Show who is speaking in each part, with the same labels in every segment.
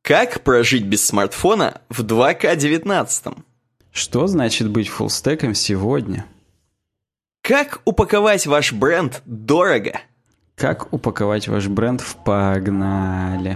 Speaker 1: Как прожить без смартфона в 2К19?
Speaker 2: Что значит быть фуллстеком сегодня?
Speaker 1: Как упаковать ваш бренд дорого?
Speaker 2: Как упаковать ваш бренд в «Погнали»?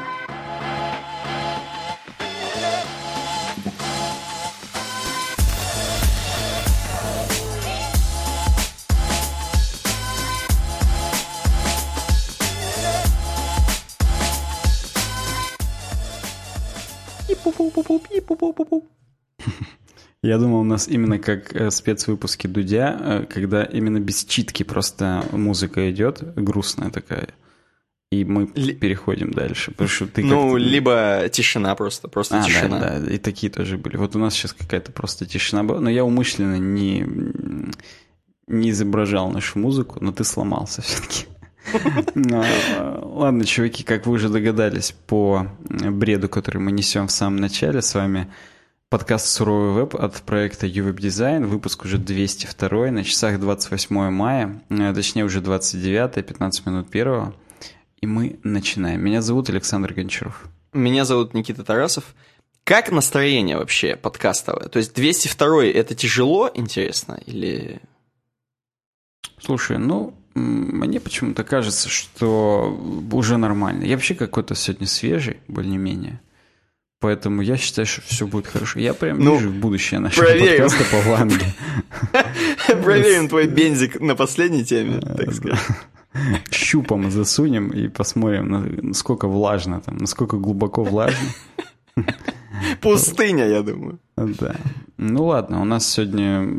Speaker 2: Я думал, у нас именно как спецвыпуски Дудя, когда именно без читки просто музыка идет, грустная такая, и мы переходим дальше. Потому что ты
Speaker 1: либо тишина просто тишина.
Speaker 2: Да, и такие тоже были. Вот у нас сейчас какая-то просто тишина была, но я умышленно не изображал нашу музыку, но ты сломался все-таки. Ладно, чуваки, как вы уже догадались по бреду, который мы несем в самом начале, с вами подкаст «Суровый веб» от проекта YouWeb Design, выпуск уже 202, на часах 28 мая, точнее уже 29, 15 минут первого, и мы начинаем. Меня зовут Александр Гончаров.
Speaker 1: Меня зовут Никита Тарасов. Как настроение вообще подкастовое? То есть 202 это тяжело, интересно, или...
Speaker 2: Слушай, мне почему-то кажется, что уже нормально. Я вообще какой-то сегодня свежий, более-менее. Поэтому я считаю, что все будет хорошо. Я прям вижу будущее нашего подкаста по Ванге.
Speaker 1: Проверим твой бензик на последней теме, так сказать.
Speaker 2: Щупом засунем и посмотрим, насколько влажно там, насколько глубоко влажно.
Speaker 1: Пустыня, я думаю.
Speaker 2: Да. Ну ладно, у нас сегодня,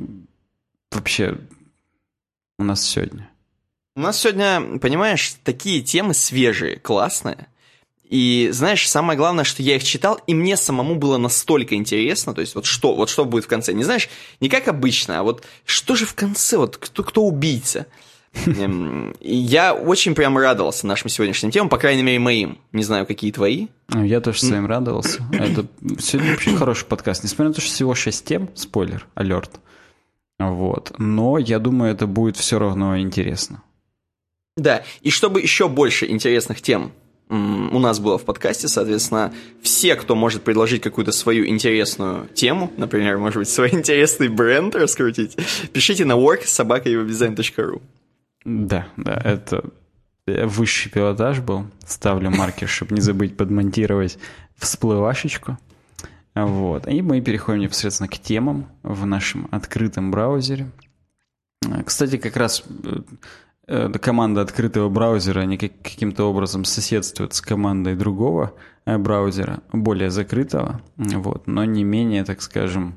Speaker 1: понимаешь, такие темы свежие, классные. И знаешь, самое главное, что я их читал, и мне самому было настолько интересно, то есть вот что будет в конце. Не знаешь, не как обычно, а вот что же в конце, вот кто убийца. И я очень прям радовался нашим сегодняшним темам, по крайней мере моим. Не знаю, какие твои.
Speaker 2: Я тоже своим радовался. Это сегодня вообще хороший подкаст. Несмотря на то, что всего 6 тем, спойлер, алерт. Вот. Но я думаю, это будет все равно интересно.
Speaker 1: Да, и чтобы еще больше интересных тем у нас было в подкасте, соответственно, все, кто может предложить какую-то свою интересную тему, например, может быть, свой интересный бренд раскрутить, пишите на work@uwebdesign.ru.
Speaker 2: Да, это высший пилотаж был. Ставлю маркер, чтобы не забыть подмонтировать всплывашечку. Вот. И мы переходим непосредственно к темам в нашем открытом браузере. Кстати, как раз команда открытого браузера, они каким-то образом соседствуют с командой другого браузера, более закрытого, вот, но не менее, так скажем...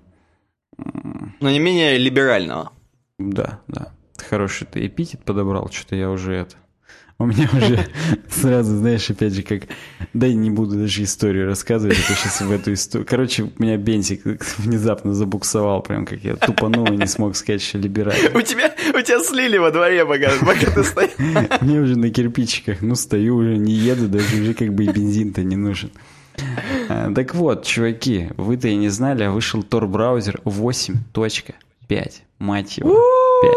Speaker 1: Но не менее либерального.
Speaker 2: Да. Хороший ты эпитет подобрал, что-то я уже У меня уже сразу, знаешь, опять же, как... Да и не буду даже историю рассказывать, это сейчас в эту историю... Короче, у меня бензик внезапно забуксовал, прям как я тупанул и не смог сказать, что либеральный.
Speaker 1: У тебя слили во дворе, пока ты стоишь.
Speaker 2: Мне уже на кирпичиках, стою уже, не еду, даже уже как бы и бензин-то не нужен. Так вот, чуваки, вы-то и не знали, а вышел Tor-браузер 8.5, мать его, 5.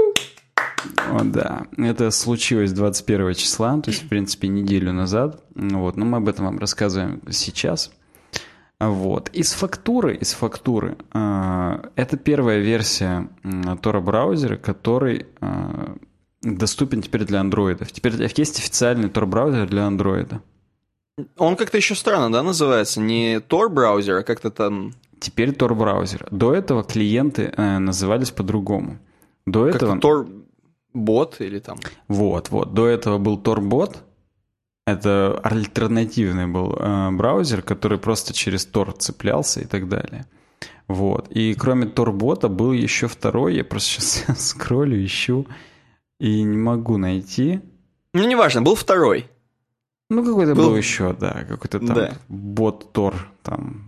Speaker 2: О, да, это случилось 21 числа, то есть, в принципе, неделю назад. Вот, но мы об этом вам рассказываем сейчас. Вот. Из фактуры, это первая версия Tor браузера, который доступен теперь для андроидов. Теперь есть официальный Tor браузер для андроида.
Speaker 1: Он как-то еще странно, да, называется? Не Tor браузер, а как-то там...
Speaker 2: Теперь Tor браузер. До этого клиенты назывались по-другому. До этого...
Speaker 1: Tor-бот или там...
Speaker 2: Вот. До этого был Tor-бот. Это альтернативный был браузер, который просто через Tor цеплялся и так далее. Вот. И кроме Tor-бота был еще второй. Я просто сейчас скроллю, ищу и не могу найти.
Speaker 1: Неважно, был второй.
Speaker 2: Какой-то был еще, да. Какой-то там бот Tor. Там...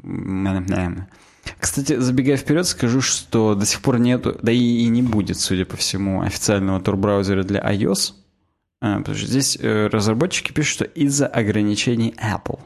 Speaker 2: Кстати, забегая вперед, скажу, что до сих пор нету, да и не будет, судя по всему, официального Tor-браузера для iOS. Потому что здесь разработчики пишут, что из-за ограничений Apple.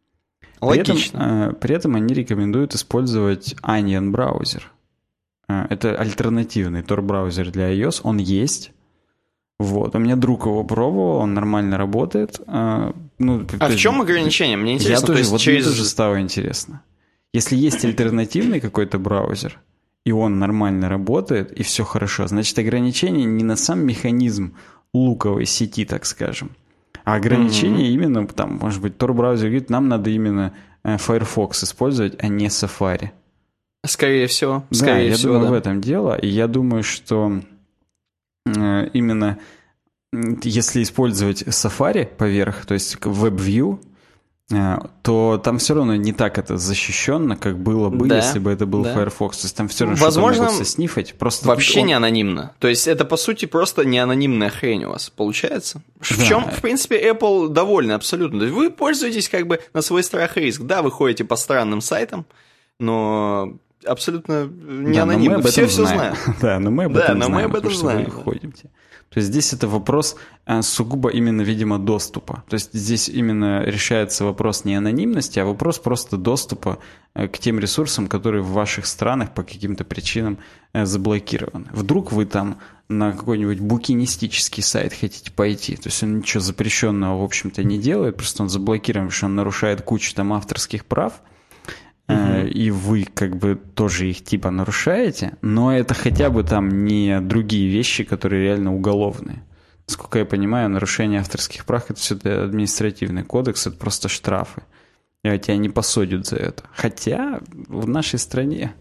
Speaker 1: Логично.
Speaker 2: При этом они рекомендуют использовать Onion браузер. Это альтернативный Tor-браузер для iOS, он есть. Вот. У меня друг его пробовал, он нормально работает. Ну,
Speaker 1: а в чем ограничение? Мне интересно.
Speaker 2: Я тоже, мне тоже стало интересно. Если есть альтернативный какой-то браузер, и он нормально работает, и все хорошо, значит, ограничение не на сам механизм луковой сети, так скажем, а ограничение именно, там, может быть, Tor-браузер говорит, нам надо именно Firefox использовать, а не Safari.
Speaker 1: Скорее всего.
Speaker 2: Да, я думаю, в этом дело. И я думаю, что именно если использовать Safari поверх, то есть WebView, то там все равно не так это защищенно, как было бы, если бы это был Firefox. То есть там все равно
Speaker 1: возможно,
Speaker 2: что-то могут соснифать. Просто
Speaker 1: вообще не анонимно. То есть это, по сути, просто не анонимная хрень у вас получается. Да. В чем, в принципе, Apple довольна абсолютно. То есть вы пользуетесь как бы на свой страх и риск. Да, вы ходите по странным сайтам, но абсолютно не анонимно. Все знают.
Speaker 2: Да, но мы об этом знаем, потому что вы ходите. То есть здесь это вопрос сугубо именно, видимо, доступа. То есть здесь именно решается вопрос не анонимности, а вопрос просто доступа к тем ресурсам, которые в ваших странах по каким-то причинам заблокированы. Вдруг вы там на какой-нибудь букинистический сайт хотите пойти, то есть он ничего запрещенного, в общем-то, не делает, просто он заблокирован, потому что он нарушает кучу там авторских прав, и вы как бы тоже их типа нарушаете, но это хотя бы там не другие вещи, которые реально уголовные. Насколько я понимаю, нарушение авторских прав — это все-таки административный кодекс, это просто штрафы. И тебя не посадят за это. Хотя в нашей стране,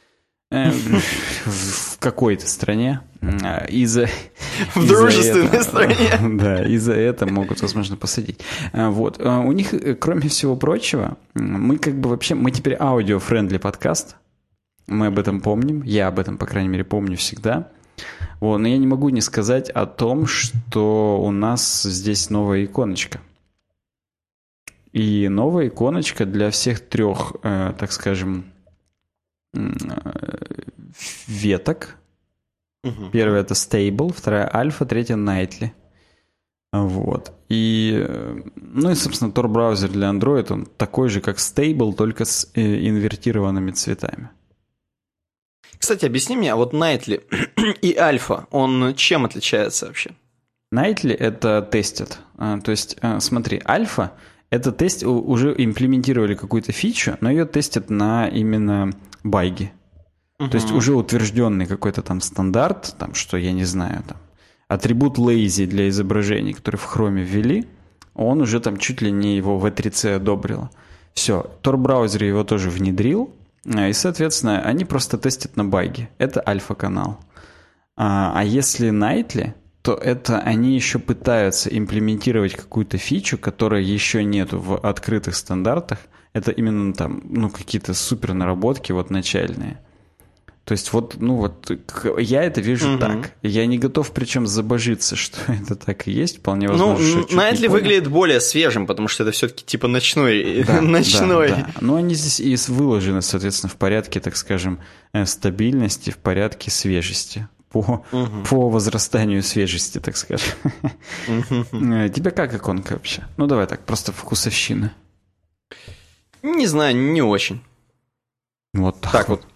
Speaker 2: в какой-то стране,
Speaker 1: в дружественной стране.
Speaker 2: Да, и за это могут, возможно, посадить. Вот. У них, кроме всего прочего, мы как бы вообще, мы теперь аудио-френдли подкаст. Мы об этом помним. Я об этом, по крайней мере, помню всегда. Вот. Но я не могу не сказать о том, что у нас здесь новая иконочка. И новая иконочка для всех трех, так скажем, веток. Первая — это Stable, вторая — Alpha, третья — Nightly. Вот. И, ну и, собственно, Tor-браузер для Android, он такой же, как Stable, только с инвертированными цветами.
Speaker 1: Кстати, объясни мне, а вот Nightly и Alpha, он чем отличается вообще?
Speaker 2: Nightly — это тестит. То есть, смотри, Alpha — это тест, уже имплементировали какую-то фичу, но ее тестят на именно байге. То есть уже утвержденный какой-то там стандарт, там, что я не знаю, там, атрибут lazy для изображений, который в Chrome ввели, он уже там чуть ли не его V3C одобрил. Все, Tor-браузер его тоже внедрил, и, соответственно, они просто тестят на байге. Это альфа-канал. А если Nightly, то это они еще пытаются имплементировать какую-то фичу, которая еще нету в открытых стандартах. Это именно там, ну, какие-то супер наработки вот начальные. То есть вот, ну вот, я это вижу так. Я не готов причем забожиться, что это так и есть. Вполне возможно, что
Speaker 1: Nightly выглядит более свежим, потому что это все-таки типа ночной. Да, ночной.
Speaker 2: Да. Но они здесь и выложены, соответственно, в порядке, так скажем, стабильности, в порядке свежести. По возрастанию свежести, так скажем. Тебе как иконка вообще? Ну давай так, просто вкусовщина.
Speaker 1: Не знаю, не очень.
Speaker 2: Вот так вот.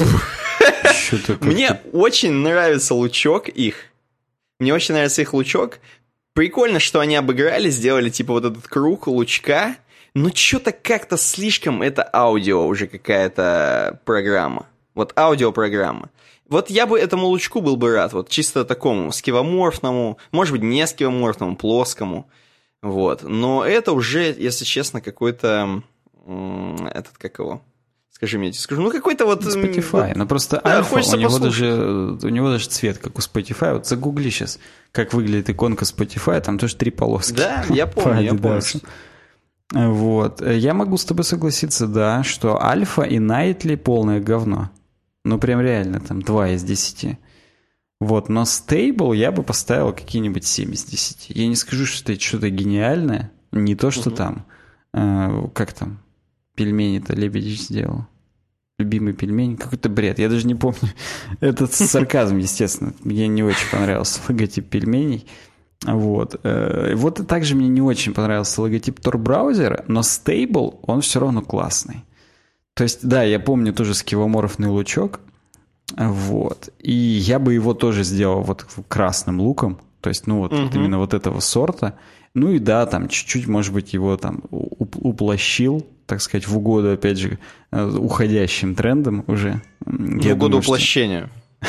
Speaker 1: Мне очень нравится лучок их. Мне очень нравится их лучок. Прикольно, что они обыграли, сделали типа вот этот круг лучка. Но что-то как-то слишком это аудио уже какая-то программа. Вот аудиопрограмма. Вот я бы этому лучку был бы рад. Вот чисто такому скивоморфному, может быть, не скивоморфному, плоскому. Вот. Но это уже, если честно, какой-то... Этот, как его... Скажи мне, ну какой-то вот...
Speaker 2: Spotify, но просто Альфа, у него даже цвет, как у Spotify. Вот загугли сейчас, как выглядит иконка Spotify, там тоже 3 полоски.
Speaker 1: Да, я помню.
Speaker 2: Вот. Я могу с тобой согласиться, да, что Альфа и Nightly полное говно. Ну прям реально, там 2 из 10. Вот, но Stable я бы поставил какие-нибудь 7 из 10. Я не скажу, что это что-то гениальное, не то, что там, как там, пельмени-то Лебедич сделал. Любимый пельмень. Какой-то бред. Я даже не помню. Это сарказм, естественно. Мне не очень понравился логотип пельменей. Вот. Вот и также мне не очень понравился логотип Tor-браузера, но Stable, он все равно классный. То есть, да, я помню тоже скивоморфный лучок. Вот. И я бы его тоже сделал вот красным луком. То есть, ну вот, именно вот этого сорта. Ну и да, там чуть-чуть, может быть, его там уплощил, так сказать, в угоду, опять же, уходящим трендам уже.
Speaker 1: В угоду уплощению.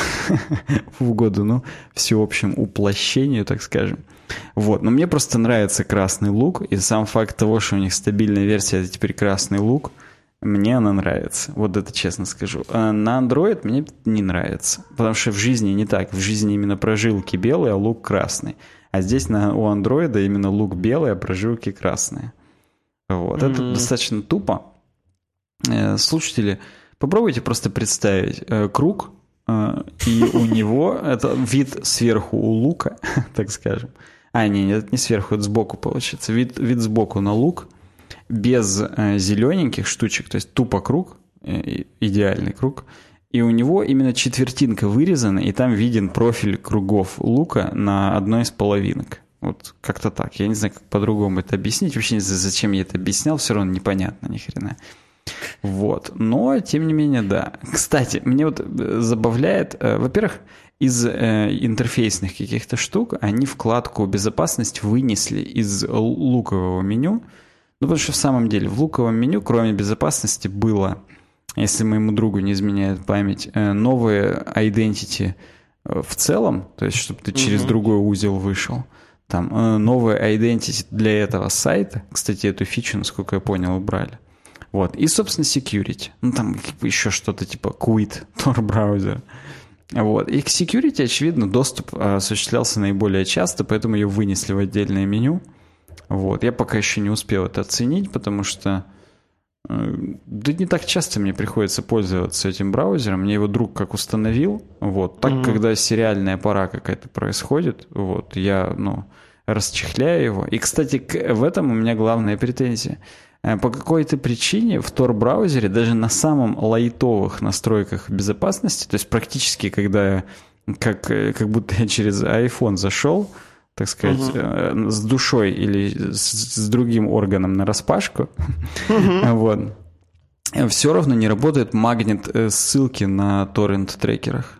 Speaker 2: В угоду, всеобщему уплощению, так скажем. Вот, но мне просто нравится красный лук, и сам факт того, что у них стабильная версия, это теперь красный лук, мне она нравится, вот это честно скажу. А на Android мне не нравится, потому что в жизни не так, в жизни именно прожилки белые, а лук красный. А здесь у Android именно лук белый, а прожилки красные. Вот, это достаточно тупо. Слушатели, попробуйте просто представить круг, и у него это вид сверху у лука, так скажем. Нет, это не сверху, это сбоку получается. Вид сбоку на лук, без зелененьких штучек, то есть тупо круг, идеальный круг. И у него именно четвертинка вырезана, и там виден профиль кругов лука на одной из половинок. Вот как-то так. Я не знаю, как по-другому это объяснить. Вообще не знаю, зачем я это объяснял, все равно непонятно ни хрена. Вот. Но, тем не менее, да. Кстати, мне вот забавляет, во-первых, из интерфейсных каких-то штук они вкладку «Безопасность» вынесли из лукового меню. Ну, потому что в самом деле в луковом меню, кроме безопасности, было, если моему другу не изменяет память, новые identity в целом, то есть чтобы ты через другой узел вышел. Там новые identity для этого сайта. Кстати, эту фичу, насколько я понял, убрали. Вот. И, собственно, security. Ну, там еще что-то типа quit Tor браузер. Вот. И к security, очевидно, доступ осуществлялся наиболее часто, поэтому ее вынесли в отдельное меню. Вот. Я пока еще не успел это оценить, потому что да не так часто мне приходится пользоваться этим браузером. Мне его друг как установил. Вот. Так, когда сериальная пора какая-то происходит, вот, я, расчехляю его. И, кстати, в этом у меня главная претензия. По какой-то причине в Tor-браузере даже на самом лайтовых настройках безопасности, то есть практически, когда как будто я через iPhone зашел, так сказать, с душой или с другим органом нараспашку, вот, все равно не работает магнит ссылки на торрент-трекерах.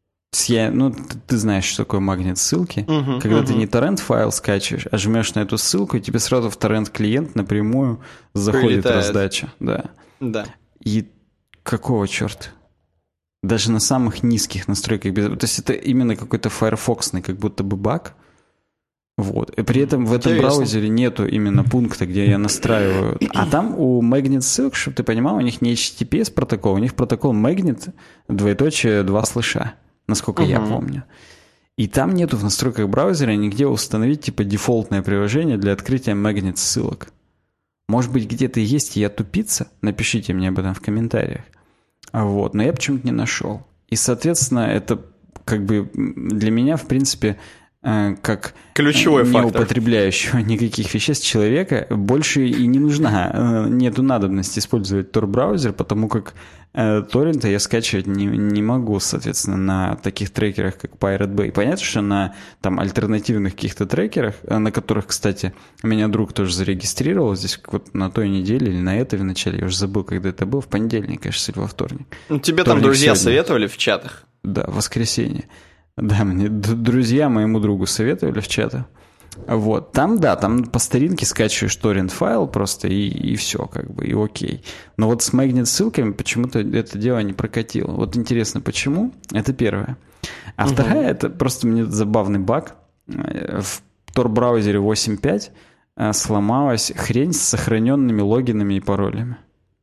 Speaker 2: Ты знаешь, что такое магнит ссылки. Когда ты не торрент-файл скачиваешь, а жмешь на эту ссылку, и тебе сразу в торрент-клиент напрямую заходит раздача. Да. И какого черта? Даже на самых низких настройках. То есть это именно какой-то Firefox-ный как будто бы баг. Вот. И при этом в этом браузере нету именно пункта, где я настраиваю. А там у Magnet ссылок, чтобы ты понимал, у них не HTTPS протокол, у них протокол Magnet, двоеточие, 2 слэша. Насколько я помню. И там нету в настройках браузера нигде установить типа дефолтное приложение для открытия магнит ссылок. Может быть, где-то есть, и я тупица? Напишите мне об этом в комментариях. Вот. Но я почему-то не нашел. И, соответственно, это как бы для меня, в принципе, как
Speaker 1: ключевой фактор,
Speaker 2: не употребляющего никаких веществ человека, больше и не нужна, нету надобности использовать Tor-браузер, потому как торренты я скачивать не могу, соответственно, на таких трекерах, как Pirate Bay. Понятно, что на там альтернативных каких-то трекерах, на которых, кстати, меня друг тоже зарегистрировал, здесь вот на той неделе или на этой в начале, я уже забыл, когда это был, в понедельник, кажется, или во вторник.
Speaker 1: Тебе там друзья советовали в чатах?
Speaker 2: Да, в воскресенье. Да, мне друзья моему другу советовали в чатах. Вот, там по старинке скачиваешь торрент-файл просто и все, как бы, и окей. Но вот с магнит-ссылками почему-то это дело не прокатило. Вот интересно, почему? Это первое. А вторая, это просто мне забавный баг. В Tor-браузере 8.5 сломалась хрень с сохраненными логинами и паролями.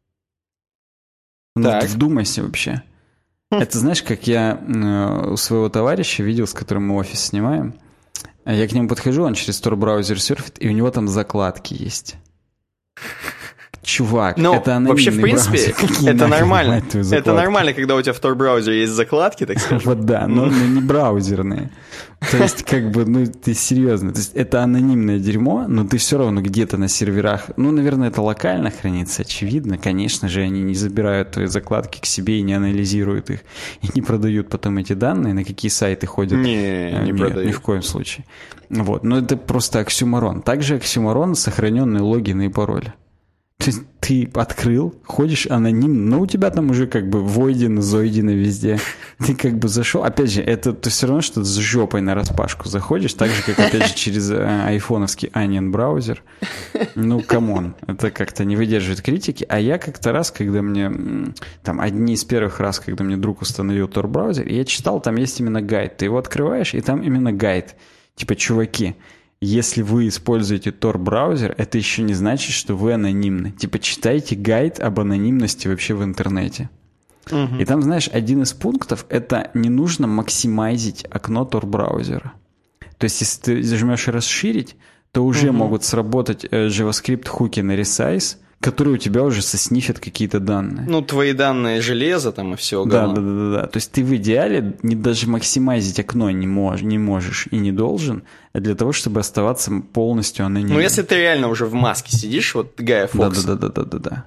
Speaker 1: Так.
Speaker 2: Вдумайся вообще. Это знаешь, как я у своего товарища видел, с которым мы офис снимаем. Я к нему подхожу, он через Tor-браузер серфит, и у него там закладки есть. Чувак, это анонимный
Speaker 1: вообще, в принципе, это нормально. Это нормально, когда у тебя в Tor-браузере есть закладки, так скажем.
Speaker 2: Вот да, но не браузерные. То есть, как бы, ты серьезно. То есть, это анонимное дерьмо, но ты все равно где-то на серверах, наверное, это локально хранится, очевидно. Конечно же, они не забирают твои закладки к себе и не анализируют их. И не продают потом эти данные, на какие сайты ходят.
Speaker 1: Не продают.
Speaker 2: Ни в коем случае. Вот, но это просто оксюморон. Также оксюморон — сохраненные логины и пароли. То есть ты открыл, ходишь анонимно, но у тебя там уже как бы войдено, зойдено везде. Ты как бы зашел, опять же, это все равно, что с жопой нараспашку заходишь, так же, как, опять же, через айфоновский Onion браузер. Ну, камон, это как-то не выдерживает критики. А я как-то раз, когда мне, там, одни из первых раз, когда мне друг установил Tor браузер, я читал, там есть именно гайд. Ты его открываешь, и там именно гайд. Типа, чуваки, если вы используете Tor браузер, это еще не значит, что вы анонимны. Типа, читайте гайд об анонимности вообще в интернете. Угу. И там, знаешь, один из пунктов — это не нужно максимайзить окно Tor браузера. То есть, если ты зажмешь «Расширить», то уже могут сработать JavaScript-хуки на resize, которые у тебя уже соснифят какие-то данные.
Speaker 1: Ну, твои данные железа там и все.
Speaker 2: Да. То есть ты в идеале не даже максимайзить окно не можешь и не должен, для того, чтобы оставаться полностью анонимным.
Speaker 1: Ну, если ты реально уже в маске сидишь, вот Гая Фокса.
Speaker 2: Да.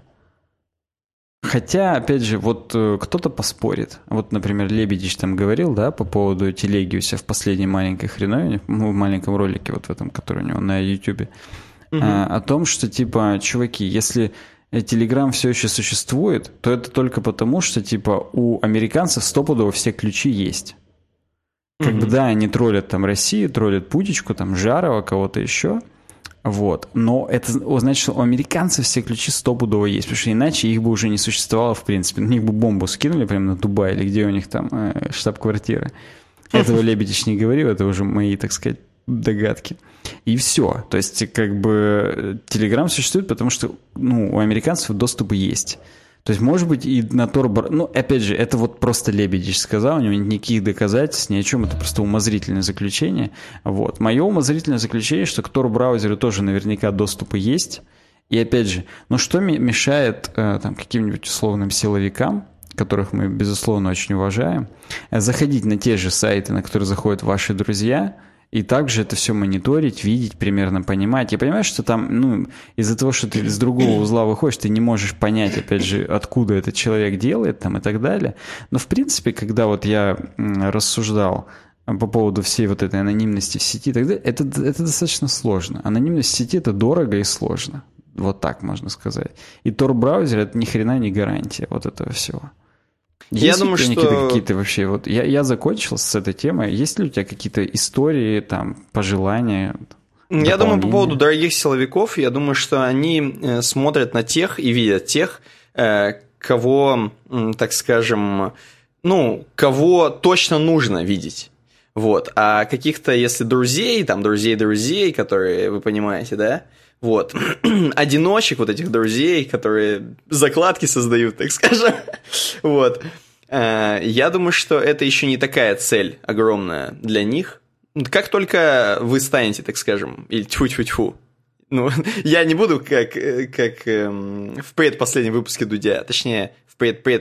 Speaker 2: Хотя, опять же, вот кто-то поспорит. Вот, например, Лебедич там говорил, да, по поводу телеги у себя в последней маленькой хреновине, в маленьком ролике вот в этом, который у него на Ютубе, о том, что, типа, чуваки, если Telegram все еще существует, то это только потому, что, типа, у американцев стопудово все ключи есть. Как бы, да, они троллят там Россию, троллят Путичку, там, Жарова, кого-то еще, вот. Но это значит, что у американцев все ключи стопудово есть, потому что иначе их бы уже не существовало, в принципе. На них бы бомбу скинули прямо на Дубай, или где у них там штаб-квартира. Этого Лебедич не говорил, это уже мои, так сказать, догадки. И все. То есть, как бы, Telegram существует, потому что, ну, у американцев доступ есть. То есть, может быть, и на Tor... Ну, опять же, это вот просто Лебедич сказал, у него никаких доказательств, ни о чем, это просто умозрительное заключение. Вот. Мое умозрительное заключение, что к Tor-браузеру тоже наверняка доступы есть. И опять же, ну что мешает там каким-нибудь условным силовикам, которых мы, безусловно, очень уважаем, заходить на те же сайты, на которые заходят ваши друзья, и также это все мониторить, видеть, примерно понимать. Я понимаю, что там, ну, из-за того, что ты с другого узла выходишь, ты не можешь понять, опять же, откуда этот человек делает там и так далее. Но, в принципе, когда вот я рассуждал по поводу всей вот этой анонимности в сети, тогда это достаточно сложно. Анонимность в сети — это дорого и сложно. Вот так можно сказать. И Tor-браузер — это ни хрена не гарантия вот этого всего. Я думаю, что... какие-то вообще... Вот я закончил с этой темой. Есть ли у тебя какие-то истории, там, пожелания?
Speaker 1: Я думаю, по поводу дорогих силовиков, я думаю, что они смотрят на тех и видят тех, кого, так скажем, ну, кого точно нужно видеть. Вот. А каких-то, если друзей, там, друзей, которые, вы понимаете, да? Вот. Одиночек, вот этих друзей, которые закладки создают, так скажем. Вот. Я думаю, что это еще не такая цель огромная для них. Как только вы станете, так скажем, или тьфу-тьфу-тьфу. Ну, я не буду как в предпоследнем выпуске Дудя, точнее, в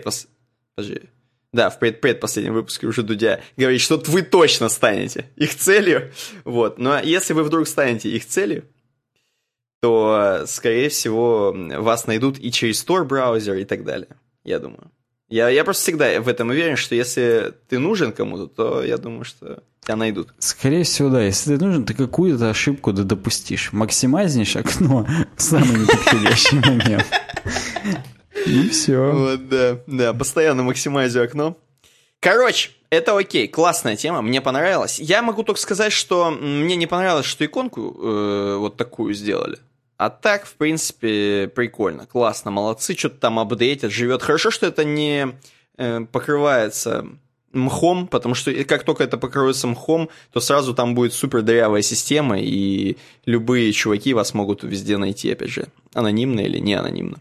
Speaker 1: предпоследнем выпуске уже Дудя говорить, что вы точно станете их целью. Вот. Но если вы вдруг станете их целью, то, скорее всего, вас найдут и через Tor-браузер и так далее, я думаю. Я просто всегда в этом уверен, что если ты нужен кому-то, то я думаю, что тебя найдут.
Speaker 2: Скорее всего, да. Если ты нужен, ты какую-то ошибку допустишь. Максимайзнешь окно в самый неподходящий момент. И все.
Speaker 1: Вот, да, постоянно максимайзю окно. Короче, это окей, классная тема, мне понравилось. Я могу только сказать, что мне не понравилось, что иконку вот такую сделали. А так, в принципе, прикольно, классно, молодцы, что-то там апдейтят, живет. Хорошо, что это не покрывается мхом, потому что как только это покроется мхом, то сразу там будет супер дырявая система, и любые чуваки вас могут везде найти, опять же, анонимно или не анонимно.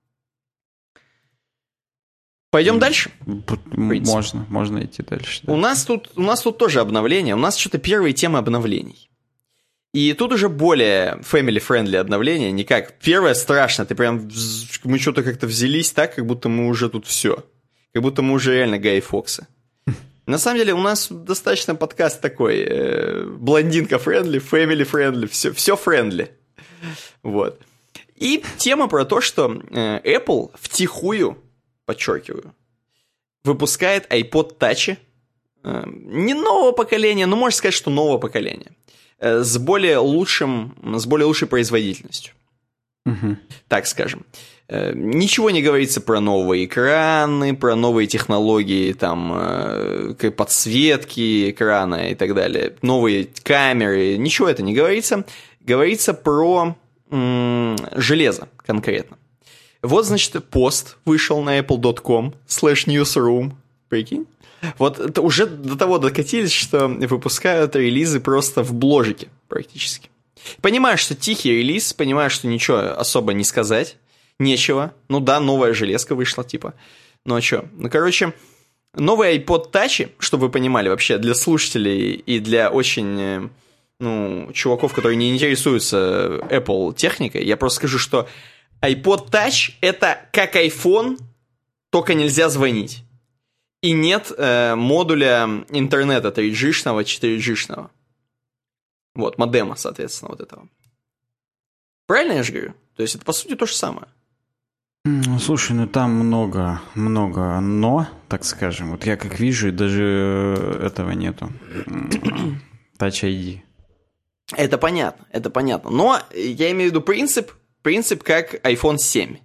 Speaker 1: Пойдем дальше?
Speaker 2: Можно идти дальше. Да.
Speaker 1: У нас тут тоже обновление. У нас что-то первые темы обновлений. И тут уже более family-friendly обновление. Не как первое страшно. Мы что-то как-то взялись так, как будто мы уже тут все. Как будто мы уже реально Гай Фоксы. На самом деле у нас достаточно подкаст такой. Блондинка-френдли, family-friendly. Все френдли. Вот. И тема про то, что Apple втихую, подчеркиваю, выпускает iPod Touch, не нового поколения, но можно сказать, что нового поколения, с более лучшей производительностью. Так скажем. Ничего не говорится про новые экраны, про новые технологии, там, подсветки экрана и так далее, новые камеры, ничего это не говорится. Говорится про железо конкретно. Вот, значит, пост вышел на apple.com/newsroom, прикинь. Вот уже до того докатились, что выпускают релизы просто в бложике практически. Понимаю, что тихий релиз, понимаю, что ничего особо не сказать. Нечего. Ну да, новая железка вышла, типа. Ну а что? Ну, короче, новый iPod Touch, чтобы вы понимали, вообще для слушателей и для очень, чуваков, которые не интересуются Apple техникой, я просто скажу, что iPod Touch это как iPhone, только нельзя звонить. И нет модуля интернета 3G-шного, 4G-шного. Вот, модема, соответственно, вот этого. Правильно я же говорю? То есть это, по сути, то же самое.
Speaker 2: Слушай, там много «но», так скажем. Вот я как вижу, даже этого нету. Touch ID.
Speaker 1: Это понятно. Но я имею в виду принцип как iPhone 7.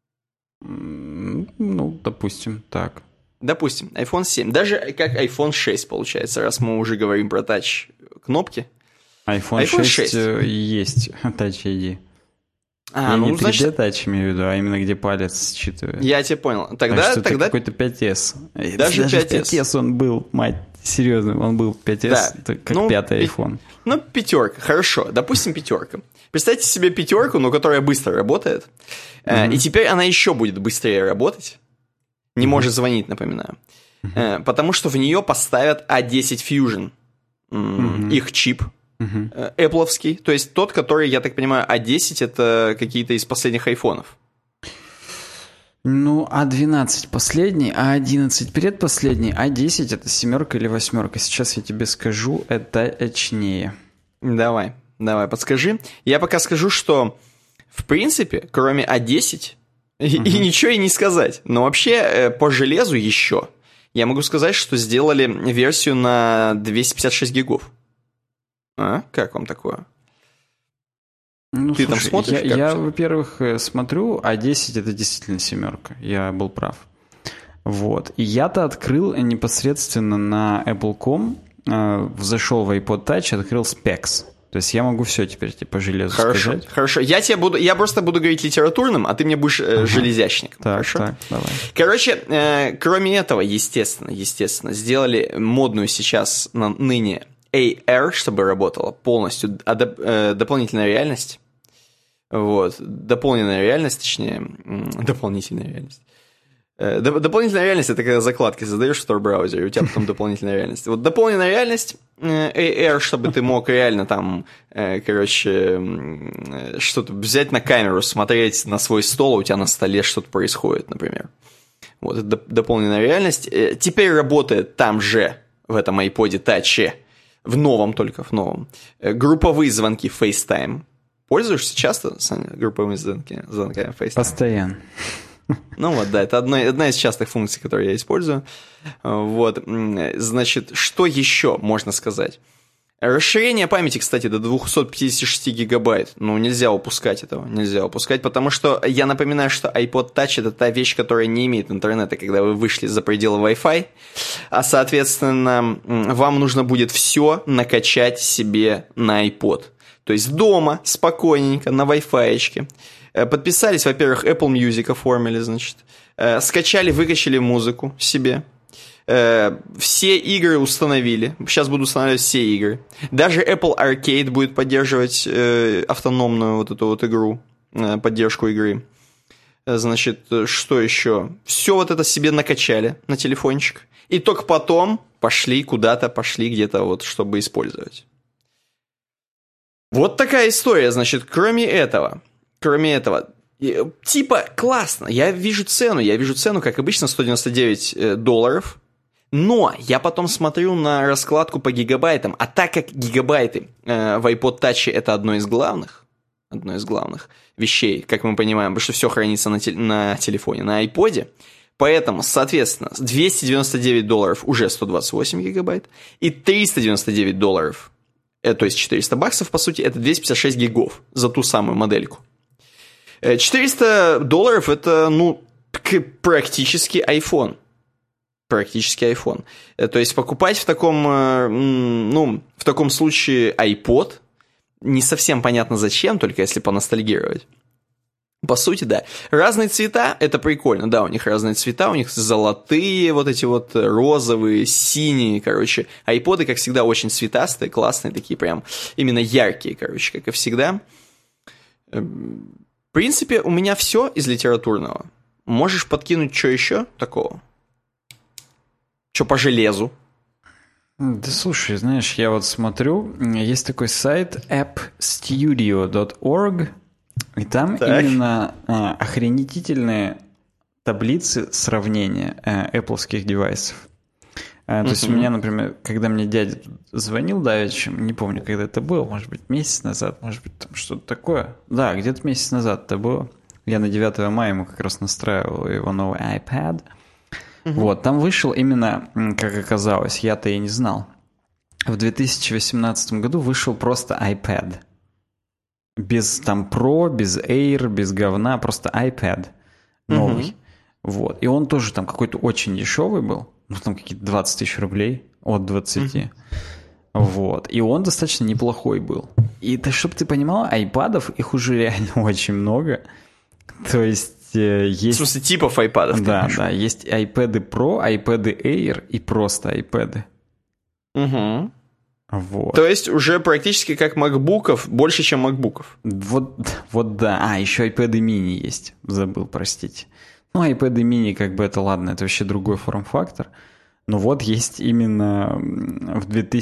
Speaker 2: Допустим, так.
Speaker 1: Допустим, iPhone 7. Даже как iPhone 6, получается, раз мы уже говорим про тач-кнопки.
Speaker 2: iPhone 6 есть Touch ID. Я не 3D
Speaker 1: значит...
Speaker 2: Touch имею в виду, а именно где палец считывает.
Speaker 1: Я тебя понял. Тогда
Speaker 2: какой-то 5S.
Speaker 1: Даже 5S
Speaker 2: он был, мать, серьезно, он был 5S,
Speaker 1: да.
Speaker 2: Это как пятый iPhone.
Speaker 1: Пятерка, хорошо, допустим, пятерка. Представьте себе пятерку, но которая быстро работает, и теперь она еще будет быстрее работать. Не может звонить, напоминаю. Потому что в нее поставят A10 Fusion, их чип. Apple-овский, то есть тот, который, я так понимаю, A10 это какие-то из последних айфонов.
Speaker 2: A12 последний, A11 предпоследний, A10 это 7 или 8. Сейчас я тебе скажу, это точнее.
Speaker 1: Давай, подскажи. Я пока скажу, что в принципе, кроме A10 и ничего и не сказать, но вообще по железу еще я могу сказать, что сделали версию на 256 гигов. Как вам такое? Ты там смотришь?
Speaker 2: Я, во-первых, смотрю, A10 это действительно 7. Я был прав. Вот. И я-то открыл непосредственно на Apple.com, зашел в iPod Touch, открыл Specs. То есть я могу все теперь по железу сказать.
Speaker 1: Хорошо. Я просто буду говорить литературным, а ты мне будешь железячником.
Speaker 2: Так, давай.
Speaker 1: Короче, кроме этого, естественно, сделали модную сейчас ныне AR, чтобы работала полностью дополнительная реальность. Вот. Дополненная реальность, точнее. Дополнительная реальность. Дополнительная реальность — это когда закладки создаешь в Tor-браузере, у тебя потом дополнительная реальность. Вот дополненная реальность AR, чтобы ты мог реально там, что-то взять на камеру, смотреть на свой стол, у тебя на столе что-то происходит, например. Вот, это дополненная реальность. Теперь работает там же, в этом iPod Touch, в новом, групповые звонки FaceTime. Пользуешься часто, Саня, групповыми звонками FaceTime?
Speaker 2: Постоянно.
Speaker 1: Да, это одна из частых функций, которые я использую. Вот, значит, что еще можно сказать? Расширение памяти, кстати, до 256 гигабайт. Нельзя упускать этого, потому что я напоминаю, что iPod Touch — это та вещь, которая не имеет интернета, когда вы вышли за пределы Wi-Fi, а, соответственно, вам нужно будет все накачать себе на iPod. То есть дома, спокойненько, на Wi-Fi-очке. Подписались, во-первых, Apple Music оформили, значит. Скачали, выкачали музыку себе. Все игры установили. Сейчас буду устанавливать все игры. Даже Apple Arcade будет поддерживать автономную вот эту вот игру, поддержку игры. Значит, что еще? Все вот это себе накачали на телефончик. И только потом пошли где-то вот, чтобы использовать. Вот такая история, значит, кроме этого, типа, классно, я вижу цену, как обычно, $199, но я потом смотрю на раскладку по гигабайтам, а так как гигабайты в iPod Touch это одно из главных вещей, как мы понимаем, потому что все хранится на телефоне, на iPod, поэтому, соответственно, $299 уже 128 гигабайт, и $399, то есть $400, по сути, это 256 гигов за ту самую модельку. $400 это, ну, практически iPhone. Практически iPhone. То есть покупать в таком, ну, в таком случае iPod не совсем понятно зачем, только если поностальгировать. По сути, да. Разные цвета, это прикольно, да, у них разные цвета, у них золотые, вот эти вот розовые, синие, короче. Айподы, как всегда, очень цветастые, классные, такие прям именно яркие, короче, как и всегда. В принципе, у меня все из литературного. Можешь подкинуть что еще такого? Что по железу?
Speaker 2: Да слушай, знаешь, я вот смотрю, есть такой сайт appstudio.org, и там именно охренительные таблицы сравнения Apple'ских девайсов. То есть у меня, например, когда мне дядя звонил давеча, не помню, когда это было, может быть, месяц назад, может быть, там что-то такое. Да, где-то месяц назад это было. Я на 9 мая ему как раз настраивал его новый iPad. Вот, там вышел именно, как оказалось, я-то и не знал. В 2018 году вышел просто iPad. Без там Pro, без Air, без говна, просто iPad новый. Вот. И он тоже там какой-то очень дешевый был. Ну, там какие-то 20 тысяч рублей от 20. Вот. И он достаточно неплохой был. И чтобы ты понимал, айпадов, их уже реально очень много. То есть есть...
Speaker 1: В смысле, типов айпадов?
Speaker 2: Да, да. Есть iPad Pro, iPad Air и просто iPad.
Speaker 1: Угу.
Speaker 2: Вот.
Speaker 1: То есть уже практически как макбуков, больше, чем макбуков.
Speaker 2: Вот да. А, еще iPad mini есть. Забыл, простите. Ну, iPad mini, как бы это ладно, это вообще другой форм-фактор. Но вот есть именно в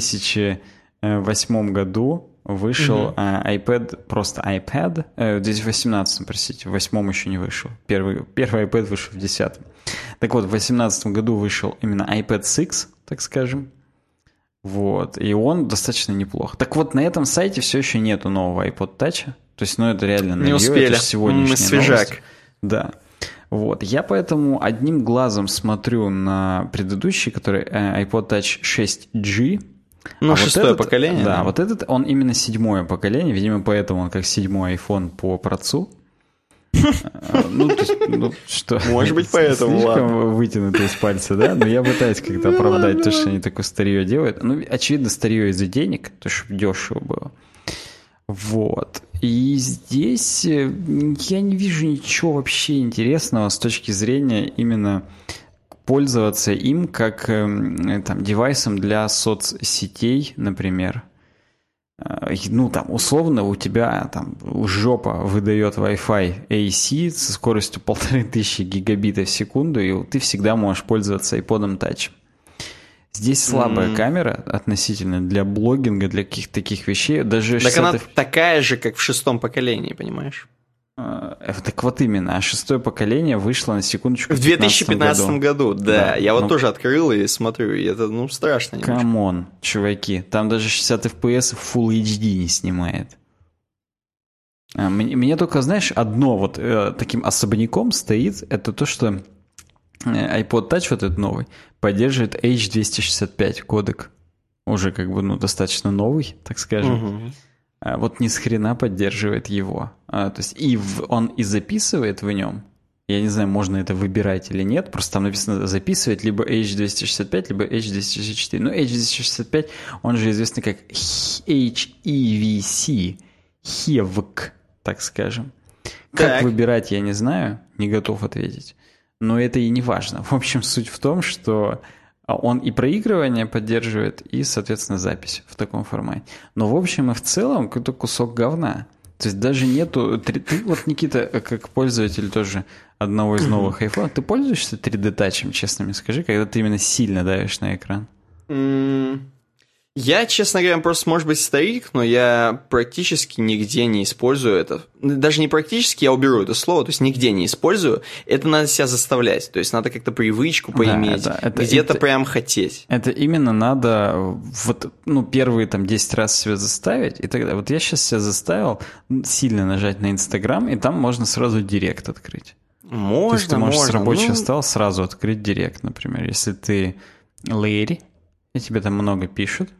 Speaker 2: 2008 году вышел iPad, просто iPad, в 2018, простите, в 2008 еще не вышел. Первый iPad вышел в 2010. Так вот, в 2018 году вышел именно iPad 6, так скажем. Вот, и он достаточно неплох. Так вот, на этом сайте все еще нету нового iPod Touch. То есть, ну, это реально
Speaker 1: не успели.
Speaker 2: Это сегодняшняя
Speaker 1: свежак.
Speaker 2: Новость. Да. Вот, я поэтому одним глазом смотрю на предыдущий, который iPod Touch 6G.
Speaker 1: Ну, шестое поколение.
Speaker 2: Да, вот этот, он именно седьмое поколение, видимо, поэтому он как седьмой iPhone по процу. Ну, то есть, ну, что?
Speaker 1: Может быть, поэтому,
Speaker 2: слишком вытянуто из пальца, да? Но я пытаюсь как-то оправдать то, что они такое старье делают. Ну, очевидно, старье из-за денег, то, чтобы дешево было. Вот. И здесь я не вижу ничего вообще интересного с точки зрения именно пользоваться им как там, девайсом для соцсетей, например. Ну, там, условно, у тебя там жопа выдает Wi-Fi AC со скоростью 1500 гигабитов в секунду, и ты всегда можешь пользоваться iPod Touch. Здесь слабая камера относительно для блогинга, для каких-то таких вещей. Даже
Speaker 1: так она такая же, как в шестом поколении, понимаешь?
Speaker 2: Так вот именно, а шестое поколение вышло на секундочку
Speaker 1: в 2015 году, да. Я вот тоже открыл и смотрю, и это, ну, страшно.
Speaker 2: Камон, чуваки, там даже 60 FPS Full HD не снимает. Мне только, знаешь, одно вот таким особняком стоит, это то, что iPod Touch вот этот новый поддерживает H265 кодек. Уже как бы, ну, достаточно новый, так скажем. Вот ни с хрена поддерживает его. То есть он и записывает в нем. Я не знаю, можно это выбирать или нет. Просто там написано записывать либо H265, либо H264. Ну, H265, он же известный как HEVC. HEVC, так скажем. Как выбирать, я не знаю. Не готов ответить. Но это и не важно. В общем, суть в том, что он и проигрывание поддерживает, и, соответственно, запись в таком формате. Но в общем и в целом какой-то кусок говна. То есть даже нету... Ты вот, Никита, как пользователь тоже одного из новых iPhone, ты пользуешься 3D-тачем, честно мне скажи, когда ты именно сильно давишь на экран?
Speaker 1: Я, честно говоря, просто, может быть, старик, но я практически нигде не использую это. Даже не практически, я уберу это слово, то есть нигде не использую. Это надо себя заставлять, то есть надо как-то привычку поиметь, да, где-то прям хотеть.
Speaker 2: Это именно надо вот, ну, первые там 10 раз себя заставить, и тогда вот я сейчас себя заставил сильно нажать на Инстаграм, и там можно сразу директ открыть.
Speaker 1: Можно,
Speaker 2: то есть ты можешь с рабочего стола сразу открыть директ, например. Если ты лэри, и тебе там много пишут,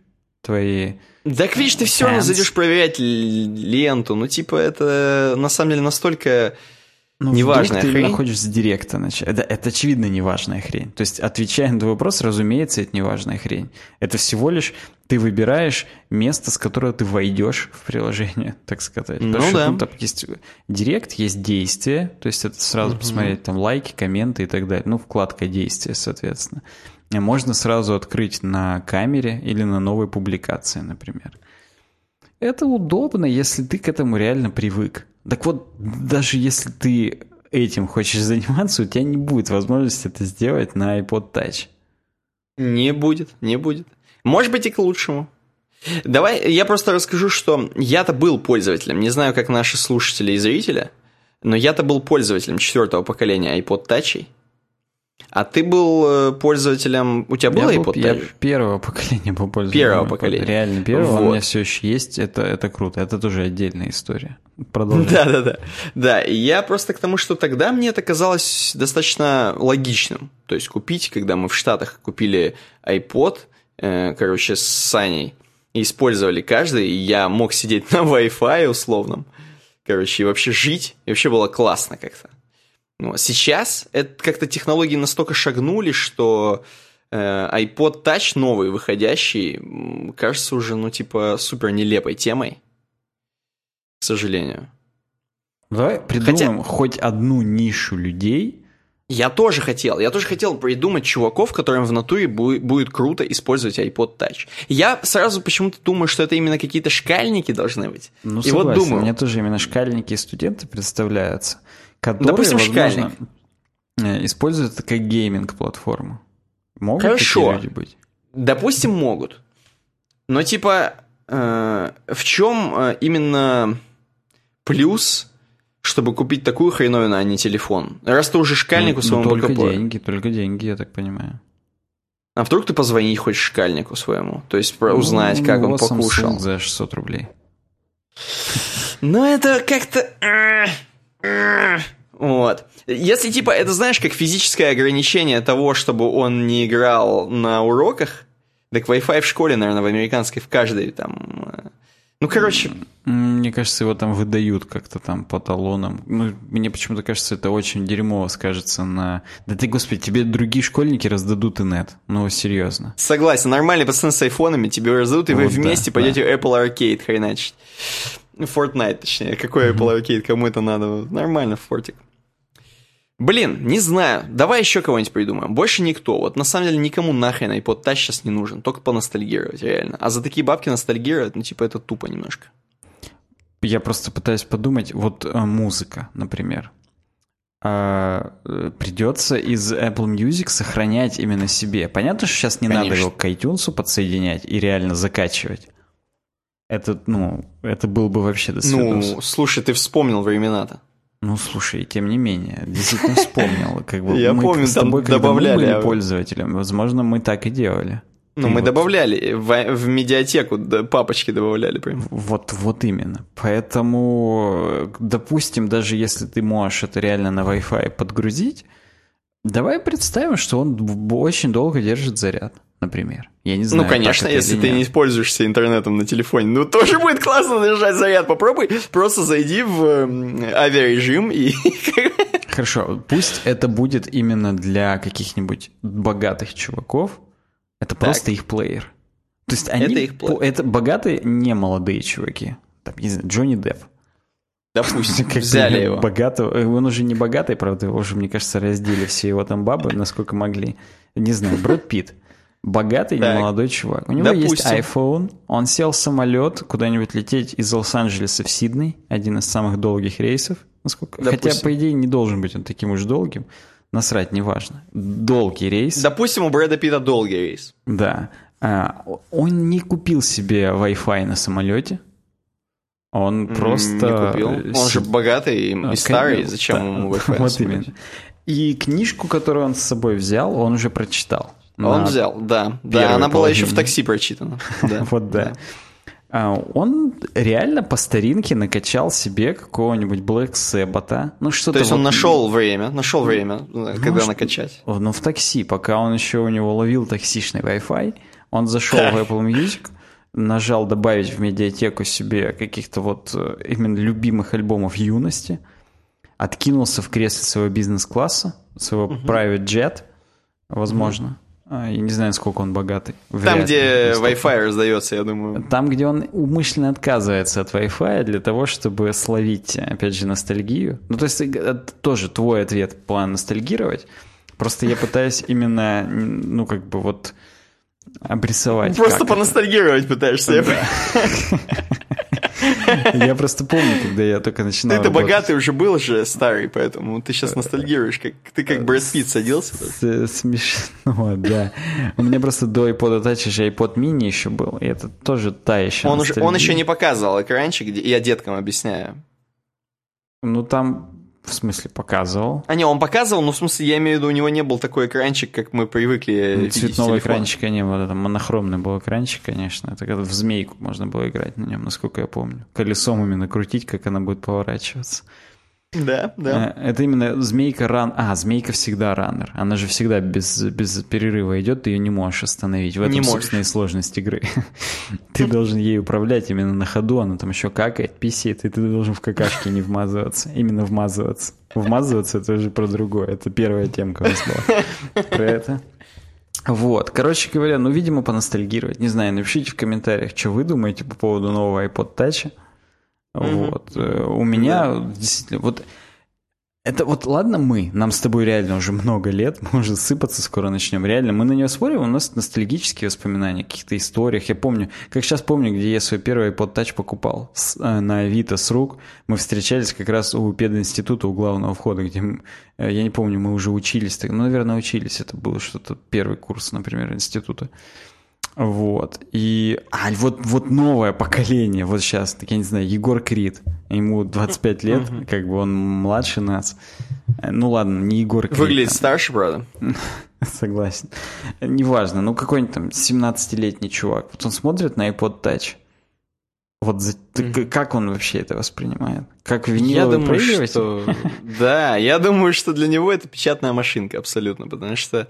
Speaker 2: твои...
Speaker 1: Так видишь, ты все равно зайдешь проверять ленту. Ну, типа, это на самом деле настолько неважная хрень.
Speaker 2: Ты именно хочешь с директа начать. Это очевидно неважная хрень. То есть, отвечая на твой вопрос, разумеется, это неважная хрень. Это всего лишь ты выбираешь место, с которого ты войдешь в приложение, так сказать.
Speaker 1: Ну,
Speaker 2: потому
Speaker 1: да.
Speaker 2: что там есть директ, есть действия, то есть это сразу посмотреть там лайки, комменты и так далее. Ну, вкладка действия, соответственно. Можно сразу открыть на камере или на новой публикации, например. Это удобно, если ты к этому реально привык. Так вот, даже если ты этим хочешь заниматься, у тебя не будет возможности это сделать на iPod Touch.
Speaker 1: Не будет. Может быть, и к лучшему. Давай я просто расскажу, что я-то был пользователем. Не знаю, как наши слушатели и зрители, но я-то был пользователем 4-го поколения iPod Touch. А ты был пользователем... У тебя был iPod Touch?
Speaker 2: Я первого поколения был пользователем.
Speaker 1: Первого поколения.
Speaker 2: Реально первого. Вот. У меня все еще есть. Это круто. Это тоже отдельная история. Продолжай.
Speaker 1: Да, и я просто к тому, что тогда мне это казалось достаточно логичным. То есть купить, когда мы в Штатах купили iPod, с Саней, и использовали каждый, и я мог сидеть на Wi-Fi условном, и вообще жить. И вообще было классно как-то. Сейчас это как-то технологии настолько шагнули, что iPod Touch новый, выходящий, кажется уже, супер нелепой темой. К сожалению.
Speaker 2: Давай придумаем хоть одну нишу людей.
Speaker 1: Я тоже хотел придумать чуваков, которым в натуре будет круто использовать iPod Touch. Я сразу почему-то думаю, что это именно какие-то шкальники должны быть.
Speaker 2: Ну, согласен, вот думаю, мне тоже именно шкальники и студенты представляются, которые,
Speaker 1: допустим,
Speaker 2: возможно, используют это как гейминг-платформу. Могут такие люди быть?
Speaker 1: Допустим, могут. Но в чем именно плюс, чтобы купить такую хреновину, а не телефон? Раз ты уже шкальнику своему покупаешь.
Speaker 2: Только деньги, я так понимаю.
Speaker 1: А вдруг ты позвонить хочешь шкальнику своему? То есть узнать, как он покушал.
Speaker 2: Samsung за 600 рублей.
Speaker 1: Ну, это как-то... Вот. Если, это знаешь, как физическое ограничение того, чтобы он не играл на уроках, так Wi-Fi в школе, наверное, в американской, в каждой там...
Speaker 2: Мне кажется, его там выдают как-то там по талонам. Мне почему-то кажется, это очень дерьмово скажется на... Да ты, господи, тебе другие школьники раздадут инет. Серьезно.
Speaker 1: Согласен, нормальные пацаны с айфонами тебе раздадут, и вы вместе пойдете Apple Arcade хреначить. Fortnite, точнее. Какой Apple Arcade, кому это надо? Нормально, фортик. Блин, не знаю. Давай еще кого-нибудь придумаем. Больше никто. Вот на самом деле никому нахрен iPod Touch сейчас не нужен. Только поностальгировать, реально. А за такие бабки ностальгировать, это тупо немножко.
Speaker 2: Я просто пытаюсь подумать. Вот музыка, например. Придется из Apple Music сохранять именно себе. Понятно, что сейчас не надо его к iTunes подсоединять и реально закачивать. Это был бы вообще до свидос.
Speaker 1: Слушай, ты вспомнил времена-то.
Speaker 2: Слушай, тем не менее, действительно вспомнил.
Speaker 1: Я помню,
Speaker 2: с тобой,
Speaker 1: там добавляли.
Speaker 2: Когда мы были пользователем, возможно, мы так и делали.
Speaker 1: Мы добавляли, в медиатеку папочки добавляли прям.
Speaker 2: Вот именно. Поэтому, допустим, даже если ты можешь это реально на Wi-Fi подгрузить, давай представим, что он очень долго держит заряд, например. Я не знаю.
Speaker 1: Конечно, если ты не пользуешься интернетом на телефоне. Тоже будет классно держать заряд. Попробуй, просто зайди в авиарежим и...
Speaker 2: Хорошо, пусть это будет именно для каких-нибудь богатых чуваков. Это просто их плеер. То есть они... Это богатые, не молодые чуваки. Там, не знаю, Джонни Депп.
Speaker 1: Допустим, взяли его.
Speaker 2: Богатого. Он уже не богатый, правда, его уже, мне кажется, раздели все его там бабы, насколько могли. Не знаю, Брэд Питт. Богатый, молодой чувак. У него есть iPhone, он сел в самолет куда-нибудь лететь из Лос-Анджелеса в Сидней, один из самых долгих рейсов. Хотя, по идее, не должен быть он таким уж долгим. Насрать, неважно. Долгий рейс.
Speaker 1: Допустим, у Брэда Питта долгий рейс.
Speaker 2: Да. Он не купил себе Wi-Fi на самолете. Он просто...
Speaker 1: Не купил. Он же богатый и старый. Зачем ему Wi-Fi?
Speaker 2: Вот именно. И книжку, которую он с собой взял, он уже прочитал.
Speaker 1: Он взял, да. Да, она была еще в такси прочитана.
Speaker 2: Вот да. Он реально по старинке накачал себе какого-нибудь Black Sabbath.
Speaker 1: То есть он нашел время, когда накачать.
Speaker 2: В такси, пока он еще у него ловил таксишный Wi-Fi, он зашел в Apple Music, нажал добавить в медиатеку себе каких-то вот именно любимых альбомов юности, откинулся в кресле своего бизнес-класса, своего private jet, возможно. Я не знаю, насколько он богатый.
Speaker 1: Там, где Wi-Fi раздается, я думаю.
Speaker 2: Там, где он умышленно отказывается от Wi-Fi для того, чтобы словить, опять же, ностальгию. Ну, то есть, это тоже твой ответ поностальгировать. Просто я пытаюсь именно, ну, как бы вот обрисовать.
Speaker 1: Просто поностальгировать пытаешься.
Speaker 2: Я просто помню, когда я только начинал
Speaker 1: Ты-то богатый уже был же, старый, поэтому ты сейчас ностальгируешь. Ты как Брэд Питт садился.
Speaker 2: Смешно, да. У меня просто до iPod Touch же iPod mini еще был, и это тоже та еще ностальгия.
Speaker 1: Он еще не показывал экранчик, я деткам объясняю.
Speaker 2: Ну, там... В смысле, показывал?
Speaker 1: Не, он показывал, но в смысле, я имею в виду, у него не был такой экранчик, как мы привыкли.
Speaker 2: Цветного экранчика не было, там монохромный был экранчик, конечно. Это когда в змейку можно было играть на нем, насколько я помню. Колесом именно крутить, как она будет поворачиваться.
Speaker 1: Да.
Speaker 2: Это именно змейка змейка всегда раннер. Она же всегда без перерыва идет, ты ее не можешь остановить. В этом, собственно, и сложность игры. Ты должен ей управлять именно на ходу, она там еще какает, писает, и ты должен в какашки не вмазываться. Именно вмазываться. Вмазываться — это уже про другое. Это первая темка у нас была. Про это. Вот. Короче говоря, видимо, поностальгировать. Не знаю, напишите в комментариях, что вы думаете по поводу нового iPod Touch. Вот. У меня действительно... Вот это вот, ладно, нам с тобой реально уже много лет, мы уже сыпаться скоро начнем. Реально, мы на нее смотрим, у нас ностальгические воспоминания о каких-то историях. Я помню, как сейчас помню, где я свой первый iPod Touch покупал на Авито с рук. Мы встречались как раз у пединститута, у главного входа, где, я не помню, мы уже учились. Наверное, учились. Это был что-то первый курс, например, института. Вот. И вот новое поколение, вот сейчас, так я не знаю, Егор Крид, ему 25 лет, как бы он младше нас. Ну ладно, не Егор Крид.
Speaker 1: Выглядит старше, правда?
Speaker 2: Согласен. Неважно, какой-нибудь там 17-летний чувак. Вот он смотрит на iPod Touch. Вот как он вообще это воспринимает? Как виниловый проигрыватель?
Speaker 1: Да, я думаю, что для него это печатная машинка абсолютно, потому что...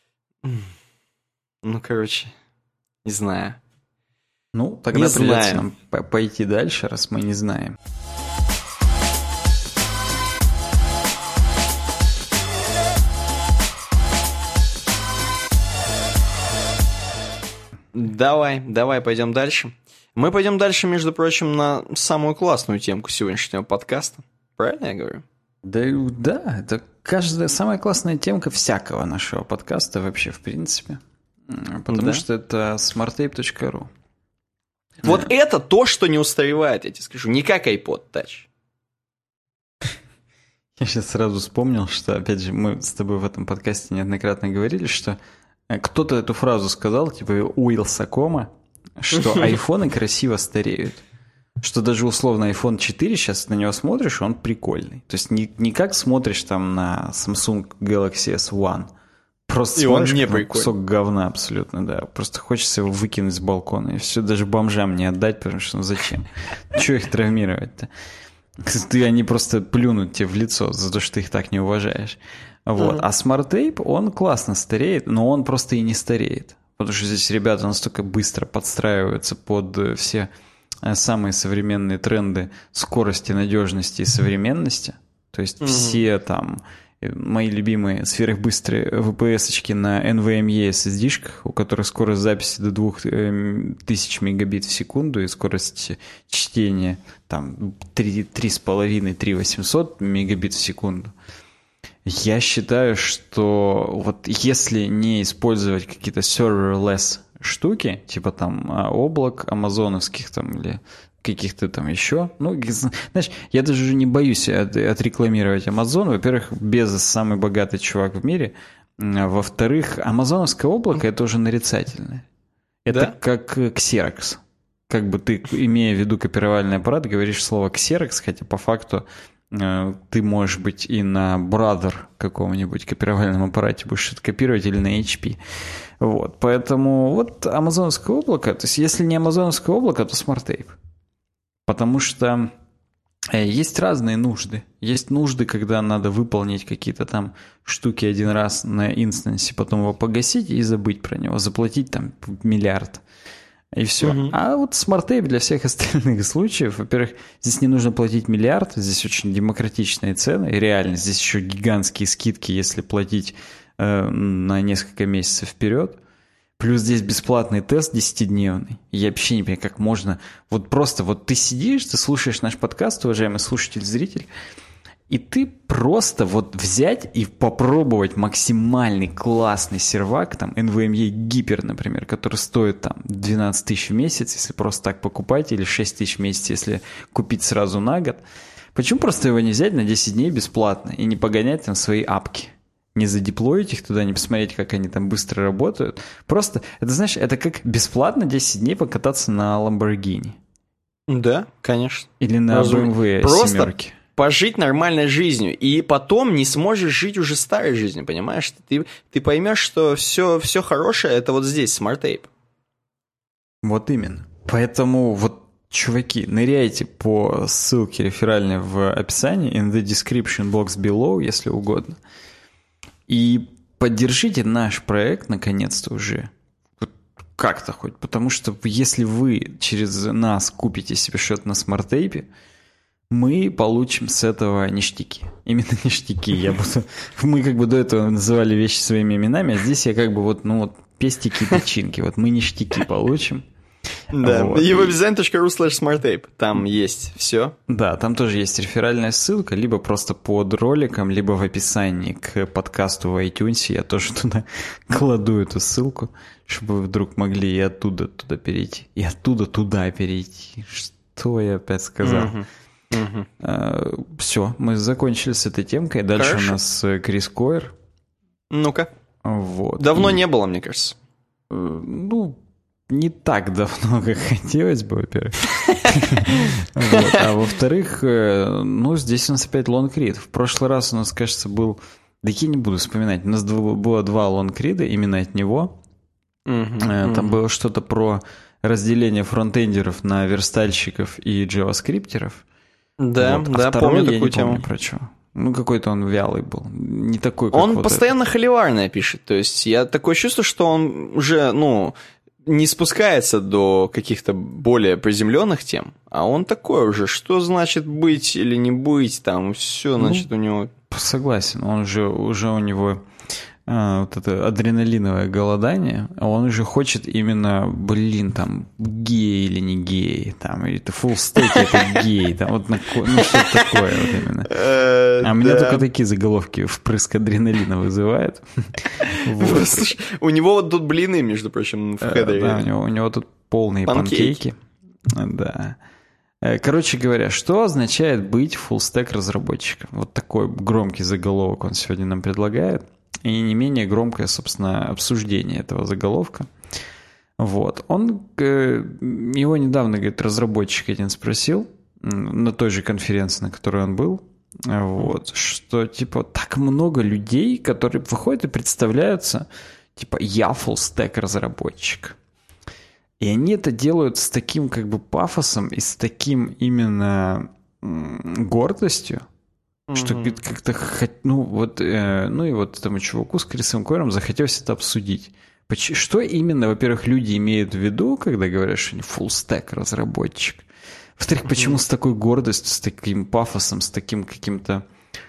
Speaker 1: Не знаю.
Speaker 2: Тогда придется нам пойти дальше, раз мы не знаем.
Speaker 1: Давай пойдем дальше. Мы пойдем дальше, между прочим, на самую классную темку сегодняшнего подкаста. Правильно я говорю?
Speaker 2: Да, это самая классная темка всякого нашего подкаста вообще, в принципе. Потому что это smarttape.ru.
Speaker 1: Вот это то, что не устаревает, я тебе скажу. Не как iPod Touch.
Speaker 2: Я сейчас сразу вспомнил, что, опять же, мы с тобой в этом подкасте неоднократно говорили, что кто-то эту фразу сказал, типа Уилсакома, что айфоны красиво стареют. Что даже условно iPhone 4 сейчас на него смотришь, он прикольный. То есть не как смотришь там на Samsung Galaxy S1. Просто смотришь, как кусок говна абсолютно, да. Просто хочется его выкинуть с балкона. И все, даже бомжам не отдать, потому что зачем? Чего их травмировать-то? Они просто плюнут тебе в лицо за то, что ты их так не уважаешь. Вот. А Smart Tape, он классно стареет, но он просто и не стареет. Потому что здесь ребята настолько быстро подстраиваются под все самые современные тренды скорости, надежности и современности. То есть все там... Мои любимые сверхбыстрые VPS-очки на NVMe SSD-шках, у которых скорость записи до 2000 мегабит в секунду и скорость чтения там 3,5-3,800 мегабит в секунду. Я считаю, что вот если не использовать какие-то serverless штуки, типа там облак амазоновских там или каких-то там еще. Знаешь, я даже уже не боюсь отрекламировать Amazon. Во-первых, Безос самый богатый чувак в мире. Во-вторых, амазоновское облако — это уже нарицательное. Это как Xerox. Как бы ты, имея в виду копировальный аппарат, говоришь слово Xerox, хотя по факту ты можешь быть и на Brother каком-нибудь копировальном аппарате будешь это копировать, или на HP. Вот. Поэтому вот амазоновское облако, то есть если не амазоновское облако, то Smart Tape. Потому что есть разные нужды. Есть нужды, когда надо выполнить какие-то там штуки один раз на инстансе, потом его погасить и забыть про него, заплатить там $1 миллиард. И все. А вот SmartTape для всех остальных случаев, во-первых, здесь не нужно платить миллиард, здесь очень демократичные цены, и реально здесь еще гигантские скидки, если платить на несколько месяцев вперед. Плюс здесь бесплатный тест 10-дневный. Я вообще не понимаю, как можно... Вот просто вот ты сидишь, ты слушаешь наш подкаст, уважаемый слушатель, зритель, и ты просто вот взять и попробовать максимальный классный сервак, там, NVMe Гипер, например, который стоит там 12 тысяч в месяц, если просто так покупать, или 6 тысяч в месяц, если купить сразу на год. Почему просто его не взять на 10 дней бесплатно и не погонять там свои апки? Не задеплоить их туда, не посмотреть, как они там быстро работают. Просто, это знаешь, это как бесплатно 10 дней покататься на Lamborghini.
Speaker 1: Да, конечно.
Speaker 2: Или на BMW семерке.
Speaker 1: Пожить нормальной жизнью, и потом не сможешь жить уже старой жизнью, понимаешь? Ты поймешь, что все хорошее, это вот здесь, SmartTape.
Speaker 2: Вот именно. Поэтому вот, чуваки, ныряйте по ссылке реферальной в описании, in the description box below, если угодно, и поддержите наш проект, наконец-то уже. Как-то хоть. Потому что если вы через нас купите себе что-то на SmartTape, мы получим с этого ништяки. Именно ништяки. Мы как бы до этого называли вещи своими именами, а здесь я как бы вот, пестики и печинки. Вот мы ништяки получим.
Speaker 1: Да, вот. И webdesign.ru/smarttape. Там есть все. Да,
Speaker 2: там тоже есть реферальная ссылка, либо просто под роликом, либо в описании к подкасту в iTunes. Я тоже туда кладу эту ссылку, чтобы вы вдруг могли и оттуда туда перейти. И оттуда туда перейти. Что я опять сказал? Все, мы закончили с этой темкой. Дальше Хорошо. У нас Крис Койер.
Speaker 1: Ну-ка.
Speaker 2: Вот.
Speaker 1: Давно не было, мне кажется.
Speaker 2: Не так давно, как хотелось бы, во-первых. А во-вторых, здесь у нас опять лонгрид. В прошлый раз у нас, кажется, был... Да я не буду вспоминать. У нас было 2 лонгрида именно от него. Там было что-то про разделение фронтендеров на верстальщиков и джаваскриптеров.
Speaker 1: Да, вот. Помню такую тему.
Speaker 2: Помню про что. Какой-то он вялый был. Не такой, как
Speaker 1: он вот постоянно холиварное пишет. То есть я такое чувство, что он уже, не спускается до каких-то более приземленных тем, а он такой уже, что значит быть или не быть, там все, значит, у него...
Speaker 2: Согласен, он же уже у него вот это адреналиновое голодание, а он уже хочет именно, там, гей или не гей, там, или это фуллстек, это гей, там, вот, что-то такое вот именно. А меня только такие заголовки впрыск адреналина вызывают.
Speaker 1: Слушай, у него вот тут блины, между прочим, в хедере.
Speaker 2: Да, у него тут полные панкейки. Да. Короче говоря, что означает быть фуллстек разработчиком? Вот такой громкий заголовок он сегодня нам предлагает. И не менее громкое, собственно, обсуждение этого заголовка. Вот. Его недавно, говорит, разработчик один спросил на той же конференции, на которой он был, вот, что, типа, так много людей, которые выходят и представляются, типа, я фуллстек разработчик. И они это делают с таким, как бы, пафосом и с таким именно гордостью, что как-то, и вот этому чуваку с Крисом Койером захотелось это обсудить. Что именно, во-первых, люди имеют в виду, когда говорят, что они фуллстек разработчик? Во-вторых, почему с такой гордостью, с таким пафосом, с таким каким-то...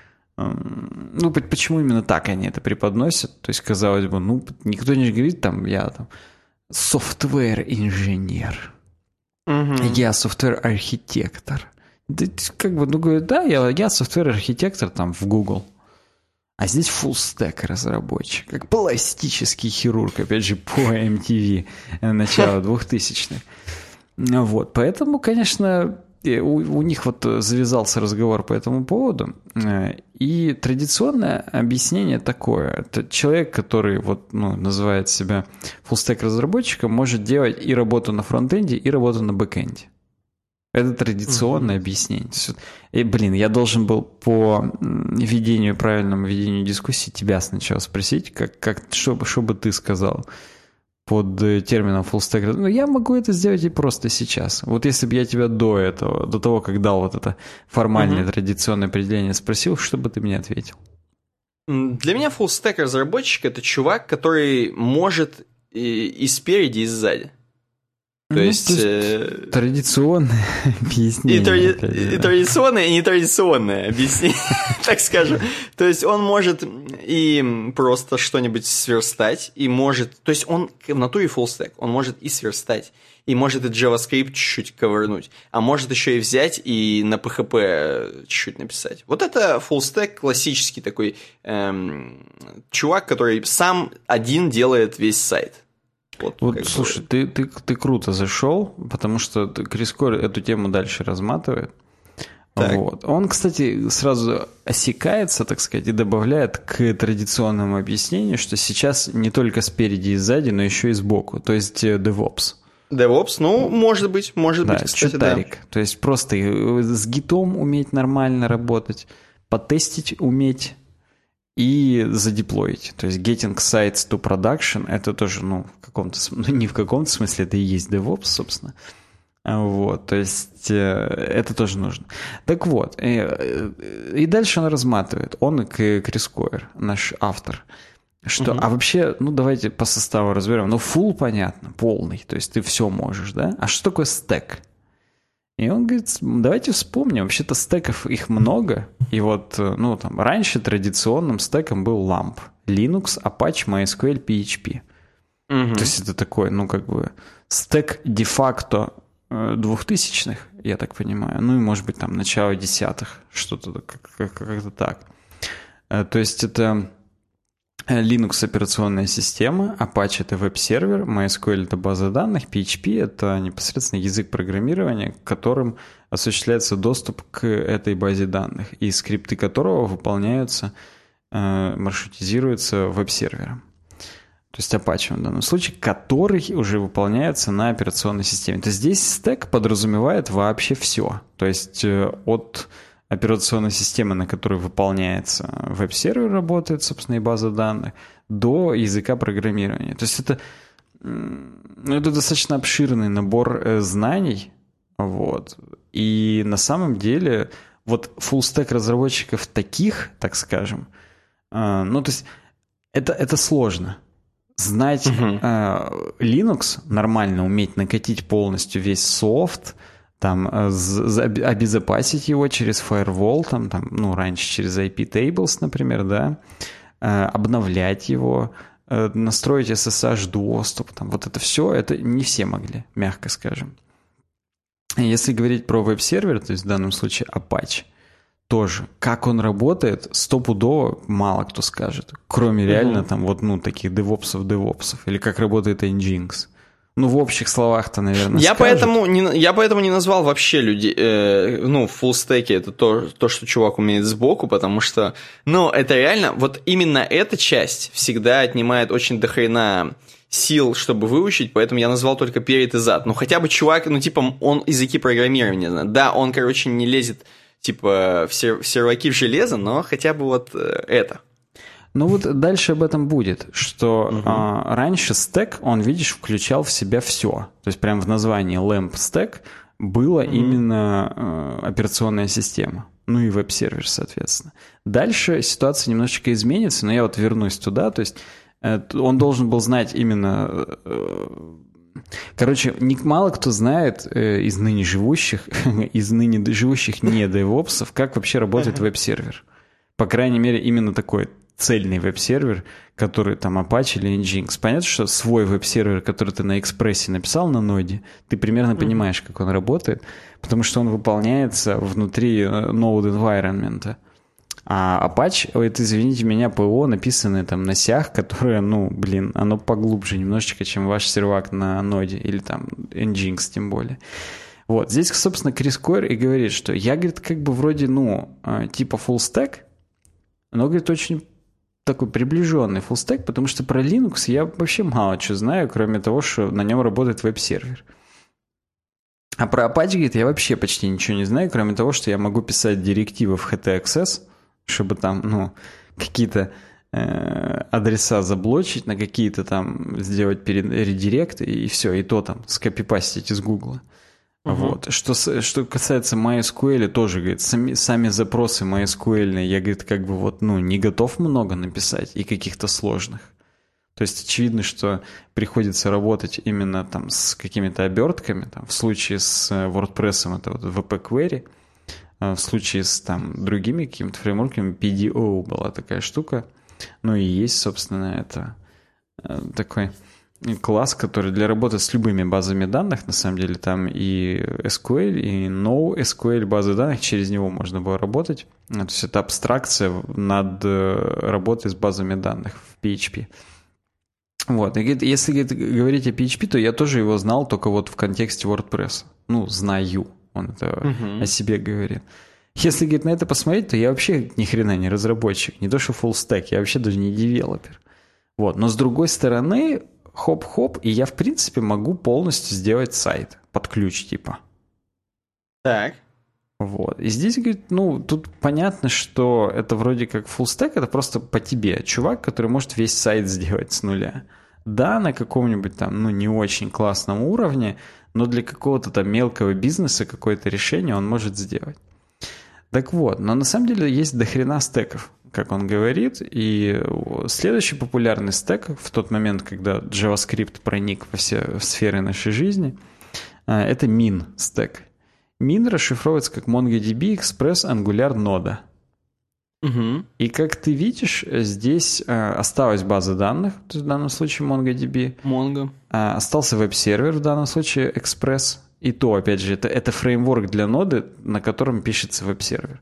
Speaker 2: почему именно так они это преподносят? То есть, казалось бы, никто не говорит, там, я там софтвер-инженер, я софтвер-архитектор. Да, как бы, говорит, да, я софтвер-архитектор там в Google. А здесь фуллстек разработчик, как пластический хирург, опять же, по MTV начала 2000-х. Вот, поэтому, конечно, у них вот завязался разговор по этому поводу. И традиционное объяснение такое. Это человек, который называет себя фуллстек разработчиком, может делать и работу на фронтенде, и работу на бэкенде. Это традиционное объяснение. И, я должен был по правильному ведению дискуссии тебя сначала спросить, что бы ты сказал под термином фуллстек. Я могу это сделать и просто сейчас. Вот если бы я тебя до того, как дал вот это формальное традиционное определение, спросил, что бы ты мне ответил?
Speaker 1: Для меня фуллстек разработчик — это чувак, который может и спереди, и сзади. То есть
Speaker 2: традиционное объяснение.
Speaker 1: И традиционное, и нетрадиционное объяснение, так скажем. То есть он может и просто что-нибудь сверстать, и может... То есть он в натуре full stack, он может и сверстать, и может и JavaScript чуть-чуть ковырнуть, а может еще и взять и на PHP чуть-чуть написать. Вот это full stack классический такой чувак, который сам один делает весь сайт.
Speaker 2: Вот слушай, ты круто зашел, потому что Крис Койер эту тему дальше разматывает. Вот. Он, кстати, сразу осекается, так сказать, и добавляет к традиционному объяснению, что сейчас не только спереди и сзади, но еще и сбоку, то есть DevOps.
Speaker 1: DevOps, ну, может быть, кстати,
Speaker 2: читарик.
Speaker 1: Да.
Speaker 2: То есть просто с гитом уметь нормально работать, потестить уметь и задеплоить. То есть getting sites to production, это тоже, ну, не в каком-то смысле, это и есть DevOps, собственно. Вот, то есть это тоже нужно. Так вот, и дальше он разматывает, он и Крис Койер, наш автор, что, а вообще, ну, давайте по составу разберем. Ну, full понятно, полный, то есть ты все можешь, да? А что такое стек? И он говорит, давайте вспомним, вообще-то стеков их много, и вот, ну, там, раньше традиционным стеком был LAMP, Linux, Apache, MySQL, PHP. То есть это такой, ну, как бы, стек де-факто 2000-х, я так понимаю, ну, и, может быть, там, начало десятых, что-то как-то так. То есть это Linux операционная система, Apache это веб-сервер, MySQL это база данных, PHP это непосредственно язык программирования, которым осуществляется доступ к этой базе данных, и скрипты которого выполняются, маршрутизируются веб-сервером. То есть Apache в данном случае, который уже выполняется на операционной системе. То есть здесь стек подразумевает вообще все. То есть от операционной системы, на которой выполняется веб-сервер, работает, собственно, и база данных, до языка программирования. То есть это достаточно обширный набор знаний. Вот. И на самом деле вот full-stack разработчиков таких, так скажем, ну, то есть это сложно. Знать Linux, нормально уметь накатить полностью весь софт, там, обезопасить его через firewall, там, ну, раньше через IP tables, например, да, обновлять его, настроить SSH доступ, там, вот это все, это не все могли, мягко скажем. Если говорить про веб-сервер, то есть в данном случае Apache, тоже, как он работает, стопудово мало кто скажет, кроме реально там вот, ну, таких девопсов, или как работает Nginx. Ну, в общих словах-то, наверное,
Speaker 1: я поэтому не назвал вообще людей, ну, в фуллстеке это то, что чувак умеет сбоку, потому что, ну, это реально, вот именно эта часть всегда отнимает очень дохрена сил, чтобы выучить, поэтому я назвал только перед и зад. Ну, хотя бы чувак, ну, типа, он языки программирования знает. Да, он, короче, не лезет, типа, в серваки в железо, но хотя бы вот это.
Speaker 2: Ну вот дальше об этом будет, что раньше стек, он, видишь, включал в себя все. То есть прямо в названии LAMP стек было именно операционная система. Ну и веб-сервер, соответственно. Дальше ситуация немножечко изменится, но я вот вернусь туда. То есть он должен был знать именно... Короче, мало кто знает из ныне живущих не девопсов, как вообще работает веб-сервер. По крайней мере, именно такой цельный веб-сервер, который там Apache или Nginx. Понятно, что свой веб-сервер, который ты на экспрессе написал на ноде, ты примерно понимаешь, как он работает, потому что он выполняется внутри node environment. А Apache, это, извините меня, ПО, написанное там на сях, которое, ну, блин, оно поглубже немножечко, чем ваш сервак на ноде, или там Nginx тем более. Вот, здесь, собственно, Крис Койер и говорит, что я, говорит, как бы вроде, ну, типа full stack, но, говорит, очень такой приближенный full stack, потому что про Linux я вообще мало что знаю, кроме того, что на нем работает веб-сервер. А про Apache, говорит, я вообще почти ничего не знаю, кроме того, что я могу писать директивы в htaccess, чтобы там, ну, какие-то адреса заблочить, на какие-то там сделать редирект, и все, и то там скопипастить из Гугла. Вот. Что касается MySQL, тоже, говорит, сами запросы MySQL, я, говорит, как бы вот, ну, не готов много написать и каких-то сложных. То есть очевидно, что приходится работать именно там с какими-то обертками. Там, в случае с WordPress это вот WP Query, в случае с там другими какими-то фреймворками PDO была такая штука. Ну и есть, собственно, это такой класс, который для работы с любыми базами данных, на самом деле, там и SQL, и NoSQL базы данных, через него можно было работать. То есть это абстракция над работой с базами данных в PHP. Вот. И если говорить о PHP, то я тоже его знал только вот в контексте WordPress. Ну, знаю, он это о себе говорит. Если, говорит, на это посмотреть, то я вообще ни хрена не разработчик, не то что full stack, я вообще даже не девелопер. Вот. Но с другой стороны, хоп-хоп, и я, в принципе, могу полностью сделать сайт под ключ, типа.
Speaker 1: Так.
Speaker 2: Вот. И здесь, говорит, ну, тут понятно, что это вроде как full stack, это просто по тебе. Чувак, который может весь сайт сделать с нуля. Да, на каком-нибудь там, ну, не очень классном уровне, но для какого-то там мелкого бизнеса какое-то решение он может сделать. Так вот, но на самом деле есть дохрена стеков, как он говорит, и следующий популярный стек в тот момент, когда JavaScript проник во все сферы нашей жизни, это Min стек. Min расшифровывается как MongoDB, Express, Angular, Node.
Speaker 1: Угу.
Speaker 2: И как ты видишь, здесь осталась база данных, то есть в данном случае MongoDB.
Speaker 1: Mongo.
Speaker 2: Остался веб-сервер, в данном случае Express. И то, опять же, это фреймворк для ноды, на котором пишется веб-сервер.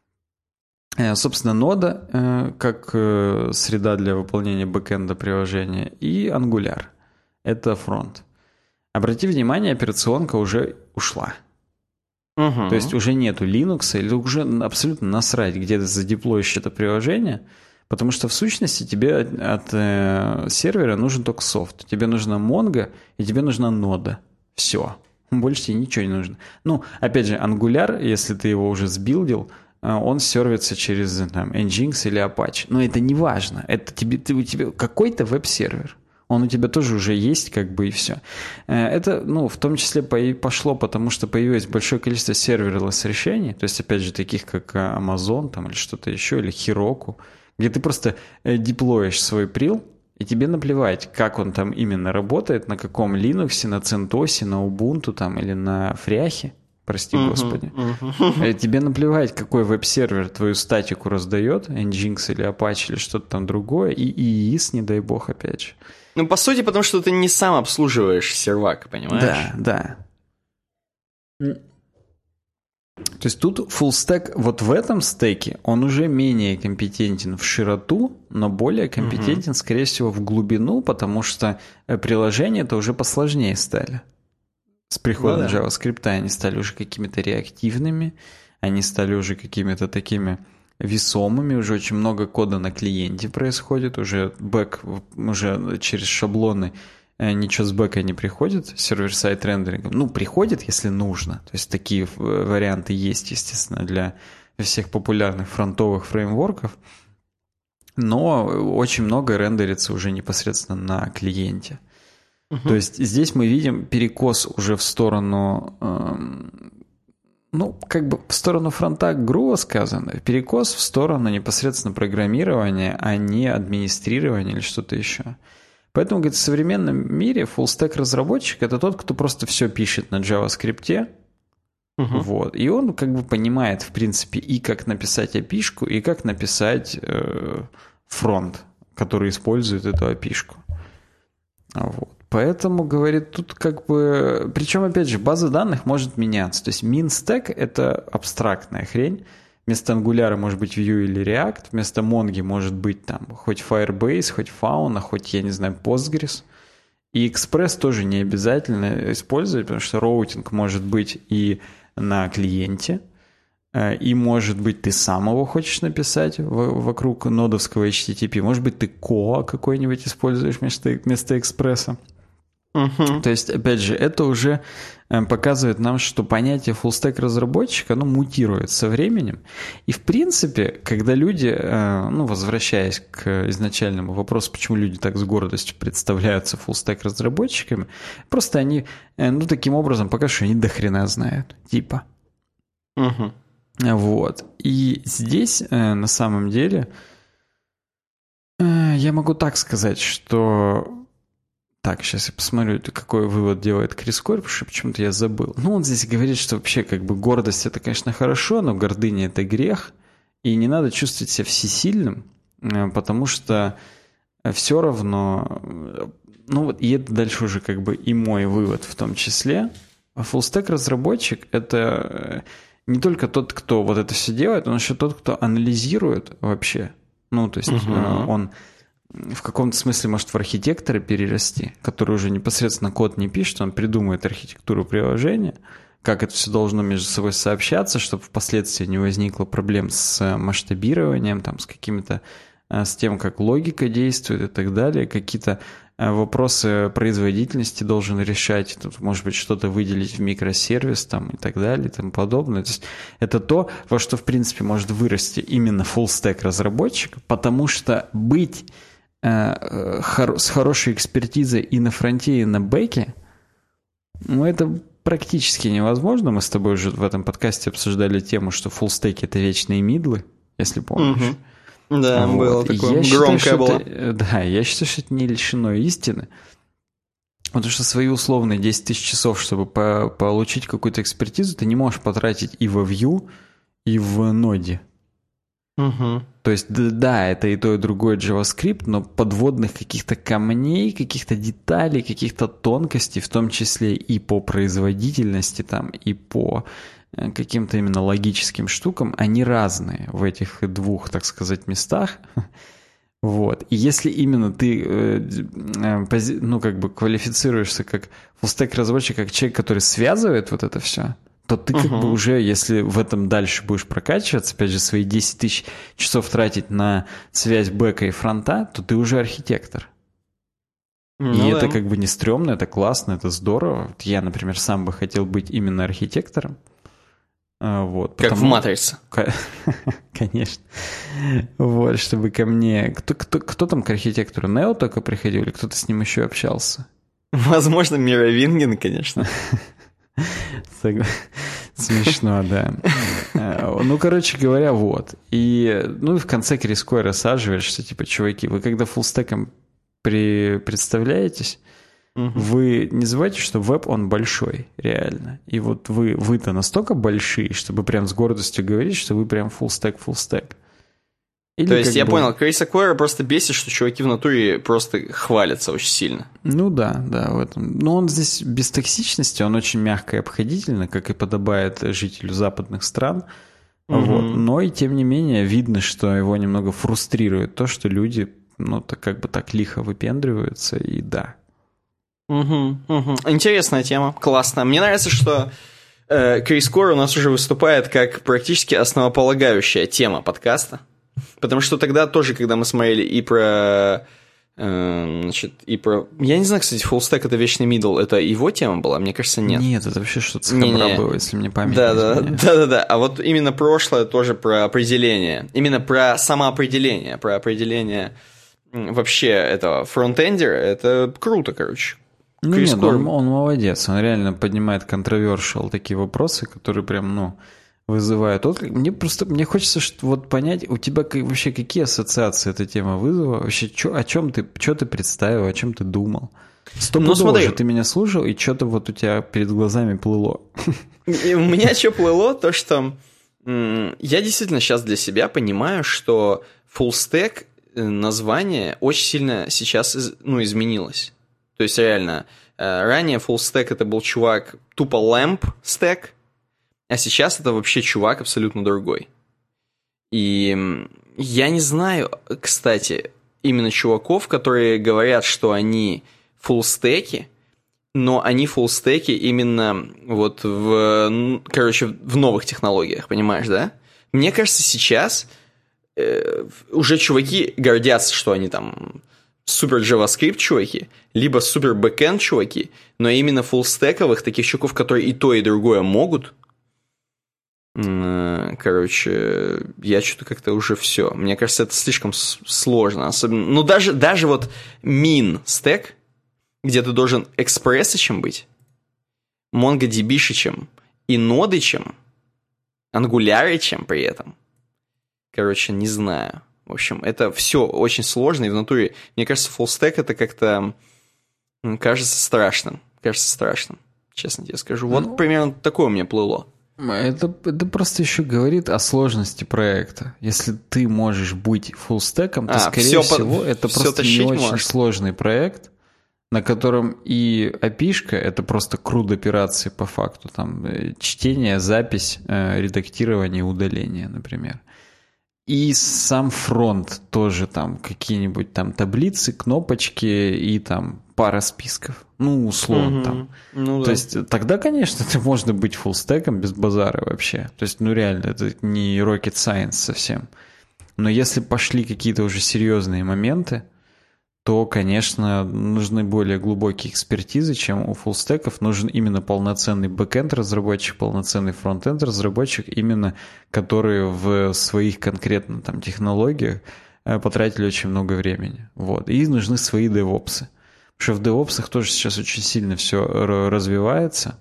Speaker 2: Собственно, нода как среда для выполнения бэкэнда приложения, и Angular — это фронт. Обрати внимание, операционка уже ушла.
Speaker 1: Угу.
Speaker 2: То есть уже нету Linux, или уже абсолютно насрать, где ты задеплоишь это приложение, потому что в сущности тебе от сервера нужен только софт. Тебе нужна Mongo, и тебе нужна нода. Все. Больше тебе ничего не нужно. Ну, опять же, Angular, если ты его уже сбилдил, он сервится через там, Nginx или Apache. Но это не важно. Это у тебя какой-то веб-сервер. Он у тебя тоже уже есть, как бы, и все. Это, ну, в том числе пошло, потому что появилось большое количество серверлесс решений, то есть, опять же, таких как Amazon там, или что-то еще, или Heroku, где ты просто деплоишь свой прил, и тебе наплевать, как он там именно работает, на каком Linux, на CentOS, на Ubuntu там, или на Фряхе, прости господи. Тебе наплевать, какой веб-сервер твою статику раздает, Nginx или Apache или что-то там другое, и IIS, не дай бог, опять же.
Speaker 1: Ну, по сути, потому что ты не сам обслуживаешь сервак, понимаешь?
Speaker 2: Да. То есть тут full stack вот в этом стеке он уже менее компетентен в широту, но более компетентен, скорее всего, в глубину, потому что приложения-то уже посложнее стали. С приходом JavaScript они стали уже какими-то реактивными, они стали уже какими-то такими весомыми, уже очень много кода на клиенте происходит, уже бэк, уже через шаблоны ничего с бэка не приходит, сервер-сайд рендерингом. Ну, приходит, если нужно. То есть такие варианты есть, естественно, для всех популярных фронтовых фреймворков, но очень много рендерится уже непосредственно на клиенте. То есть здесь мы видим перекос уже в сторону, ну, как бы в сторону фронта грубо сказано, перекос в сторону непосредственно программирования, а не администрирования или что-то еще. Поэтому, говорит, в современном мире full-stack разработчик — это тот, кто просто все пишет на JavaScript, вот, и он как бы понимает, в принципе, и как написать API-шку, и как написать фронт, который использует эту API-шку. Вот. Поэтому, говорит, тут как бы... Причем, опять же, база данных может меняться. То есть min-stack — это абстрактная хрень. Вместо Angular может быть Vue или React. Вместо Mongo может быть там хоть Firebase, хоть Fauna, хоть, я не знаю, Postgres. И Express тоже не обязательно использовать, потому что роутинг может быть и на клиенте, и, может быть, ты сам его хочешь написать вокруг нодовского HTTP. Может быть, ты Koa какой-нибудь используешь вместо экспресса. То есть, опять же, это уже показывает нам, что понятие full-stack разработчика, оно мутирует со временем. И, в принципе, когда люди, ну, возвращаясь к изначальному вопросу, почему люди так с гордостью представляются full-stack разработчиками, просто они, ну, таким образом, пока что они дохрена знают, типа. Вот. И здесь, на самом деле, Я могу так сказать, что... Так, сейчас я посмотрю, какой вывод делает Крис Койер, потому что почему-то я забыл. Ну, он здесь говорит, что вообще как бы гордость — это, конечно, хорошо, но гордыня — это грех, и не надо чувствовать себя всесильным, потому что все равно... Ну вот, и это дальше уже как бы и мой вывод в том числе. Фуллстек-разработчик — это не только тот, кто вот это все делает, он еще тот, кто анализирует вообще. Ну, то есть он... в каком-то смысле может в архитектора перерасти, который уже непосредственно код не пишет, он придумывает архитектуру приложения, как это все должно между собой сообщаться, чтобы впоследствии не возникло проблем с масштабированием, там, с какими-то, с тем, как логика действует и так далее, какие-то вопросы производительности должен решать, тут, может быть, что-то выделить в микросервис там, и так далее и тому подобное. То есть это то, во что, в принципе, может вырасти именно фуллстек разработчик, потому что быть с хорошей экспертизой и на фронте, и на бэке, ну, это практически невозможно. Мы с тобой уже в этом подкасте обсуждали тему, что фуллстеки — это вечные мидлы, если помнишь.
Speaker 1: Да, вот. Было такое громкое было.
Speaker 2: Да, я считаю, что это не лишено истины. Потому что свои условные 10 тысяч часов, чтобы получить какую-то экспертизу, ты не можешь потратить и во Vue, и в Node. То есть, да, это и то, и другое JavaScript, но подводных каких-то камней, каких-то деталей, каких-то тонкостей, в том числе и по производительности, там, и по каким-то именно логическим штукам, они разные в этих двух, так сказать, местах. Вот. И если именно ты, ну, как бы квалифицируешься как фуллстек-разработчик, как человек, который связывает вот это все, то ты как бы уже, если в этом дальше будешь прокачиваться, опять же, свои 10 тысяч часов тратить на связь бэка и фронта, то ты уже архитектор. И это как бы не стрёмно, это классно, это здорово. Я, например, сам бы хотел быть именно архитектором. Вот,
Speaker 1: как в «Матрице».
Speaker 2: Конечно. Вот, чтобы ко мне... Кто там к архитектору? Нео только приходил или кто-то с ним еще общался?
Speaker 1: Возможно, Мира Винген, конечно.
Speaker 2: Смешно, да. Ну, короче говоря, вот. И, ну, и в конце Крис Койер рассаживает, что, типа, чуваки, вы когда фуллстеком представляетесь, вы не забывайте, что веб, он большой, реально. И вот вы-то настолько большие, чтобы прям с гордостью говорить, что вы прям фуллстек. Или
Speaker 1: то есть я понял, Криса Койера просто бесит, что чуваки в натуре просто хвалятся очень сильно.
Speaker 2: Ну да, в этом. Но он здесь без токсичности, он очень мягко и обходительно, как и подобает жителю западных стран. Вот. Но и тем не менее видно, что его немного фрустрирует то, что люди, ну, так как бы так лихо выпендриваются, и да.
Speaker 1: Интересная тема, классно. Мне нравится, что Крис Койер у нас уже выступает как практически основополагающая тема подкаста. Потому что тогда тоже, когда мы смотрели и про... Я не знаю, кстати, фуллстек — это вечный мидл. Это его тема была? Мне кажется, нет.
Speaker 2: Нет, это вообще что-то с Хабра было, если мне память не изменяет.
Speaker 1: Да. А вот именно прошлое тоже про определение. Именно про самоопределение. Про определение вообще этого фронтендера. Это круто, короче.
Speaker 2: Ну нет, он молодец. Он реально поднимает controversial такие вопросы, которые прям, ну... вызывает отклик. Мне хочется вот понять, у тебя вообще какие ассоциации эта тема вызвала? Вообще, что ты представил, о чем ты думал? Стопудово же ты меня слушал, и что-то вот у тебя перед глазами плыло.
Speaker 1: И у меня что плыло, то что я действительно сейчас для себя понимаю, что фуллстек название очень сильно сейчас изменилось. То есть реально, ранее фуллстек это был чувак тупо lamp stack, а сейчас это вообще чувак абсолютно другой. И я не знаю, кстати, именно чуваков, которые говорят, что они фуллстеки, но они фуллстеки именно вот в новых технологиях, понимаешь, да? Мне кажется, сейчас уже чуваки гордятся, что они там супер JavaScript чуваки, либо супер бэкэнд чуваки, но именно фуллстековых, таких чуваков, которые и то, и другое могут. Короче, я что-то как-то уже все. Мне кажется, это слишком сложно. Особенно, ну, даже вот min стек, где ты должен экспрессичем быть, MongoDB-шичем и нодычем, ангуляричем при этом. Короче, не знаю. В общем, это все очень сложно, и в натуре, мне кажется, фуллстек это как-то кажется страшным. Честно тебе скажу. Вот примерно такое у меня плыло.
Speaker 2: Это просто еще говорит о сложности проекта. Если ты можешь быть фуллстеком, то, скорее всего, это просто не очень сложный проект, на котором и API-шка — это просто CRUD операции по факту. Там чтение, запись, редактирование, удаление, например. И сам фронт тоже там какие-нибудь там таблицы, кнопочки и там пара списков. Ну, условно там. То есть тогда, конечно, это можно быть фуллстеком без базара вообще. То есть, реально, это не rocket science совсем. Но если пошли какие-то уже серьезные моменты, то, конечно, нужны более глубокие экспертизы, чем у фуллстеков. Нужен именно полноценный бэкэнд-разработчик, полноценный фронтенд-разработчик, именно которые в своих конкретно там технологиях потратили очень много времени. Вот. И нужны свои девопсы. Потому что в девопсах тоже сейчас очень сильно все развивается.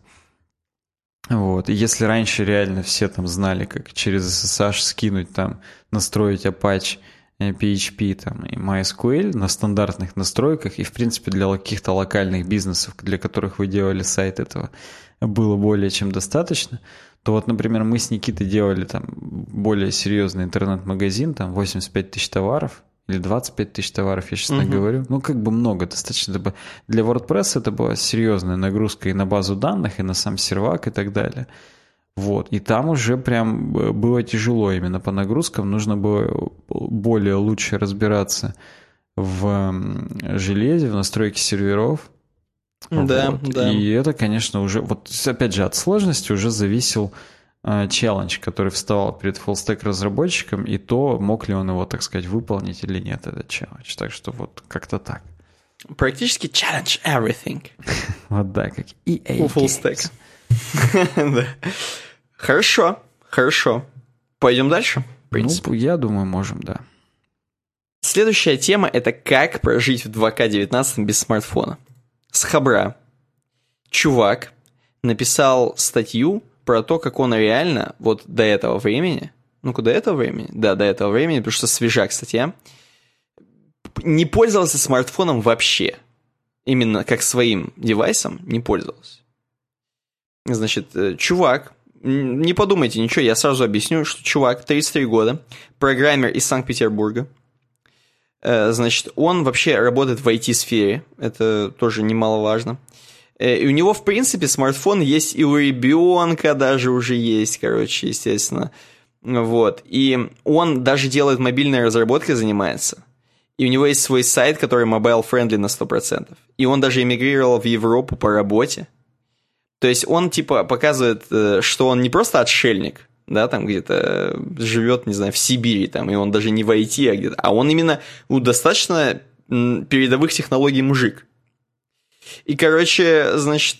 Speaker 2: Вот. И если раньше реально все там знали, как через SSH скинуть, там, настроить Apache, PHP там, и MySQL на стандартных настройках, и, в принципе, для каких-то локальных бизнесов, для которых вы делали сайт, этого было более чем достаточно, то вот, например, мы с Никитой делали там более серьезный интернет-магазин, там 85 тысяч товаров, или 25 тысяч товаров, я честно говорю. Как бы много достаточно. Для WordPress это была серьезная нагрузка и на базу данных, и на сам сервак, и так далее. Вот. И там уже прям было тяжело именно по нагрузкам. Нужно было более лучше разбираться в железе, в настройке серверов.
Speaker 1: Да,
Speaker 2: вот.
Speaker 1: да.
Speaker 2: И это, конечно, уже... Вот опять же, от сложности уже зависел челлендж, который вставал перед фуллстек-разработчиком, и то, мог ли он его, так сказать, выполнить или нет, этот челлендж. Так что вот как-то так.
Speaker 1: Практически challenge everything.
Speaker 2: Вот да, как EA.
Speaker 1: У фуллстека. Да. Хорошо. Пойдем дальше?
Speaker 2: Ну, я думаю, можем, да.
Speaker 1: Следующая тема — это как прожить в 2К19 без смартфона. С Хабра. Чувак написал статью про то, как он реально вот до этого времени, до этого времени, потому что свежак статья, не пользовался смартфоном вообще. Именно как своим девайсом не пользовался. Значит, чувак, не подумайте ничего, я сразу объясню, что чувак, 33 года, программер из Санкт-Петербурга. Значит, он вообще работает в IT-сфере, это тоже немаловажно. И у него, в принципе, смартфон есть и у ребенка даже уже есть, естественно. Вот. И он даже делает мобильной разработкой, занимается. И у него есть свой сайт, который mobile-friendly на 100%. И он даже эмигрировал в Европу по работе. То есть он, показывает, что он не просто отшельник, да, там где-то живет, не знаю, в Сибири, там, и он даже не в IT, а где-то, а он именно у достаточно передовых технологий мужик. И, значит,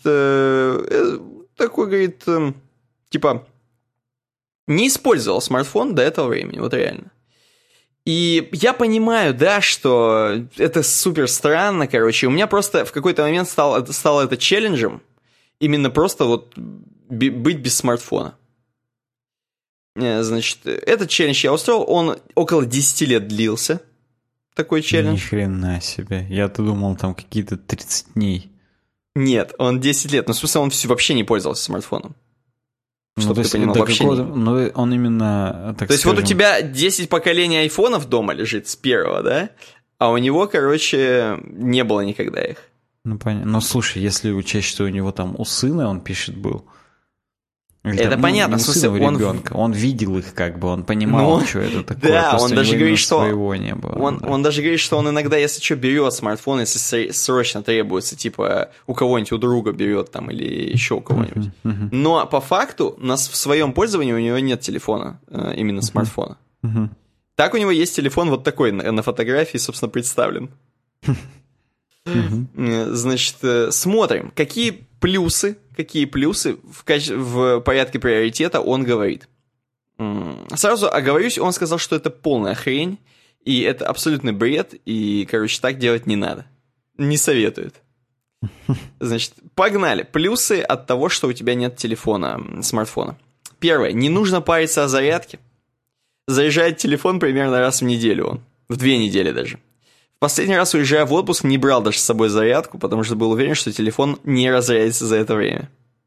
Speaker 1: такой, говорит, не использовал смартфон до этого времени, вот реально. И я понимаю, да, что это супер странно, у меня просто в какой-то момент стало это челленджем, именно просто вот быть без смартфона. Значит, этот челлендж я устроил, он около 10 лет длился, такой челлендж.
Speaker 2: Ни хрена себе, я-то думал, там какие-то 30 дней.
Speaker 1: Нет, он 10 лет, в смысле, он вообще не пользовался смартфоном. Чтобы ты понимал, вообще
Speaker 2: не... он именно, так
Speaker 1: то есть вот у тебя 10 поколений айфонов дома лежит с первого, да? А у него, не было никогда их.
Speaker 2: Ну, понятно. Но слушай, если учесть, что у него там у сына, он пишет, был.
Speaker 1: Или это там, понятно,
Speaker 2: в смысле, у ребенка. Он видел их, он понимал, что это такое.
Speaker 1: Да, он даже говорит, что
Speaker 2: своего не было.
Speaker 1: Он даже говорит, что он иногда, если что, берет смартфон, если срочно требуется, у кого-нибудь у друга берет там или еще у кого-нибудь. Но по факту в своем пользовании у него нет телефона, именно смартфона. Так у него есть телефон вот такой, на фотографии, собственно, представлен. Значит, смотрим, какие плюсы в порядке приоритета он говорит. Сразу оговорюсь, он сказал, что это полная хрень, и это абсолютный бред, и, так делать не надо. Не советует. Значит, погнали. Плюсы от того, что у тебя нет смартфона. Первое, не нужно париться о зарядке. Заряжает телефон примерно раз в неделю он. В 2 недели даже. В последний раз, уезжая в отпуск, не брал даже с собой зарядку, потому что был уверен, что телефон не разрядится за это время.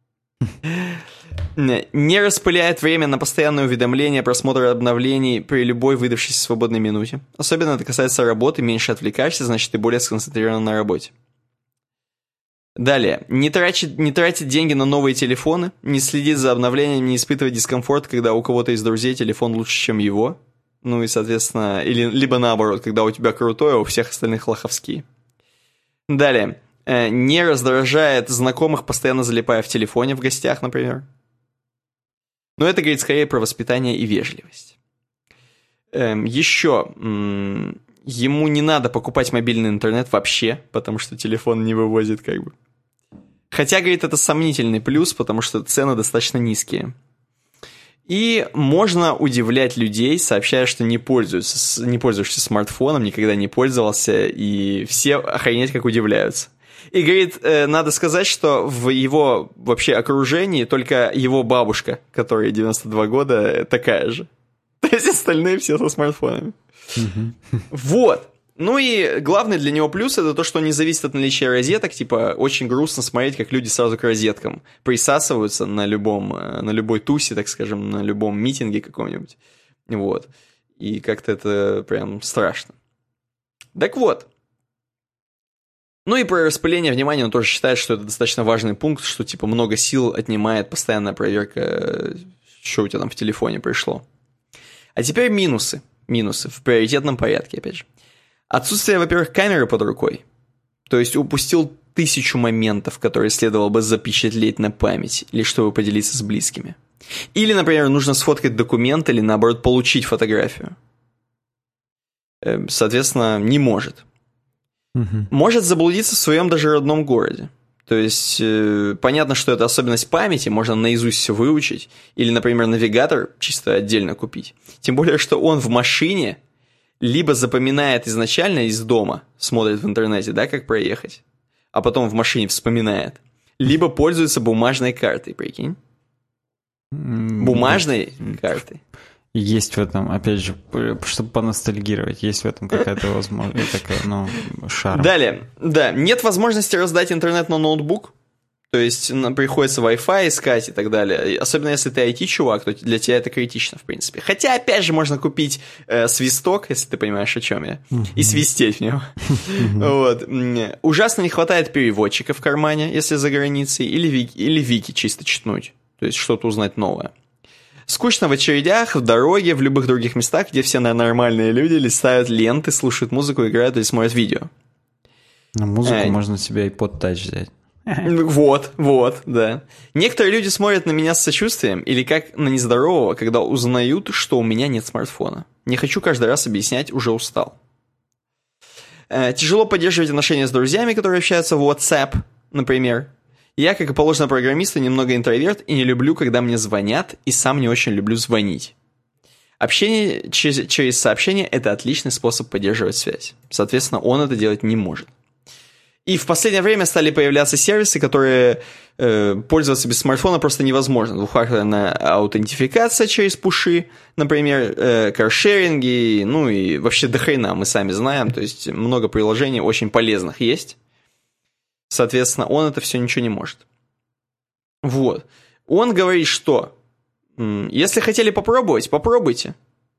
Speaker 1: Не распыляет время на постоянное уведомление, просмотр обновлений при любой выдавшейся свободной минуте. Особенно это касается работы, меньше отвлекаешься, значит, ты более сконцентрирован на работе. Далее. Не тратит деньги на новые телефоны, не следит за обновлениями, не испытывает дискомфорт, когда у кого-то из друзей телефон лучше, чем его. Ну и, соответственно, либо наоборот, когда у тебя крутой, а у всех остальных лоховские. Далее. Не раздражает знакомых, постоянно залипая в телефоне в гостях, например. Но это говорит скорее про воспитание и вежливость. Еще. Ему не надо покупать мобильный интернет вообще, потому что телефон не вывозит как бы. Хотя, говорит, это сомнительный плюс, потому что цены достаточно низкие. И можно удивлять людей, сообщая, что не пользуешься смартфоном, никогда не пользовался, и все охренеть как удивляются. И, говорит, надо сказать, что в его вообще окружении только его бабушка, которой 92 года, такая же. То есть остальные все со смартфонами. Вот. Ну и главный для него плюс это то, что он не зависит от наличия розеток. Типа, очень грустно смотреть, как люди сразу к розеткам присасываются на любой тусе, так скажем, на любом митинге каком-нибудь. Вот. И как-то это прям страшно. Так вот. Ну и про распыление внимания он тоже считает, что это достаточно важный пункт, что типа много сил отнимает постоянная проверка, что у тебя там в телефоне пришло. А теперь минусы. Минусы в приоритетном порядке, опять же. Отсутствие, во-первых, камеры под рукой. То есть упустил 1000 моментов, которые следовало бы запечатлеть на память, или чтобы поделиться с близкими. Или, например, нужно сфоткать документ, или, наоборот, получить фотографию. Соответственно, не может. Может заблудиться в своем даже родном городе. То есть, понятно, что это особенность памяти, можно наизусть все выучить, или, например, навигатор чисто отдельно купить. Тем более, что он в машине либо запоминает изначально из дома, смотрит в интернете, да, как проехать, а потом в машине вспоминает, либо пользуется бумажной картой, прикинь. Бумажной картой.
Speaker 2: Есть в этом, опять же, чтобы поностальгировать, есть в этом какая-то возможность, такая, шарм.
Speaker 1: Далее, да, нет возможности раздать интернет на ноутбук, то есть приходится Wi-Fi искать и так далее. Особенно если ты IT-чувак, то для тебя это критично, в принципе. Хотя, опять же, можно купить свисток, если ты понимаешь, о чем я, и свистеть в него. Вот. Ужасно не хватает переводчика в кармане, если за границей, или вики чисто читнуть, то есть что-то узнать новое. Скучно в очередях, в дороге, в любых других местах, где все нормальные люди листают ленты, слушают музыку, играют или смотрят видео.
Speaker 2: На музыку можно себе iPod Touch взять.
Speaker 1: Вот, да. Некоторые люди смотрят на меня с сочувствием или как на нездорового, когда узнают, что у меня нет смартфона. Не хочу каждый раз объяснять, уже устал. Тяжело поддерживать отношения с друзьями, которые общаются в WhatsApp, например. Я, как и положено программисту, немного интроверт и не люблю, когда мне звонят, и сам не очень люблю звонить. Общение через сообщение – это отличный способ поддерживать связь. Соответственно, он это делать не может. И в последнее время стали появляться сервисы, которые пользоваться без смартфона просто невозможно. Двухфакторная аутентификация через пуши, например, каршеринги, ну и вообще до хрена мы сами знаем. То есть много приложений очень полезных есть. Соответственно, он это все ничего не может. Вот. Он говорит, что если хотели попробовать, попробуйте.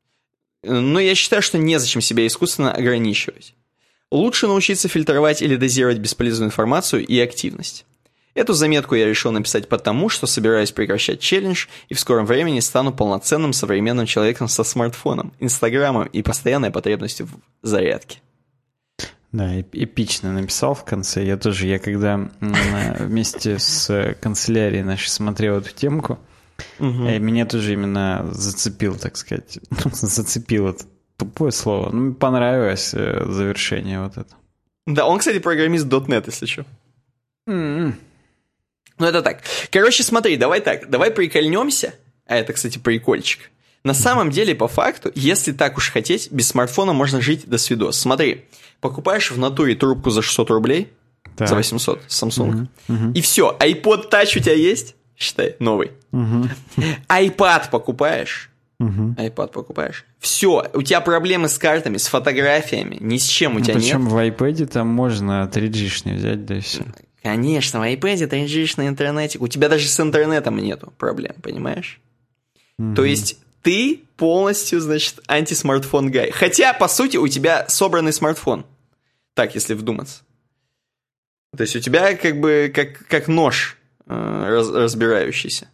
Speaker 1: Но я считаю, что незачем себя искусственно ограничивать. Лучше научиться фильтровать или дозировать бесполезную информацию и активность. Эту заметку я решил написать потому, что собираюсь прекращать челлендж и в скором времени стану полноценным современным человеком со смартфоном, инстаграмом и постоянной потребностью в зарядке.
Speaker 2: Да, эпично написал в конце. Я когда вместе с канцелярией нашей смотрел эту темку, меня тоже именно зацепил, так сказать. Зацепил это тупое слово. Мне понравилось завершение вот это.
Speaker 1: Да, он, кстати, программист .NET, если что. Ну, это так. Короче, смотри, давай прикольнемся. А это, кстати, прикольчик. На самом деле, по факту, если так уж хотеть, без смартфона можно жить до свидос. Смотри, покупаешь в натуре трубку за 600 рублей, так. За 800, Samsung, и все, iPod Touch у тебя есть? Считай, новый. iPad покупаешь, iPad покупаешь. Все, у тебя проблемы с картами, с фотографиями, ни с чем у тебя нет.
Speaker 2: Причем в iPad там можно 3G-шный взять, да и все.
Speaker 1: Конечно, в iPad 3G-шный интернетик. У тебя даже с интернетом нету проблем, понимаешь? То есть ты полностью, значит, анти-смартфон-гай. Хотя, по сути, у тебя собранный смартфон. Так, если вдуматься. То есть у тебя как бы как нож разбирающийся.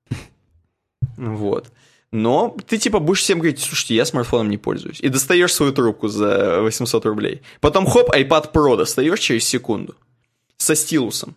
Speaker 1: Вот. Но ты типа будешь всем говорить: слушайте, я смартфоном не пользуюсь. И достаешь свою трубку за 800 рублей. Потом хоп, iPad Pro достаешь через секунду. Со стилусом.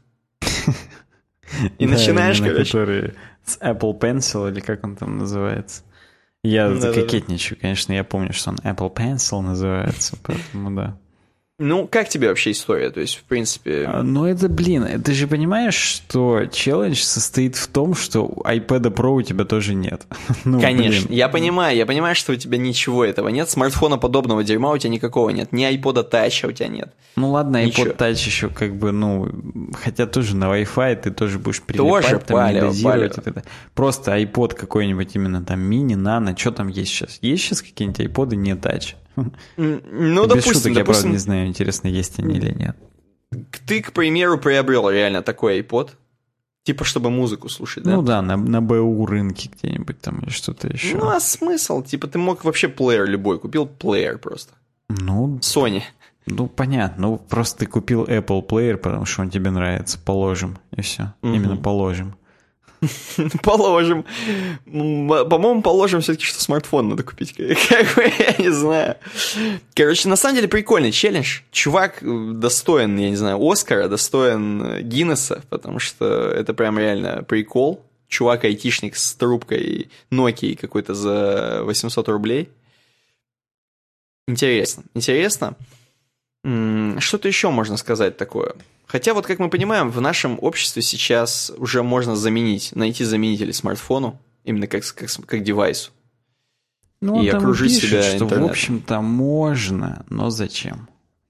Speaker 1: И начинаешь, короче.
Speaker 2: Который с Apple Pencil, или как он там называется. Я закокетничаю, конечно, я помню, что он Apple Pencil называется, поэтому да.
Speaker 1: Ну, как тебе вообще история? То есть, в принципе...
Speaker 2: Ну, это, ты же понимаешь, что челлендж состоит в том, что iPad Pro у тебя тоже нет.
Speaker 1: Конечно, я понимаю, что у тебя ничего этого нет, смартфона подобного дерьма у тебя никакого нет, ни iPod Touch у тебя нет.
Speaker 2: Ну, ладно, iPod Touch еще как бы, хотя тоже на Wi-Fi ты тоже будешь прилипать,
Speaker 1: тоже
Speaker 2: там, дозировать. Просто iPod какой-нибудь именно там мини, нано, что там есть сейчас? Есть сейчас какие-нибудь iPod не Touch?
Speaker 1: Ну,
Speaker 2: без шуток, я правда не знаю, интересно, есть они или нет.
Speaker 1: Ты, к примеру, приобрел реально такой iPod, типа, чтобы музыку слушать, да?
Speaker 2: Ну да, на БУ рынке где-нибудь там или что-то еще.
Speaker 1: Ну, а смысл? Типа, ты мог вообще плеер любой, купил плеер просто.
Speaker 2: Ну...
Speaker 1: Sony.
Speaker 2: Ну, понятно, просто ты купил Apple Player, потому что он тебе нравится, положим, и все. Именно положим.
Speaker 1: Положим. По-моему, положим все-таки, что смартфон надо купить. Как бы, я не знаю. Короче, на самом деле прикольный челлендж. Чувак достоин, я не знаю, Оскара, достоин Гиннесса, потому что это прям реально прикол. Чувак-айтишник с трубкой Nokia какой-то за 800 рублей. Интересно. Интересно. Что-то еще можно сказать такое? Хотя вот, как мы понимаем, в нашем обществе сейчас уже можно найти заменители смартфону, именно как девайсу.
Speaker 2: Ну,
Speaker 1: и
Speaker 2: там
Speaker 1: окружить
Speaker 2: пишет,
Speaker 1: себя
Speaker 2: что,
Speaker 1: интернетом.
Speaker 2: в общем-то, можно, но зачем?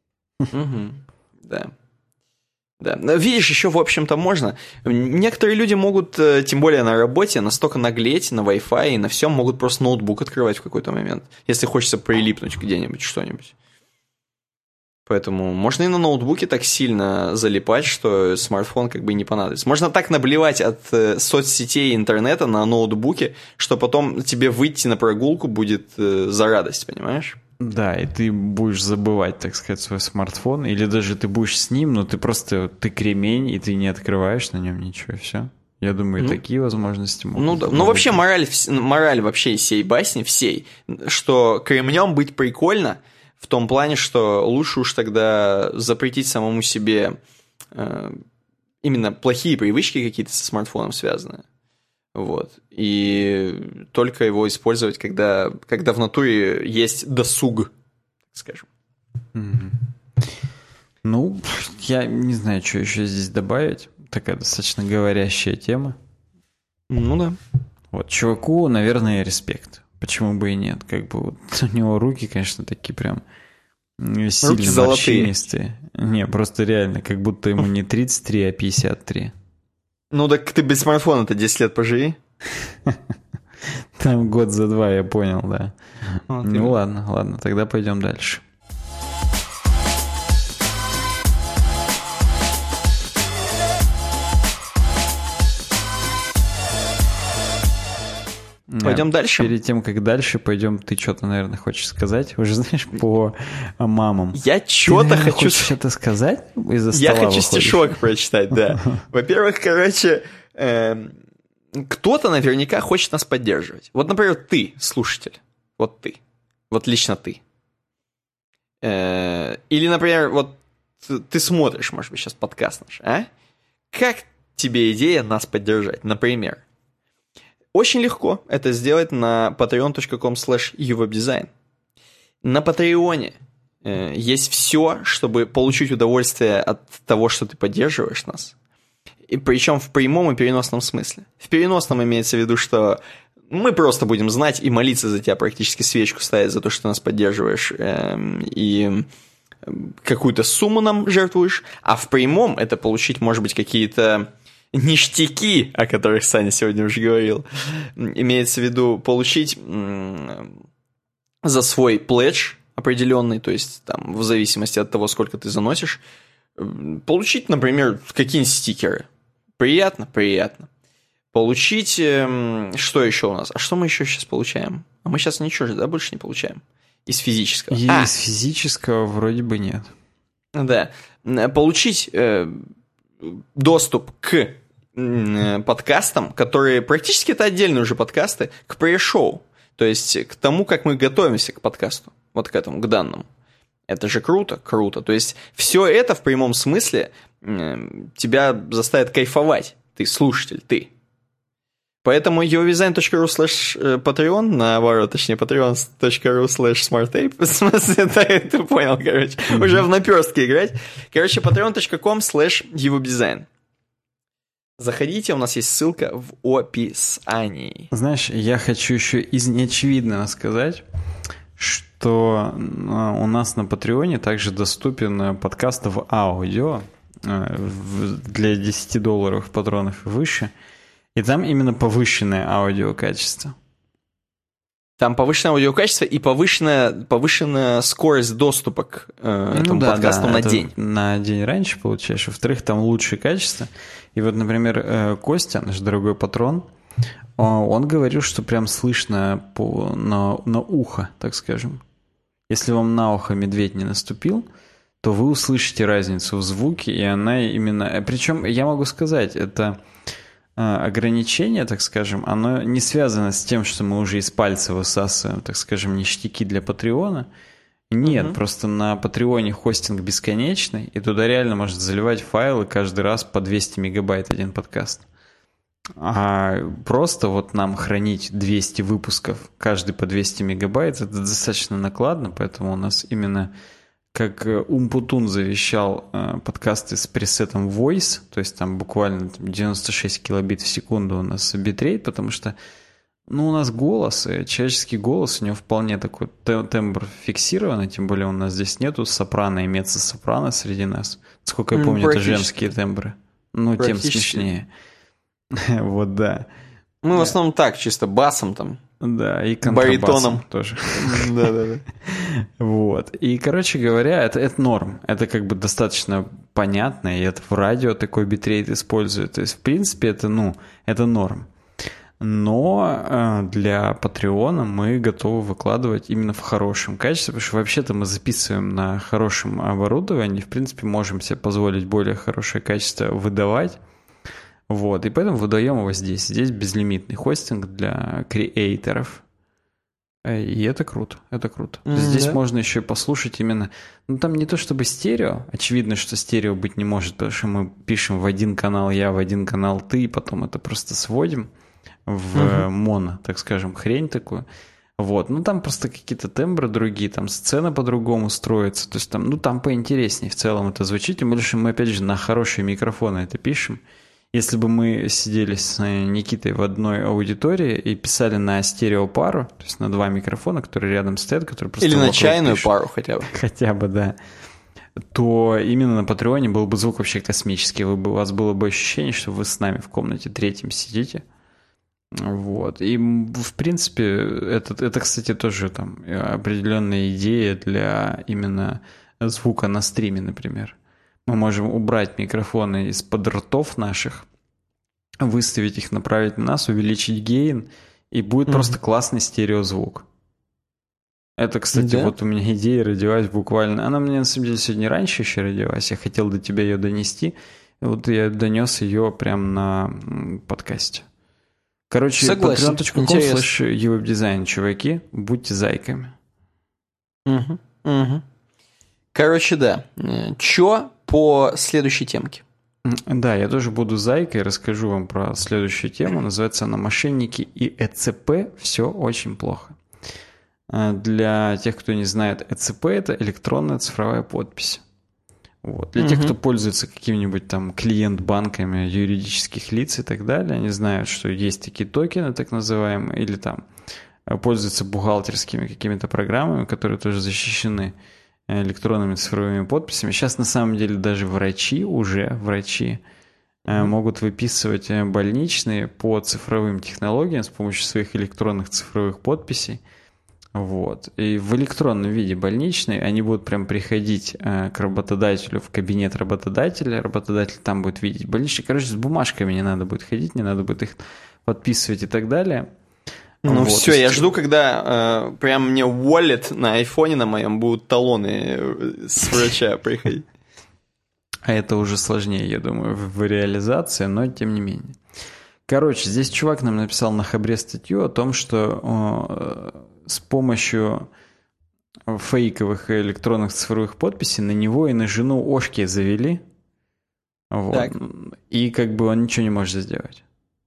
Speaker 1: Да. Да. Видишь, еще, в общем-то, можно. Некоторые люди могут, тем более на работе, настолько наглеть на Wi-Fi и на всем, могут просто ноутбук открывать в какой-то момент, если хочется прилипнуть где-нибудь, что-нибудь. Поэтому можно и на ноутбуке так сильно залипать, что смартфон как бы не понадобится. Можно так наблевать от соцсетей и интернета на ноутбуке, что потом тебе выйти на прогулку будет за радость, понимаешь?
Speaker 2: Да, и ты будешь забывать, так сказать, свой смартфон, или даже ты будешь с ним, но ты кремень, и ты не открываешь на нем ничего, все. Я думаю, такие возможности могут.
Speaker 1: Ну, да. Ну, вообще мораль вообще всей басни, что кремнем быть прикольно, в том плане, что лучше уж тогда запретить самому себе именно плохие привычки какие-то со смартфоном связанные. Вот. И только его использовать, когда в натуре есть досуг, так скажем.
Speaker 2: Ну, я не знаю, что еще здесь добавить. Такая достаточно говорящая тема.
Speaker 1: Ну да.
Speaker 2: Вот, чуваку, наверное, респект. Почему бы и нет? Как бы вот у него руки, конечно, такие прям сильно морщинистые. Не, просто реально, как будто ему не 33, а 53.
Speaker 1: Ну так ты без смартфона-то 10 лет поживи.
Speaker 2: Там год за два, я понял, да.
Speaker 1: Вот,
Speaker 2: ну ладно, тогда пойдем дальше.
Speaker 1: Пойдем дальше?
Speaker 2: Перед тем, как дальше пойдем, ты что-то, наверное, хочешь сказать? Уже знаешь, по мамам.
Speaker 1: Я что-то хочу...
Speaker 2: Хочешь что-то сказать? Из-за стола
Speaker 1: Я хочу
Speaker 2: выходишь.
Speaker 1: стишок прочитать, да. Во-первых, короче, кто-то наверняка хочет нас поддерживать. Вот, например, ты, слушатель. Вот ты. Вот лично ты. Или, например, вот ты смотришь, может быть, сейчас подкаст наш, а? Как тебе идея нас поддержать? Например, очень легко это сделать на patreon.com/uwebdesign. На Патреоне есть все, чтобы получить удовольствие от того, что ты поддерживаешь нас. И причем в прямом и переносном смысле. В переносном имеется в виду, что мы просто будем знать и молиться за тебя, практически свечку ставить за то, что нас поддерживаешь, и какую-то сумму нам жертвуешь. А в прямом это получить, может быть, какие-то ништяки, о которых Саня сегодня уже говорил, имеется в виду получить за свой пледж определенный, то есть там в зависимости от того, сколько ты заносишь, получить, например, какие-нибудь стикеры. Приятно, приятно. Получить, что еще у нас? А что мы еще сейчас получаем? А мы сейчас ничего же, да, больше не получаем? Из физического.
Speaker 2: Из физического вроде бы нет.
Speaker 1: Да. Получить доступ к подкастам, которые практически это отдельные уже подкасты, к pre-шоу. То есть к тому, как мы готовимся к подкасту. Вот к этому, к данному. Это же круто, круто. То есть все это в прямом смысле тебя заставит кайфовать. Ты слушатель, ты. Поэтому yourdesign.ru/Patreon, наоборот, точнее, patreon.ru/smartape, в смысле, ты понял, короче, уже в наперстке играть. Короче, patreon.com/yourdesign. Заходите, у нас есть ссылка в описании.
Speaker 2: Знаешь, я хочу еще из неочевидного сказать, что у нас на Патреоне также доступен подкаст в аудио для $10 в патронах и выше. И там именно повышенное аудиокачество.
Speaker 1: Там повышенное аудиокачество и повышенная скорость доступа к этому подкасту на день.
Speaker 2: На день раньше получаешь. Во-вторых, там лучшее качество. И вот, например, Костя, наш дорогой патрон, он говорил, что прям слышно на ухо, так скажем. Если вам на ухо медведь не наступил, то вы услышите разницу в звуке, и она именно... Причем, я могу сказать, это... ограничение, так скажем, оно не связано с тем, что мы уже из пальца высасываем, так скажем, ништяки для Патреона. Нет, просто на Патреоне хостинг бесконечный, и туда реально можно заливать файлы каждый раз по 200 мегабайт один подкаст. А просто вот нам хранить 200 выпусков, каждый по 200 мегабайт, это достаточно накладно, поэтому у нас именно... Как Умпутун завещал подкасты с пресетом Voice, то есть там буквально 96 килобит в секунду у нас битрейт, потому что у нас голос, человеческий голос, у него вполне такой тембр фиксированный, тем более у нас здесь нету сопрано и меццо-сопрано среди нас. Сколько я помню, это женские тембры. Тем смешнее. Вот, да.
Speaker 1: Мы в основном так, чисто басом там.
Speaker 2: Да, и контрабасом тоже.
Speaker 1: Да.
Speaker 2: Вот. И, короче говоря, это норм. Это как бы достаточно понятно, и это в радио такой битрейт используют. То есть, в принципе, это норм. Но для Патреона мы готовы выкладывать именно в хорошем качестве, потому что вообще-то мы записываем на хорошем оборудовании, в принципе, можем себе позволить более хорошее качество выдавать. Вот, и поэтому выдаем его здесь. Здесь безлимитный хостинг для креаторов. И это круто, это круто. Здесь можно еще и послушать именно... там не то чтобы стерео. Очевидно, что стерео быть не может, потому что мы пишем в один канал я, в один канал ты, и потом это просто сводим в моно, так скажем, хрень такую. Вот, там просто какие-то тембры другие, там сцена по-другому строится. То есть там поинтереснее в целом это звучит. Тем более, что мы, опять же, на хорошие микрофоны это пишем. Если бы мы сидели с Никитой в одной аудитории и писали на стереопару, то есть на 2 микрофона, которые рядом стоят, которые просто...
Speaker 1: Или на чайную пару хотя бы.
Speaker 2: Хотя бы, да. То именно на Патреоне был бы звук вообще космический. У вас было бы ощущение, что вы с нами в комнате третьем сидите. Вот. И, в принципе, это, кстати, тоже там определенная идея для именно звука на стриме, например. Мы можем убрать микрофоны из-под ртов наших, выставить их, направить на нас, увеличить гейн, и будет просто классный стереозвук. Это, кстати, вот у меня идея родилась буквально... Она мне, на самом деле, сегодня раньше еще родилась. Я хотел до тебя ее донести. И вот я донес ее прямо на подкасте. Короче, patreon.com/uwebdesign, чуваки, будьте зайками.
Speaker 1: Короче, да. Чё по следующей темке?
Speaker 2: Да, я тоже буду зайкой, расскажу вам про следующую тему. Называется она «Мошенники и ЭЦП. Все очень плохо». Для тех, кто не знает, ЭЦП – это электронная цифровая подпись. Вот. Для тех, кто пользуется какими-нибудь там клиент-банками юридических лиц и так далее, они знают, что есть такие токены, так называемые, или там пользуются бухгалтерскими какими-то программами, которые тоже защищены электронными цифровыми подписями. Сейчас на самом деле даже врачи могут выписывать больничные по цифровым технологиям с помощью своих электронных цифровых подписей. Вот. И в электронном виде больничные они будут прям приходить к работодателю в кабинет работодателя. Работодатель там будет видеть больничные. Короче, с бумажками не надо будет ходить, не надо будет их подписывать и так далее.
Speaker 1: Ну вот, все, я жду, когда прям мне wallet на айфоне на моем будут талоны с врача приходить.
Speaker 2: А это уже сложнее, я думаю, в реализации, но тем не менее. Короче, здесь чувак нам написал на Хабре статью о том, что с помощью фейковых электронных цифровых подписей на него и на жену ошки завели. Вот, и как бы он ничего не может сделать.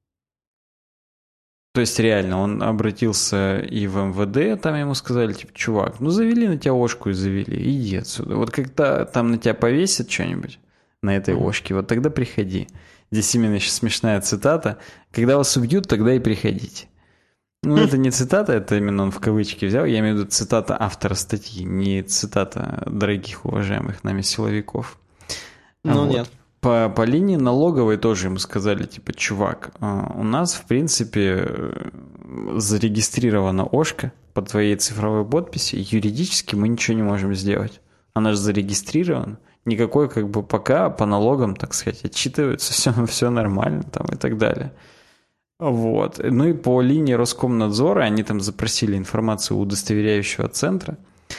Speaker 2: То есть реально, он обратился и в МВД, там ему сказали, типа, чувак, ну завели на тебя ошку и завели, иди отсюда. Вот когда там на тебя повесят что-нибудь на этой ошке, вот тогда приходи. Здесь именно еще смешная цитата. Когда вас убьют, тогда и приходите. Ну, это не цитата, это именно он в кавычки взял. Я имею в виду цитата автора статьи, не цитата дорогих, уважаемых нами силовиков.
Speaker 1: Ну,
Speaker 2: вот.
Speaker 1: нет.
Speaker 2: По линии налоговой тоже ему сказали, типа, чувак, у нас, в принципе, зарегистрирована ошка по твоей цифровой подписи, юридически мы ничего не можем сделать. Она же зарегистрирована, никакой, как бы, пока по налогам, так сказать, отчитываются, все нормально там и так далее. Вот. Ну и по линии Роскомнадзора они там запросили информацию у удостоверяющего центра.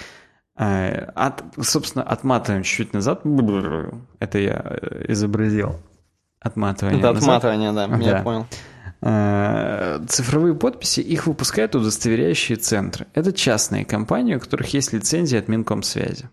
Speaker 2: Собственно, отматываем чуть-чуть назад. Это я изобразил. Отматывание
Speaker 1: это
Speaker 2: назад.
Speaker 1: Отматывание, да, я понял.
Speaker 2: Цифровые подписи, их выпускают удостоверяющие центры. Это частные компании, у которых есть лицензия от Минкомсвязи.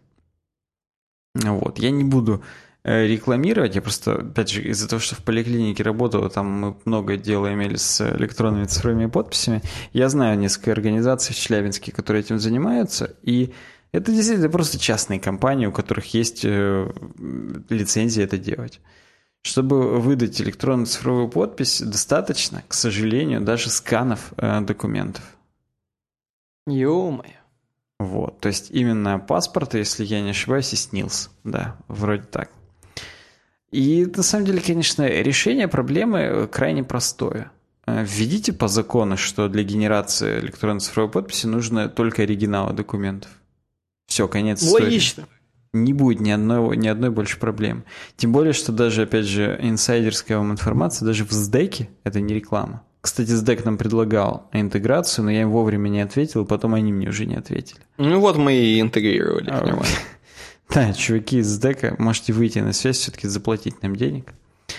Speaker 2: Вот. Я не буду рекламировать, я просто, опять же, из-за того, что в поликлинике работал, там мы много дела имели с электронными цифровыми подписями. Я знаю несколько организаций в Челябинске, которые этим занимаются, и это действительно просто частные компании, у которых есть лицензия это делать. Чтобы выдать электронную цифровую подпись, достаточно, к сожалению, даже сканов документов.
Speaker 1: Ё-моё.
Speaker 2: Вот, то есть именно паспорта, если я не ошибаюсь, и СНИЛС. Да, вроде так. И на самом деле, конечно, решение проблемы крайне простое. Введите по закону, что для генерации электронной цифровой подписи нужно только оригиналы документов. Все, конец истории.
Speaker 1: Логично.
Speaker 2: Не будет ни одной больше проблем. Тем более, что даже, опять же, инсайдерская вам информация, даже в СДЭКе, это не реклама. Кстати, СДЭК нам предлагал интеграцию, но я им вовремя не ответил, потом они мне уже не ответили.
Speaker 1: Ну вот мы и интегрировали. Нормально.
Speaker 2: Да, чуваки из СДЭКа, можете выйти на связь, все-таки заплатить нам денег.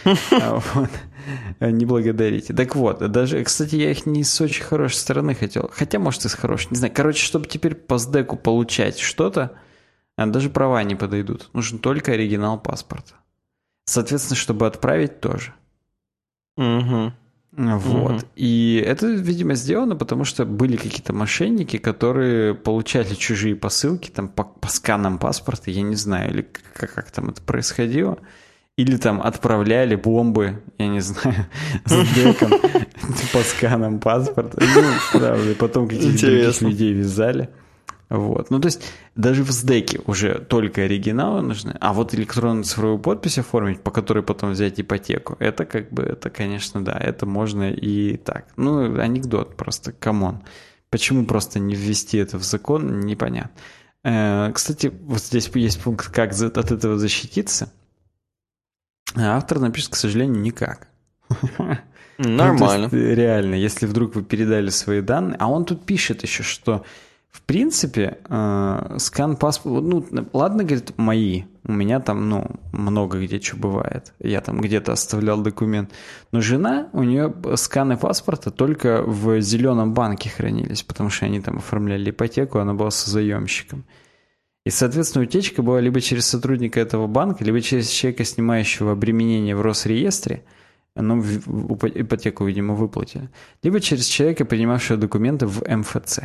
Speaker 2: Не благодарите. Так вот, даже, кстати, я их не с очень хорошей стороны хотел. Хотя, может, и с хорошей. Не знаю. Короче, чтобы теперь по СДЭКу получать что-то, даже права не подойдут. Нужен только оригинал паспорта. Соответственно, чтобы отправить тоже.
Speaker 1: Угу.
Speaker 2: Вот. И это, видимо, сделано, потому что были какие-то мошенники, которые получали чужие посылки там по сканам паспорта, я не знаю, или как там это происходило. Или там отправляли бомбы, я не знаю, с деком по сканам паспорта. Ну, правда, потом каких-то других людей вязали. Вот. Ну, то есть, даже в СДЭКе уже только оригиналы нужны, а вот электронную цифровую подпись оформить, по которой потом взять ипотеку, это как бы, это, конечно, да, это можно и так. Ну, анекдот просто, камон. Почему просто не ввести это в закон, непонятно. Кстати, вот здесь есть пункт, как от этого защититься. Автор напишет, к сожалению, никак.
Speaker 1: Нормально.
Speaker 2: Ну, есть, реально, если вдруг вы передали свои данные, а он тут пишет еще, что в принципе скан паспорта, ну ладно, говорит, мои, у меня там, ну, много где что бывает, я там где-то оставлял документ, но жена, у нее сканы паспорта только в зеленом банке хранились, потому что они там оформляли ипотеку, она была созаемщиком. И, соответственно, утечка была либо через сотрудника этого банка, либо через человека, снимающего обременение в Росреестре, но ипотеку, видимо, выплатили, либо через человека, принимавшего документы в МФЦ.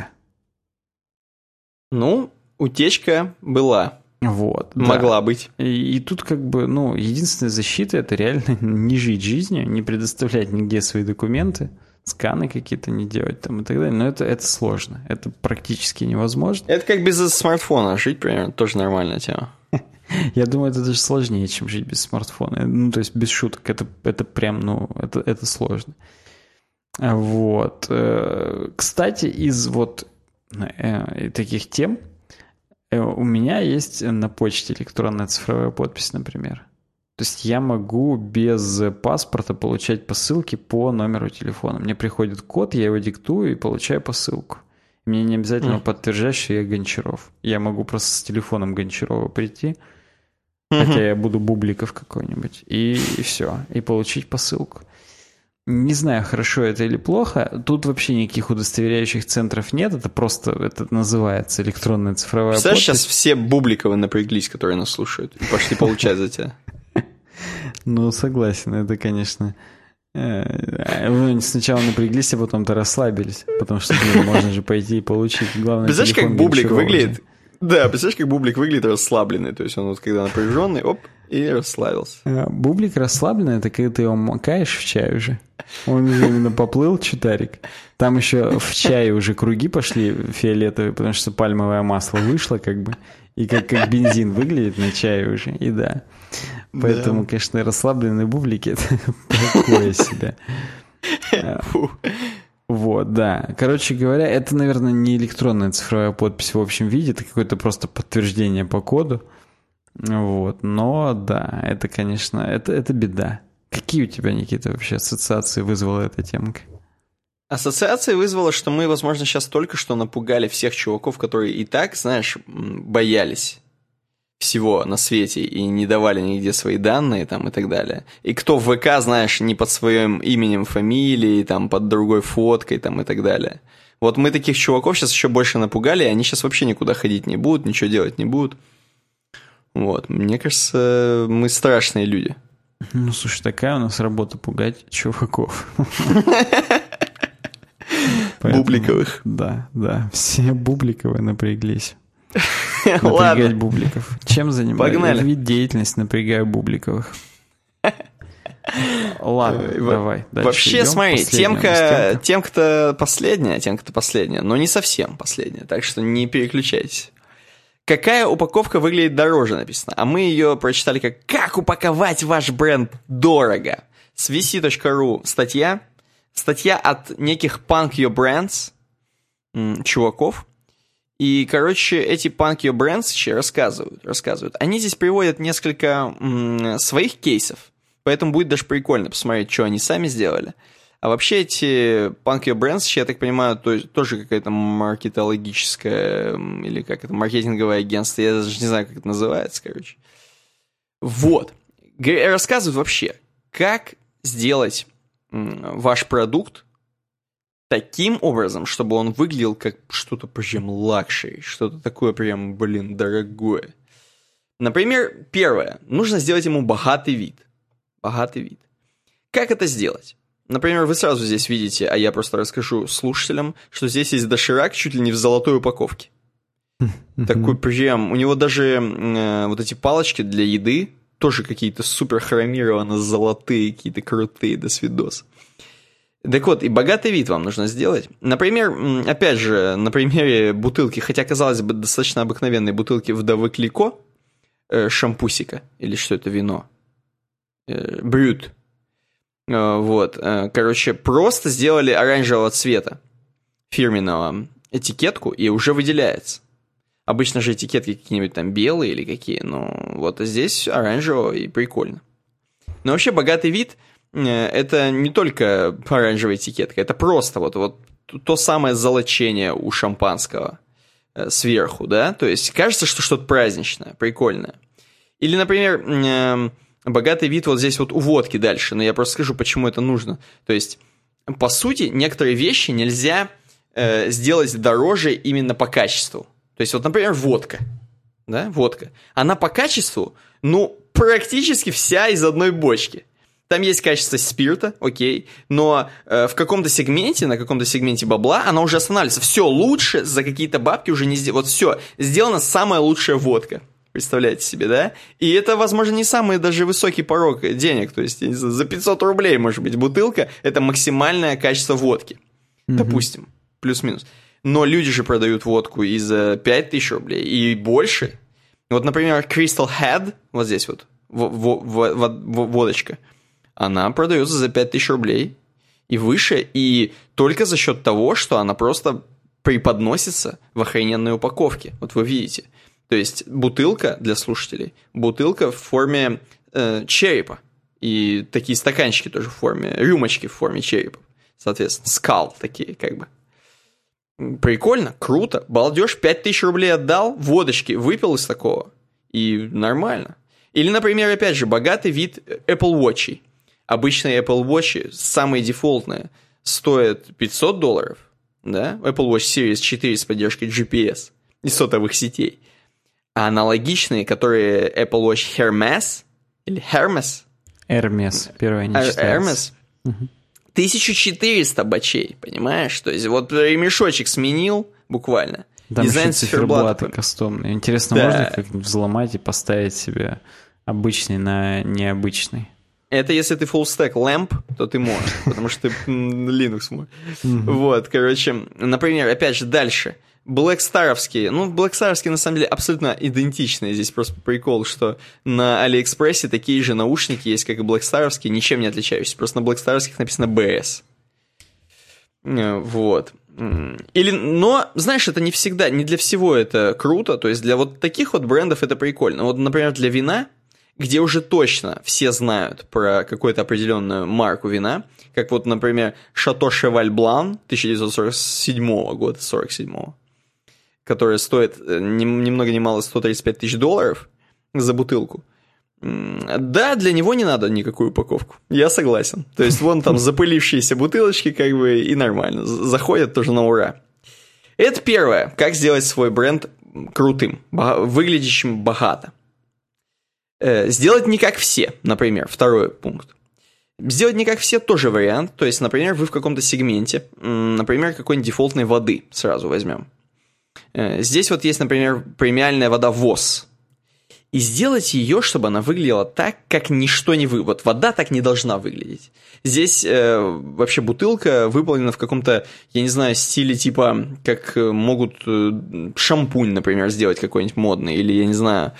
Speaker 1: Ну, утечка была.
Speaker 2: Вот.
Speaker 1: Могла быть.
Speaker 2: И тут как бы, ну, единственная защита — это реально не жить жизнью, не предоставлять нигде свои документы, сканы какие-то не делать там и так далее. Но это сложно. Это практически невозможно.
Speaker 1: Это как без смартфона жить, примерно, тоже нормальная тема.
Speaker 2: Я думаю, это даже сложнее, чем жить без смартфона. Ну, то есть без шуток. Это прям, ну, это сложно. Вот. Кстати, из вот таких тем у меня есть на почте электронная цифровая подпись, например. То есть я могу без паспорта получать посылки по номеру телефона. Мне приходит код, я его диктую и получаю посылку. Мне не обязательно подтверждать, что я Гончаров. Я могу просто с телефоном Гончарова прийти, хотя я буду Бубликов какой-нибудь, и все, и получить посылку. Не знаю, хорошо это или плохо. Тут вообще никаких удостоверяющих центров нет. Это просто, это называется электронная цифровая подпись.
Speaker 1: Представляешь, сейчас все Бубликовы напряглись, которые нас слушают, и пошли получать за тебя.
Speaker 2: Ну, согласен, это, конечно... Вы сначала напряглись, а потом-то расслабились, потому что можно же пойти и получить. Главное,
Speaker 1: представляешь, как Бублик выглядит? Да, представляешь, как Бублик выглядит расслабленный. То есть он вот когда напряженный, оп, и расслабился.
Speaker 2: Бублик расслабленный, это когда ты его макаешь в чай уже. Он уже именно поплыл, чутарик. Там еще в чае уже круги пошли фиолетовые, потому что пальмовое масло вышло как бы. И как бензин выглядит на чае уже, и да. Поэтому, конечно, расслабленные бублики — это такое себе. Вот, да. Короче говоря, это, наверное, не электронная цифровая подпись в общем виде, это какое-то просто подтверждение по коду. Вот, но да, это, конечно, это беда. Какие у тебя, Никита, вообще ассоциации вызвала эта темка?
Speaker 1: Ассоциация вызвала, что мы, возможно, сейчас только что напугали всех чуваков, которые и так, знаешь, боялись всего на свете и не давали нигде свои данные там и так далее. И кто в ВК, знаешь, не под своим именем, фамилией, там, под другой фоткой там и так далее. Вот мы таких чуваков сейчас еще больше напугали, и они сейчас вообще никуда ходить не будут, ничего делать не будут. Вот, мне кажется, мы страшные люди.
Speaker 2: Ну, слушай, такая у нас работа — пугать чуваков.
Speaker 1: Бубликовых.
Speaker 2: Да, все Бубликовые напряглись. Напрягать Бубликов. Чем занимаюсь?
Speaker 1: Погнали.
Speaker 2: Вид деятельности напрягаю Бубликовых. Ладно, давай.
Speaker 1: Вообще, смотри, темка-то последняя, но не совсем последняя, так что не переключайтесь. Какая упаковка выглядит дороже, написано. А мы ее прочитали как упаковать ваш бренд дорого. С vc.ru статья от неких Punk Your Brands чуваков. И, короче, эти Punk Your Brands рассказывают. Они здесь приводят несколько своих кейсов, поэтому будет даже прикольно посмотреть, что они сами сделали. А вообще эти Punk Your Brands, я так понимаю, тоже какая-то маркетологическая или как это, маркетинговое агентство, я даже не знаю, как это называется, короче. Вот. Рассказывают вообще, как сделать ваш продукт таким образом, чтобы он выглядел как что-то прям лакшери, что-то такое прям, дорогое. Например, первое. Нужно сделать ему богатый вид. Богатый вид. Как это сделать? Например, вы сразу здесь видите, а я просто расскажу слушателям, что здесь есть доширак чуть ли не в золотой упаковке. Такой прям... У него даже вот эти палочки для еды тоже какие-то супер хромированно золотые, какие-то крутые, до свидос. Так вот, и богатый вид вам нужно сделать. Например, опять же, на примере бутылки, хотя, казалось бы, достаточно обыкновенной бутылки Вдовы Клико, шампусика, или что это, вино? Брют. Вот, короче, просто сделали оранжевого цвета фирменного этикетку, и уже выделяется. Обычно же этикетки какие-нибудь там белые или какие, но вот здесь оранжевого и прикольно. Но вообще богатый вид — это не только оранжевая этикетка, это просто вот то самое золочение у шампанского сверху, да? То есть кажется, что что-то праздничное, прикольное. Или, например, богатый вид вот здесь вот у водки дальше, но я просто скажу, почему это нужно. То есть, по сути, некоторые вещи нельзя сделать дороже именно по качеству. То есть, вот, например, водка. Да, водка. Она по качеству, ну, практически вся из одной бочки. Там есть качество спирта, окей, но в каком-то сегменте, на каком-то сегменте бабла она уже останавливается. Все лучше за какие-то бабки уже не сделано. Вот все, сделана самая лучшая водка. Представляете себе, да? И это, возможно, не самый даже высокий порог денег. То есть за 500 рублей, может быть, бутылка – это максимальное качество водки. Допустим, плюс-минус. Но люди же продают водку и за 5000 рублей, и больше. Вот, например, Crystal Head, вот здесь вот, водочка, она продается за 5000 рублей и выше, и только за счет того, что она просто преподносится в охрененной упаковке. Вот вы видите. То есть бутылка, для слушателей, бутылка в форме черепа. И такие стаканчики тоже в форме, рюмочки в форме черепа. Соответственно, скал такие как бы. Прикольно, круто, балдеж, 5000 рублей отдал, водочки выпил из такого, и нормально. Или, например, опять же, богатый вид Apple Watch. Обычные Apple Watch, самые дефолтные, стоят $500, да? Apple Watch Series 4 с поддержкой GPS и сотовых сетей. А аналогичные, которые Apple Watch Hermes, или Hermes?
Speaker 2: Hermes, первое не читается.
Speaker 1: Hermes? 1400 бачей, понимаешь? То есть вот ремешочек сменил буквально.
Speaker 2: Там
Speaker 1: дизайн
Speaker 2: еще циферблаты
Speaker 1: циферблата
Speaker 2: кастомные. Интересно,
Speaker 1: да.
Speaker 2: можно как взломать и поставить себе обычный на необычный?
Speaker 1: Это если ты full stack lamp, то ты можешь, потому что ты Linux можешь. Вот, короче, например, опять же, дальше. Blackstar'овские, Blackstar'овские на самом деле абсолютно идентичные. Здесь просто прикол, что на Алиэкспрессе такие же наушники есть, как и Blackstar'овские, ничем не отличающиеся. Просто на Blackstar'овских написано BS. Вот. Но, знаешь, это не всегда, не для всего это круто. То есть для вот таких вот брендов это прикольно. Вот, например, для вина, где уже точно все знают про какую-то определенную марку вина, как вот, например, Шато Шеваль Блан 1947 года, 47-го, которая стоит ни много ни мало $135 000 за бутылку. Да, для него не надо никакую упаковку. Я согласен. То есть вон там запылившиеся бутылочки как бы и нормально. Заходят тоже на ура. Это первое. Как сделать свой бренд крутым, выглядящим богато. Сделать не как все, например. Второй пункт. Сделать не как все тоже вариант. То есть, например, вы в каком-то сегменте, например, какой-нибудь дефолтной воды сразу возьмем. Здесь вот есть, например, премиальная вода ВОС. И сделать ее, чтобы она выглядела так, как ничто не вы. Вот вода так не должна выглядеть. Здесь вообще бутылка выполнена в каком-то, я не знаю, стиле типа, как могут шампунь, например, сделать какой-нибудь модный. Или, я не знаю,